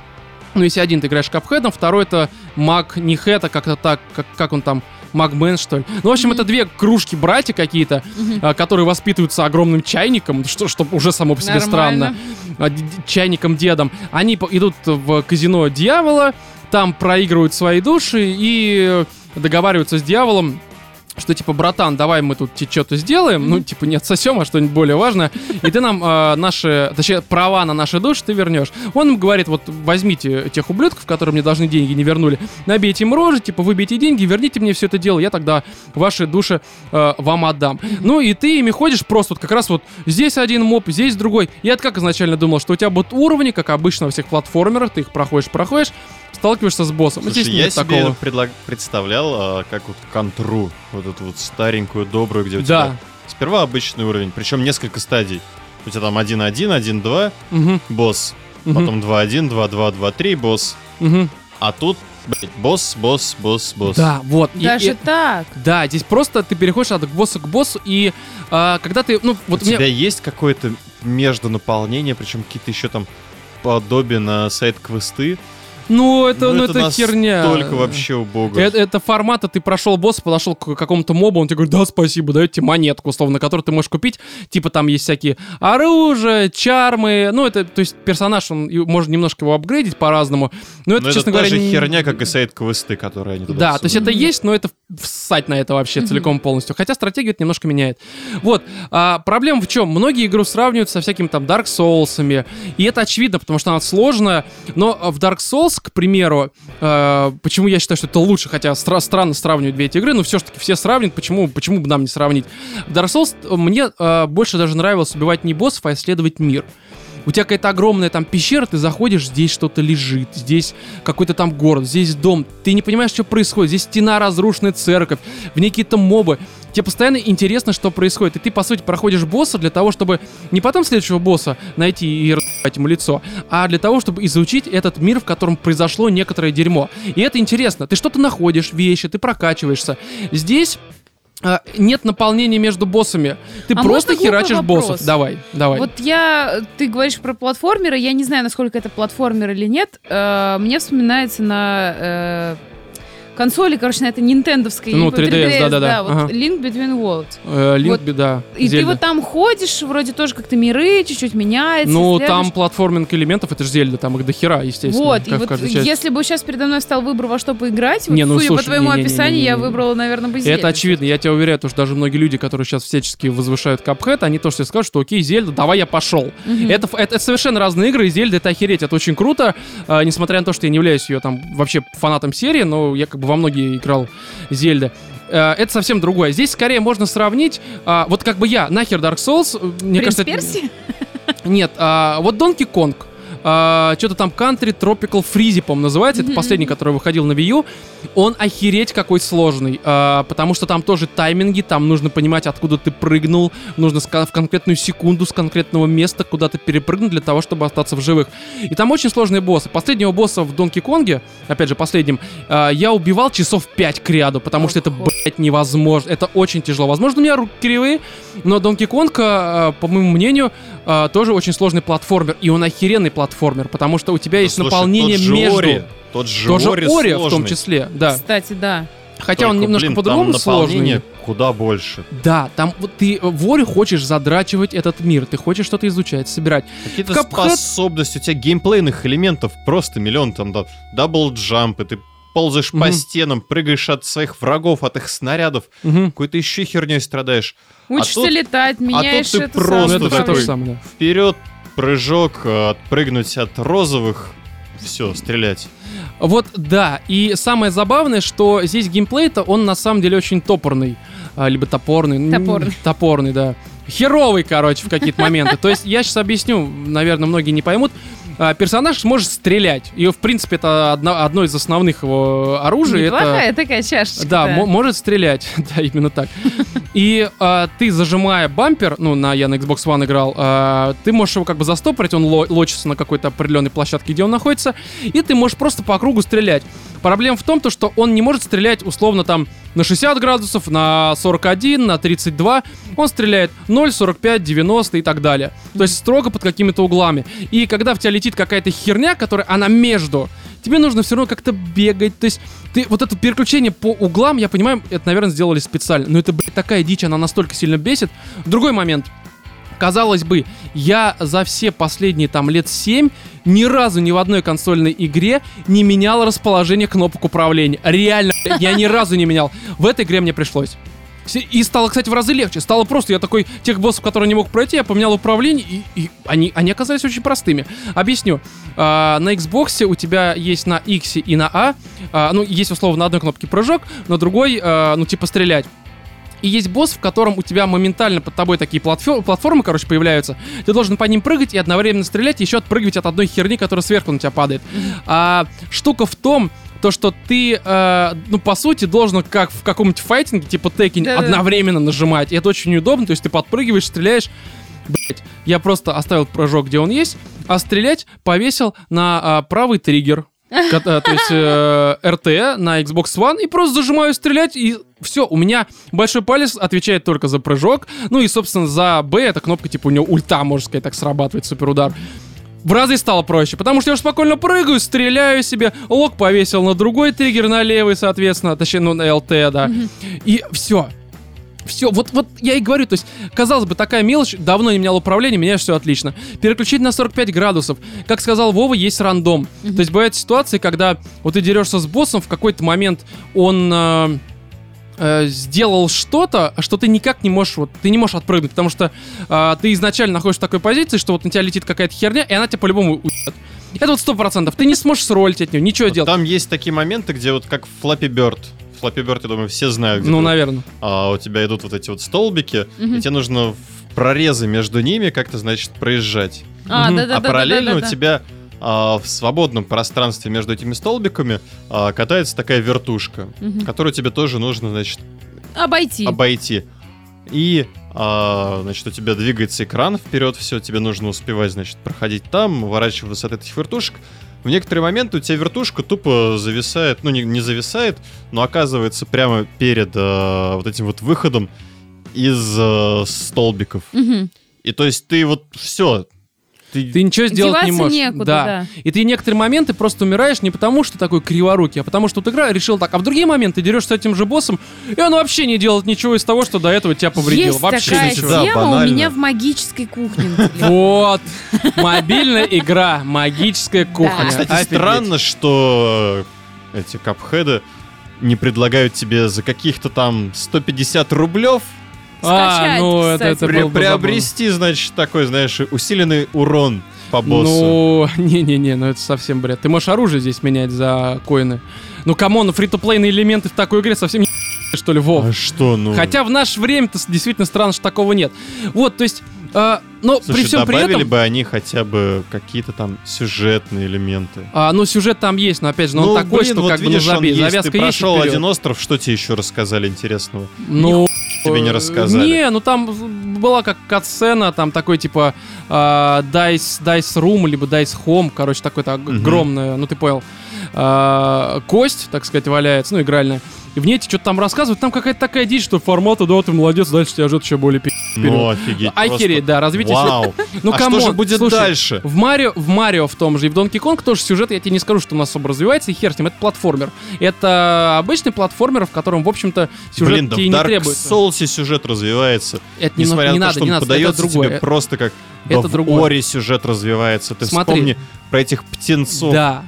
Ну, если один ты играешь Капхедом, второй это Маг Нихета, как-то так, как он там, Магмен, что ли. Ну, в общем, это две кружки-братья какие-то, которые воспитываются огромным чайником, что уже само по себе странно. Чайником-дедом. Они идут в казино дьявола, там проигрывают свои души и договариваются с дьяволом, что типа, братан, давай мы тут что-то сделаем, ну, типа, не отсосем, а что-нибудь более важное, и ты нам точнее, права на наши души ты вернешь. Он им говорит, вот, возьмите тех ублюдков, которые мне должны деньги не вернули, набейте им рожи, типа, выбейте деньги, верните мне все это дело, я тогда ваши души вам отдам. Ну, и ты ими ходишь просто вот как раз вот здесь один моб, здесь другой. Я как изначально думал, что у тебя будут уровни, как обычно во всех платформерах, ты их проходишь, сталкиваешься с боссом. Слушай, здесь я нет себе такого. представлял, как вот контру, вот эту вот старенькую, добрую, где у тебя сперва обычный уровень, причем несколько стадий. У тебя там 1-1, 1-2, босс, потом 2-1, 2-2, 2-3, босс. А тут, блядь, босс. Да, вот. Даже так? Да, здесь просто ты переходишь от босса к боссу, и когда ты, ну, вот у тебя есть какое-то междунаполнение, причем какие-то еще там подобие на сайт-квесты. Ну, это херня. Только вообще убого. Это формата, ты прошел босса, подошел к какому-то мобу, он тебе говорит, да, спасибо, дает тебе монетку, условно, которую ты можешь купить. Типа там есть всякие оружия, чармы. Ну, это, то есть, персонаж, он можно немножко его апгрейдить по-разному. Но это, честно говоря, херня, как и сайт-квесты, которые они туда Да, то есть это есть, но это всать на это вообще целиком полностью. Хотя стратегию это немножко меняет. Вот. Проблема в чем? Многие игру сравнивают со всякими там Dark Souls'ами. И это очевидно, потому что она сложная. Но в Dark Souls, к примеру, почему я считаю, что это лучше, хотя странно сравнивать две эти игры, но все-таки все сравнивают, почему бы нам не сравнить? В Dark Souls мне больше даже нравилось убивать не боссов, а исследовать мир. У тебя какая-то огромная там пещера, ты заходишь, здесь что-то лежит, здесь какой-то там город, здесь дом. Ты не понимаешь, что происходит. Здесь стена, разрушенная церковь, в ней какие-то мобы. Тебе постоянно интересно, что происходит. И ты, по сути, проходишь босса для того, чтобы не потом следующего босса найти и разъебать ему лицо, а для того, чтобы изучить этот мир, в котором произошло некоторое дерьмо. И это интересно. Ты что-то находишь, вещи, ты прокачиваешься. Здесь... нет наполнения между боссами. Ты просто херачишь боссов. Давай. Вот ты говоришь про платформеры, я не знаю, насколько это платформер или нет. Мне вспоминается на консоли, короче, на этой нинтендовской. Ну, 3DS, да. Вот Link Between Worlds. Да. И Зельда. Ты вот там ходишь, вроде тоже как-то миры чуть-чуть меняются. Ну, там платформинг элементов, это же Зельда, там их до хера, естественно. Вот, и вот если бы сейчас передо мной стал выбор, во что поиграть, судя по твоему описанию, я выбрала, наверное, бы Зельду. Это очевидно, я тебя уверяю, что даже многие люди, которые сейчас всячески возвышают Cuphead, они тоже себе скажут, что окей, Зельда, давай я пошел. Это совершенно разные игры, и Зельда это охереть, это очень круто, несмотря на то, что я не являюсь ее там вообще фанатом серии, но я как бы во многие играл Зельда. Это совсем другое. Здесь скорее можно сравнить, вот как бы я, нахер Dark Souls, мне Принц кажется... Персии? Нет, вот Donkey Kong. что-то там Country Tropical Freeze, по-моему, называется. Это последний, который выходил на Wii U. Он охереть какой сложный, потому что там тоже тайминги, там нужно понимать, откуда ты прыгнул, нужно в конкретную секунду с конкретного места куда-то перепрыгнуть для того, чтобы остаться в живых. И там очень сложные боссы. Последнего босса в Donkey Kong, опять же, последним, я убивал часов 5 к ряду, потому что это, блядь, невозможно. Это очень тяжело. Возможно, у меня руки кривые, но Donkey Kong, по моему мнению, тоже очень сложный платформер. И он охеренный платформер, потому что у тебя есть наполнение между... Тот же Тоже Ори Ори в сложный. том числе, да. Кстати, да. Хотя Только, он немножко блин, по-другому там сложный. наполнение куда больше. Да, там вот ты в Ори хочешь задрачивать этот мир, ты хочешь что-то изучать, собирать. Какие-то В Cuphead- способности, у тебя геймплейных элементов просто миллион. Там дабл-джампы, ты ползаешь по стенам, прыгаешь от своих врагов, от их снарядов, какой-то еще херней страдаешь. Учишься тут- летать, меняешь ты это просто Ну, самое. это все то такой- же самое, да. Вперед, прыжок, отпрыгнуть от розовых, все, стрелять. Вот, да, и самое забавное, что здесь геймплей-то, он на самом деле очень топорный, либо топорный. Топорный. Топорный, да. Херовый, короче, в какие-то моменты. То есть я сейчас объясню, наверное, многие не поймут. Персонаж сможет стрелять. И, в принципе, это одно из основных его оружий. Неплохая такая чашечка. Да, может стрелять. Да, именно так. И ты, зажимая бампер, я на Xbox One играл, ты можешь его как бы застопорить, он лочится на какой-то определенной площадке, где он находится, и ты можешь просто по кругу стрелять. Проблема в том, что он не может стрелять условно там на 60 градусов, на 41, на 32. Он стреляет 0, 45, 90 и так далее. То есть строго под какими-то углами. И когда в тебя летит какая-то херня, которая она между, тебе нужно все равно как-то бегать. То есть ты вот это переключение по углам, я понимаю, это, наверное, сделали специально. Но это, блядь, такая дичь, она настолько сильно бесит. Другой момент. Казалось бы, я за все последние там лет 7 ни разу ни в одной консольной игре не менял расположение кнопок управления. Реально, я ни разу не менял. В этой игре мне пришлось. И стало, кстати, в разы легче. Стало просто, я такой, тех боссов, которые не мог пройти, я поменял управление, и они оказались очень простыми. Объясню. На Xbox у тебя есть на X и на А, есть условно на одной кнопке прыжок, на другой, стрелять. И есть босс, в котором у тебя моментально под тобой такие платформы, появляются. Ты должен по ним прыгать и одновременно стрелять, и еще отпрыгивать от одной херни, которая сверху на тебя падает. Штука в том, что ты, по сути, должен, как в каком-нибудь файтинге, типа Tekken, одновременно нажимать. И это очень неудобно, то есть ты подпрыгиваешь, стреляешь. Блять, я просто оставил прыжок, где он есть, а стрелять повесил на правый триггер. То есть RT на Xbox One, и просто зажимаю стрелять, и все, у меня большой палец отвечает только за прыжок, и, собственно, за B эта кнопка, типа, у него ульта, можно сказать, так срабатывает, суперудар. В разы стало проще, потому что я уже спокойно прыгаю, стреляю себе, лок повесил на другой триггер, на левый, соответственно, точнее, на LT, да, и все. Все, вот я и говорю, то есть, казалось бы, такая мелочь, давно не менял управление, меняешь все отлично. Переключить на 45 градусов. Как сказал Вова, есть рандом. То есть бывают ситуации, когда вот ты дерешься с боссом, в какой-то момент он сделал что-то, что ты никак не можешь, ты не можешь отпрыгнуть, потому что ты изначально находишься в такой позиции, что вот на тебя летит какая-то херня, и она тебя по-любому уебет. Это вот 100%. Ты не сможешь сролить от нее, ничего делать. Там есть такие моменты, где вот как в Flappy Bird. Flappy Bird, я думаю, все знают. Наверное. У тебя идут вот эти вот столбики, и тебе нужно в прорезы между ними как-то, значит, проезжать. А параллельно у тебя в свободном пространстве между этими столбиками катается такая вертушка, которую тебе тоже нужно, значит, обойти. И, значит, у тебя двигается экран вперед, все, тебе нужно успевать, значит, проходить там, уворачиваться от этих вертушек. В некоторые моменты у тебя вертушка тупо зависает, не зависает, но оказывается прямо перед вот этим вот выходом из столбиков. И то есть ты вот все... Ты ничего сделать не можешь. Некуда, да. И ты некоторые моменты просто умираешь не потому, что такой криворукий, а потому что вот игра решила так. А в другие моменты дерешься с этим же боссом, и он вообще не делает ничего из того, что до этого тебя повредило. Есть вообще такая ничего. тема у меня в магической кухне. Вот. Мобильная игра. Магическая кухня. Кстати, Офигеть. странно, что эти капхеды не предлагают тебе за каких-то там 150 рублев Скачать, это было бы приобрести, значит, такой, знаешь, усиленный урон по боссу. Не-не-не, это совсем бред. Ты можешь оружие здесь менять за коины. Камон, фри-то-плейные элементы в такой игре совсем не что ли, Вов? А что, ну... Хотя в наше время-то действительно странно, что такого нет. Вот, то есть, но Слушай, при всем при добавили этом... бы они хотя бы какие-то там сюжетные элементы. Ну, сюжет там есть, но опять же, он такой, блин, что вот как бы, видишь, забей, он есть. завязка Ты есть. прошел вперед. один остров, что тебе еще рассказали интересного? Ну, тебе не рассказали. Не, ну там была как кат-сцена, там такой типа Dice Room, либо Dice Home, короче, такой-то огромная, ну ты понял, кость, так сказать, валяется, ну, игральная. И в ней что-то там рассказывают, там какая-то такая дичь, что формата, да, ты молодец, дальше тебя ждет еще более Ну, офигеть. Охереть, да, развитие Вау. Ну, а камон, что же будет слушай, дальше? В Марио в том же и в Donkey Kong тоже сюжет, я тебе не скажу, что у нас особо развивается, и хер с ним, это платформер. Это обычный платформер, в котором, в общем-то, сюжет Блин, да тебе в не Dark требуется. Souls сюжет развивается. Это Несмотря не на то, надо, что не он надо, это подается другое. тебе просто как... Это в другое. Ори сюжет развивается. Ты Смотри. вспомни про этих птенцов. Да.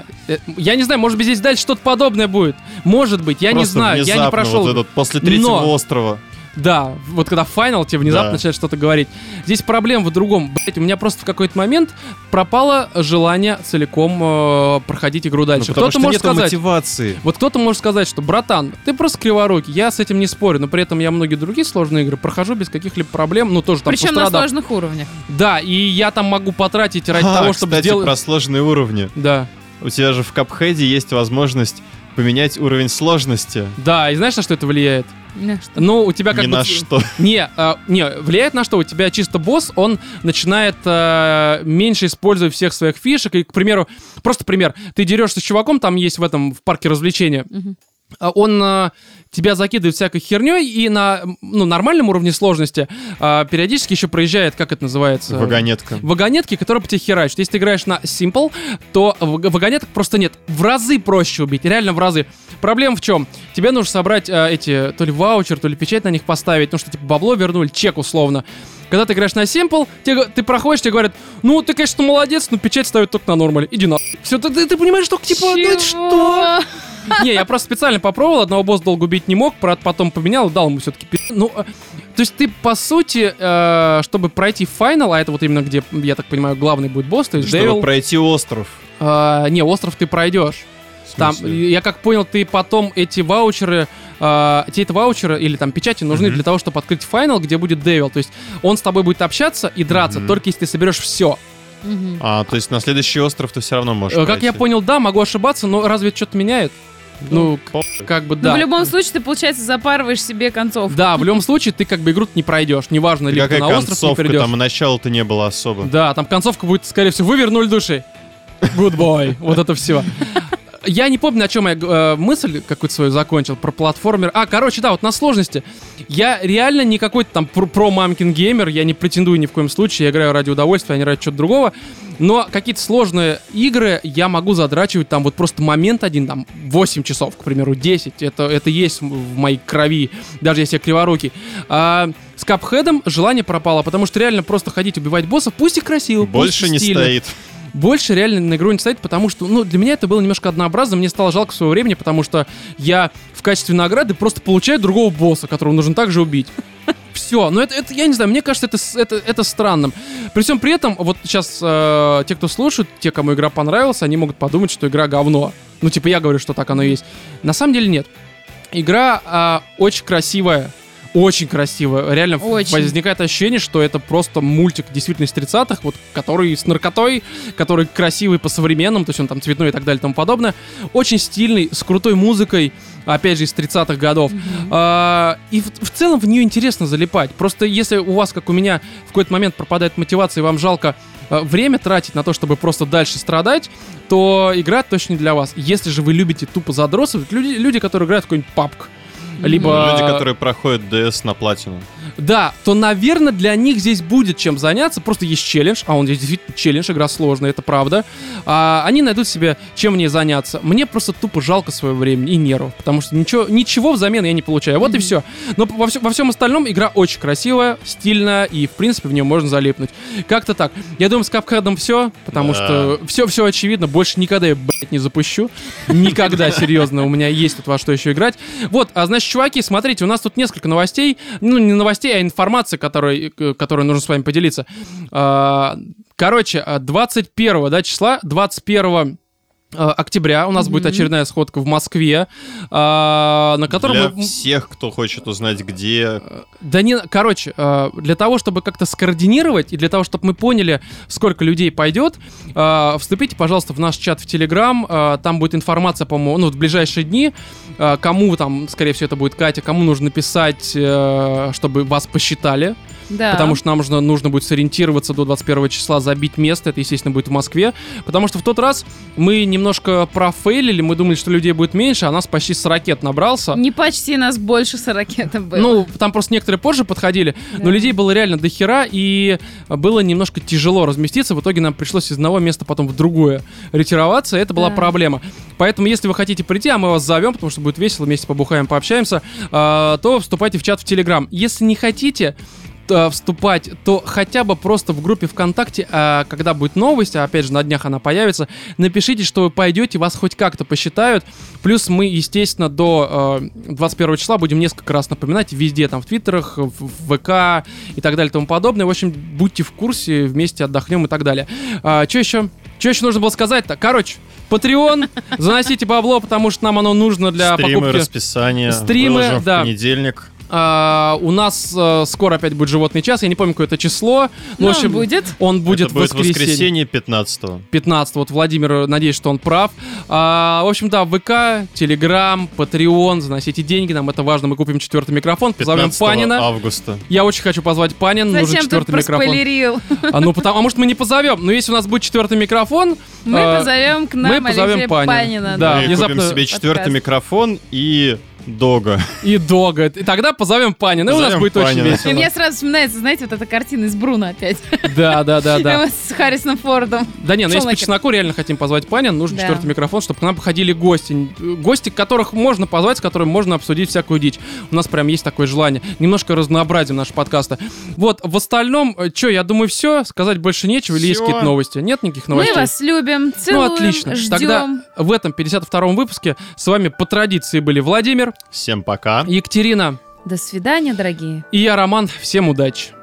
Я не знаю, может быть, здесь дальше что-то подобное будет. Может быть, я не Просто знаю, я не внезапно прошел. вот этот, после третьего Но- острова. Да, вот когда финал тебе внезапно Да. начинает что-то говорить. Здесь проблема в другом. Блять, у меня просто в какой-то момент пропало желание целиком проходить игру Ну, дальше. потому Кто-то что может нету сказать, мотивации. вот кто-то может сказать, что, братан, ты просто криворукий, я с этим не спорю, но при этом я многие другие сложные игры прохожу без каких-либо проблем, ну тоже там Причем на пострадав. сложных уровнях. Да, и я там могу потратить ради того, чтобы кстати, сделать... про сложные уровни. Да. У тебя же в Cuphead есть возможность поменять уровень сложности. Да, и знаешь, на что это влияет? На что? Ну, у тебя как Ни бы... на что. Не, влияет на что? У тебя чисто босс, он начинает меньше использовать всех своих фишек. И, к примеру, просто пример. Ты дерешься с чуваком, там есть в парке развлечения. Мгм. Он тебя закидывает всякой херней, и на нормальном уровне сложности периодически еще проезжает, как это называется? Вагонетка. Вагонетки, которые по тебе херачат. Если ты играешь на Simple, то вагонеток просто нет. В разы проще убить, реально в разы. Проблема в чем? Тебе нужно собрать эти, то ли ваучер, то ли печать на них поставить, ну что, типа, бабло вернули, чек условно. Когда ты играешь на Simple, ты проходишь, тебе говорят, ну, ты, конечно, молодец, но печать ставят только на нормале, иди на. Все, ты понимаешь, что, типа, ну это что? Не, я просто специально попробовал, одного босса долго убить не мог, потом поменял, дал ему все-таки Ну, то есть ты, по сути, чтобы пройти финал, а это вот именно где, я так понимаю, главный будет босс, то есть Чтобы Devil. пройти остров. Не, остров ты пройдешь. В Там, смысле? я как понял, ты потом эти ваучеры, или там печати нужны для того, чтобы открыть финал, где будет Devil. То есть он с тобой будет общаться и драться, только если ты соберешь все. Мгм. То есть на следующий остров ты все равно можешь Как пройти. я понял, да, могу ошибаться, но разве это что-то меняет? Ну, как бы Но да. в любом случае ты, получается, запарываешь себе концовку. Да, в любом случае ты как бы игру не пройдешь. Неважно, либо ты Какая на остров не концовка, придешь. там и начала-то не было особо. Да, там концовка будет, скорее всего, вы вернули души. Good boy. Вот это все. Я не помню, на чем я мысль какую-то свою закончил, про платформер. Короче, да, вот на сложности. Я реально не какой-то там про-мамкин геймер, я не претендую ни в коем случае, я играю ради удовольствия, а не ради чего-то другого. Но какие-то сложные игры я могу задрачивать там вот просто момент один, там 8 часов, к примеру, 10. Это есть в моей крови, даже если я криворукий. С Cuphead'ом желание пропало, потому что реально просто ходить убивать боссов, пусть и красиво, Больше пусть и не стильно. стоит. Больше реально на игру не стоит, потому что, для меня это было немножко однообразно, мне стало жалко своего времени, потому что я в качестве награды просто получаю другого босса, которого нужно также убить. Все, но это, я не знаю, мне кажется, это странным. При всем при этом, вот сейчас те, кто слушают, те, кому игра понравилась, они могут подумать, что игра говно. Ну, типа, я говорю, что так оно и есть. На самом деле нет. Игра очень красивая. Очень красиво. Реально Очень. возникает ощущение, что это просто мультик действительно из 30-х, вот, который с наркотой, который красивый по-современному, то есть он там цветной и так далее и тому подобное. Очень стильный, с крутой музыкой, опять же, из 30-х годов. И в целом в нее интересно залипать. Просто если у вас, как у меня, в какой-то момент пропадает мотивация, и вам жалко время тратить на то, чтобы просто дальше страдать, то игра точно не для вас. Если же вы любите тупо задросывать, люди, которые играют в какой-нибудь PUBG, либо... Люди, которые проходят DS на платину. Да, то, наверное, для них здесь будет чем заняться. Просто есть челлендж, а он здесь действительно челлендж, игра сложная, это правда. Они найдут себе, чем мне заняться. Мне просто тупо жалко своего времени и нервов, потому что ничего взамен я не получаю. Вот и все. Но во всем остальном игра очень красивая, стильная, и, в принципе, в нее можно залипнуть. Как-то так. Я думаю, с Cuphead'ом все, потому что все очевидно. Больше никогда я, не запущу. Никогда, серьезно, у меня есть тут во что еще играть. Вот, значит, чуваки, смотрите, у нас тут несколько новостей. Ну, не новостей, а информации, которой нужно с вами поделиться. Короче, 21 числа, 21 октября у нас будет очередная сходка в Москве, на которой Для всех, кто хочет узнать, где... для того, чтобы как-то скоординировать и для того, чтобы мы поняли, сколько людей пойдет, вступите, пожалуйста, в наш чат в Telegram, там будет информация, по-моему, в ближайшие дни, кому там, скорее всего, это будет Катя, кому нужно писать, чтобы вас посчитали. Да. Потому что нам нужно будет сориентироваться до 21 числа, забить место. Это, естественно, будет в Москве. Потому что в тот раз мы немножко профейлили. Мы думали, что людей будет меньше, а нас почти 40 набрался. Не почти, нас больше 40 было. Ну, там просто некоторые позже подходили. Да. Но людей было реально дохера, и было немножко тяжело разместиться. В итоге нам пришлось из одного места потом в другое ретироваться. Это была проблема. Поэтому, если вы хотите прийти, а мы вас зовем, потому что будет весело, вместе побухаем, пообщаемся, то вступайте в чат в Telegram. Если не хотите вступать, то хотя бы просто в группе ВКонтакте, когда будет новость, а опять же на днях она появится, напишите, что вы пойдете, вас хоть как-то посчитают. Плюс мы, естественно, до 21 числа будем несколько раз напоминать везде, там в твиттерах, в ВК и так далее и тому подобное. В общем, будьте в курсе, вместе отдохнем и так далее. Что еще нужно было сказать-то? Короче, Patreon, заносите бабло, потому что нам оно нужно для покупки. Стримы, расписание, выложим в понедельник. У нас скоро опять будет животный час, я не помню, какое это число. Но в общем, он будет в воскресенье 15-го. 15-го. Вот Владимир, надеюсь, что он прав. В общем, да, ВК, Telegram, Patreon, заносите деньги, нам это важно, мы купим 4-й микрофон, позовем Панина. Августа. Я очень хочу позвать Панина, нужен 4-й микрофон. А может мы не позовем, но если у нас будет 4-й микрофон, мы позовем к нам Алексея Панина. Да, мы купим себе 4-й микрофон и Дога. И тогда позовем Панина, и у нас будет очень весело. И мне сразу вспоминается, знаете, вот эта картина из Бруно опять. Да. С Харрисоном Фордом. Да не, если по чесноку реально хотим позвать Панина, нужен 4-й микрофон, чтобы к нам походили гости. Гости, которых можно позвать, с которыми можно обсудить всякую дичь. У нас прям есть такое желание. Немножко разнообразим наши подкасты. Вот, в остальном, я думаю, все. Сказать больше нечего. Или есть какие-то новости? Нет никаких новостей? Мы вас любим, целуем, отлично. ждем. Тогда в этом 52-м выпуске с вами по традиции были Владимир. Всем пока. Екатерина. До свидания, дорогие. И я, Роман. Всем удачи.